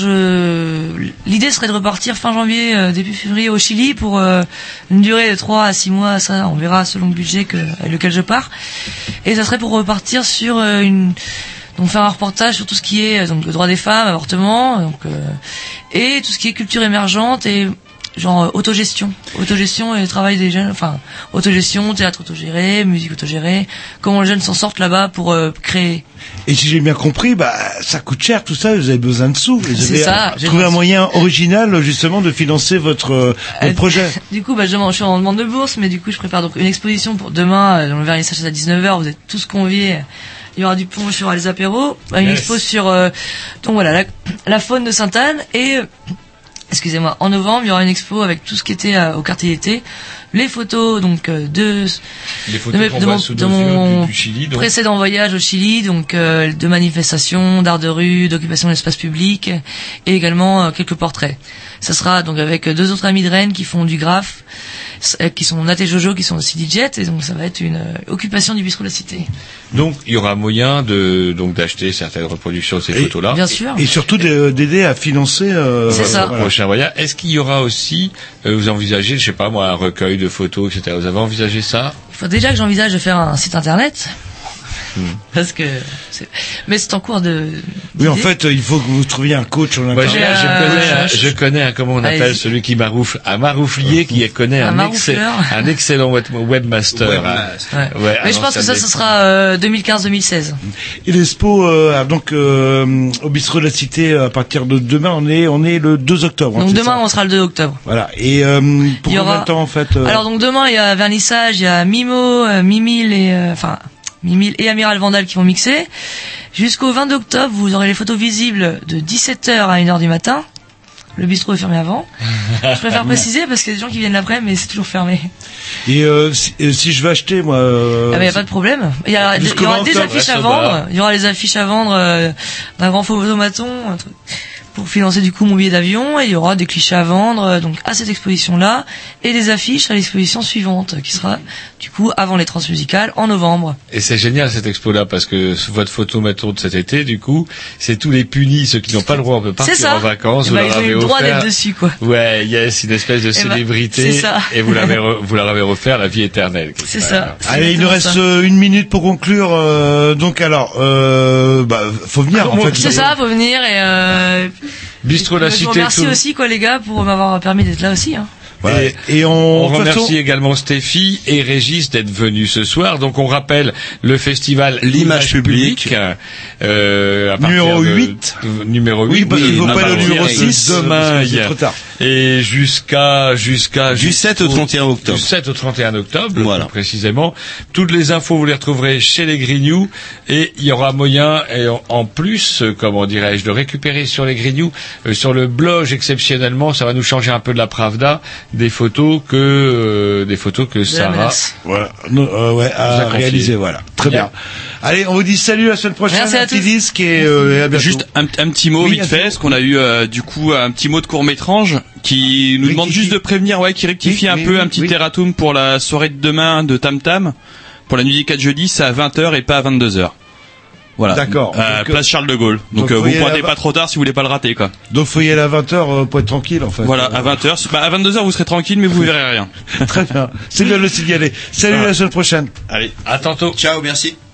je l'idée serait de repartir fin janvier, euh, début février au Chili pour euh, une durée de trois à six mois. Ça, on verra selon le budget que, avec lequel je pars. Et ça serait pour repartir sur euh, une donc faire un reportage sur tout ce qui est donc le droit des femmes, avortement, donc euh, et tout ce qui est culture émergente et genre euh, autogestion, autogestion et le travail des jeunes, enfin autogestion, théâtre autogéré, musique autogérée, comment les jeunes s'en sortent là-bas pour euh, créer. Et si j'ai bien compris, bah ça coûte cher tout ça, vous avez besoin de sous, vous avez ça, trouvé un moyen original justement de financer votre, euh, votre euh, projet. Du coup, bah je, je suis en demande de bourse, mais du coup je prépare donc une exposition pour demain, dans le vernissage à dix-neuf heures, vous êtes tous conviés. Il y aura du punch, il y aura les apéros, une yes. expo sur euh, donc voilà la, la faune de Sainte-Anne, et excusez-moi, en novembre, il y aura une expo avec tout ce qui était euh, au quartier d'été, les photos donc euh, de les photos de, qu'on de voit mon, sous de nos mon yeux, du, du Chili, donc. précédent voyage au Chili, donc euh, de manifestations, d'art de rue, d'occupation de l'espace public, et également euh, quelques portraits. Ça sera donc avec deux autres amis de Rennes qui font du graphe, qui sont Nat et Jojo, qui sont aussi D J, et donc ça va être une euh, occupation du bistrot de la Cité. Donc il y aura moyen de donc d'acheter certaines reproductions de ces et, photos-là. Bien sûr. Et, et surtout d'aider à financer euh, C'est ça. le prochain voyage. Est-ce qu'il y aura aussi, euh, vous envisagez, je sais pas moi, un recueil de photos, et cetera. Vous avez envisagé ça? Il faut déjà que j'envisage de faire un site internet. Parce que, c'est... mais c'est en cours de. Oui, en d'idée. fait, il faut que vous trouviez un coach en Moi, j'ai- internet. je Euh, connais, un- je- je connais un, comment on appelle Allez-y. celui qui maroufle, un marouflier qui connaît Un un, excell- maroufleur. un excellent web- webmaster. Webmaster. hein. Ouais. Ouais, mais un je pense que ça, ancien ce sera euh, deux mille quinze deux mille seize. Et l'expo, euh, donc euh, au bistrot de la Cité, à partir de demain, on est on est le deux octobre. hein, Donc c'est demain, ça on sera le deux octobre. Voilà. Et euh, pour Il y combien aura- de temps en fait euh, Alors donc demain, il y a vernissage, il y a Mimo, euh, Mimile et euh, enfin Mimile et Amiral Vandal qui vont mixer. Jusqu'au vingt octobre, vous aurez les photos visibles de dix-sept heures à une heure du matin. Le bistrot est fermé avant. Je préfère préciser parce qu'il y a des gens qui viennent l'après, mais c'est toujours fermé. Et euh, si, euh, si je veux acheter, moi. Euh, Ah mais y a pas de problème. Il y, a, il jusqu'au y aura vingt des octobre, affiches à reste au bar. vendre. Il y aura les affiches à vendre euh, d'un grand photomaton un truc, pour financer du coup mon billet d'avion. Et il y aura des clichés à vendre euh, donc à cette exposition-là et des affiches à l'exposition suivante qui sera du coup avant les transmusicales en novembre. Et c'est génial cette expo-là parce que votre photomaton de cet été, du coup, c'est tous les punis, ceux qui n'ont pas le droit, on peut partir C'est ça. en vacances. Eh Vous ben, leur ils ont eu avez le droit offert- d'être dessus quoi. Ouais, yes, une espèce de Eh ben, célébrité. c'est ça. Et vous l'avez, re- vous leur avez offert la vie éternelle. C'est ça. C'est Allez, il nous exactement reste ça. euh, une minute pour conclure. euh, donc alors, euh, bah, faut venir en fait. C'est ça, faut venir et euh, Bistrot de la je vous Cité. remercie tout- aussi quoi les gars pour m'avoir permis d'être là aussi. Hein. Voilà. Et, et on, On de toute remercie façon- également Stéphie et Régis d'être venus ce soir. Donc on rappelle le festival L'image publique. euh, à partir Numéro de- huit. de- numéro Oui, huit. parce qu'il faut à pas aller au partir numéro de six, Demain, parce que il y c'est a- trop tard. et jusqu'à jusqu'à Du sept au trente et un octobre. Du sept au trente et un octobre, Voilà. plus précisément. Toutes les infos vous les retrouverez chez les Grignoux et il y aura moyen et en, en plus, euh, comment dirais-je, de récupérer sur les Grignoux, euh, sur le blog exceptionnellement, ça va nous changer un peu de la Pravda, des photos que euh, des photos que De la Sarah menace. Voilà, no, euh, ouais, Vous a à confié. réaliser, voilà. Très bien. Allez, on vous dit salut la semaine prochaine. Merci à un petit tous. disque et, euh, et à bientôt. Juste un, un petit mot Oui, vite un fait, petit mot. parce qu'on a eu euh, du coup un petit mot de court métrage qui nous demande Rectifie. juste de prévenir, ouais, qui rectifie Oui, un oui, peu oui, un petit oui. erratum pour la soirée de demain de Tam Tam. Pour la nuit du quatre jeudi, c'est à vingt heures et pas à vingt-deux heures. Voilà. D'accord. Euh, Donc, place Charles de Gaulle. Donc, donc, euh, faut y vous aller pointez à- pas trop tard si vous voulez pas le rater, quoi. Donc faut y aller à vingt heures euh, pour être tranquille en fait. Voilà, à vingt heures. Bah, à vingt-deux heures, vous serez tranquille, mais vous verrez rien. Très bien. C'est bien de le signaler. Salut Ah. la semaine prochaine. Allez. à tantôt. Ciao, merci.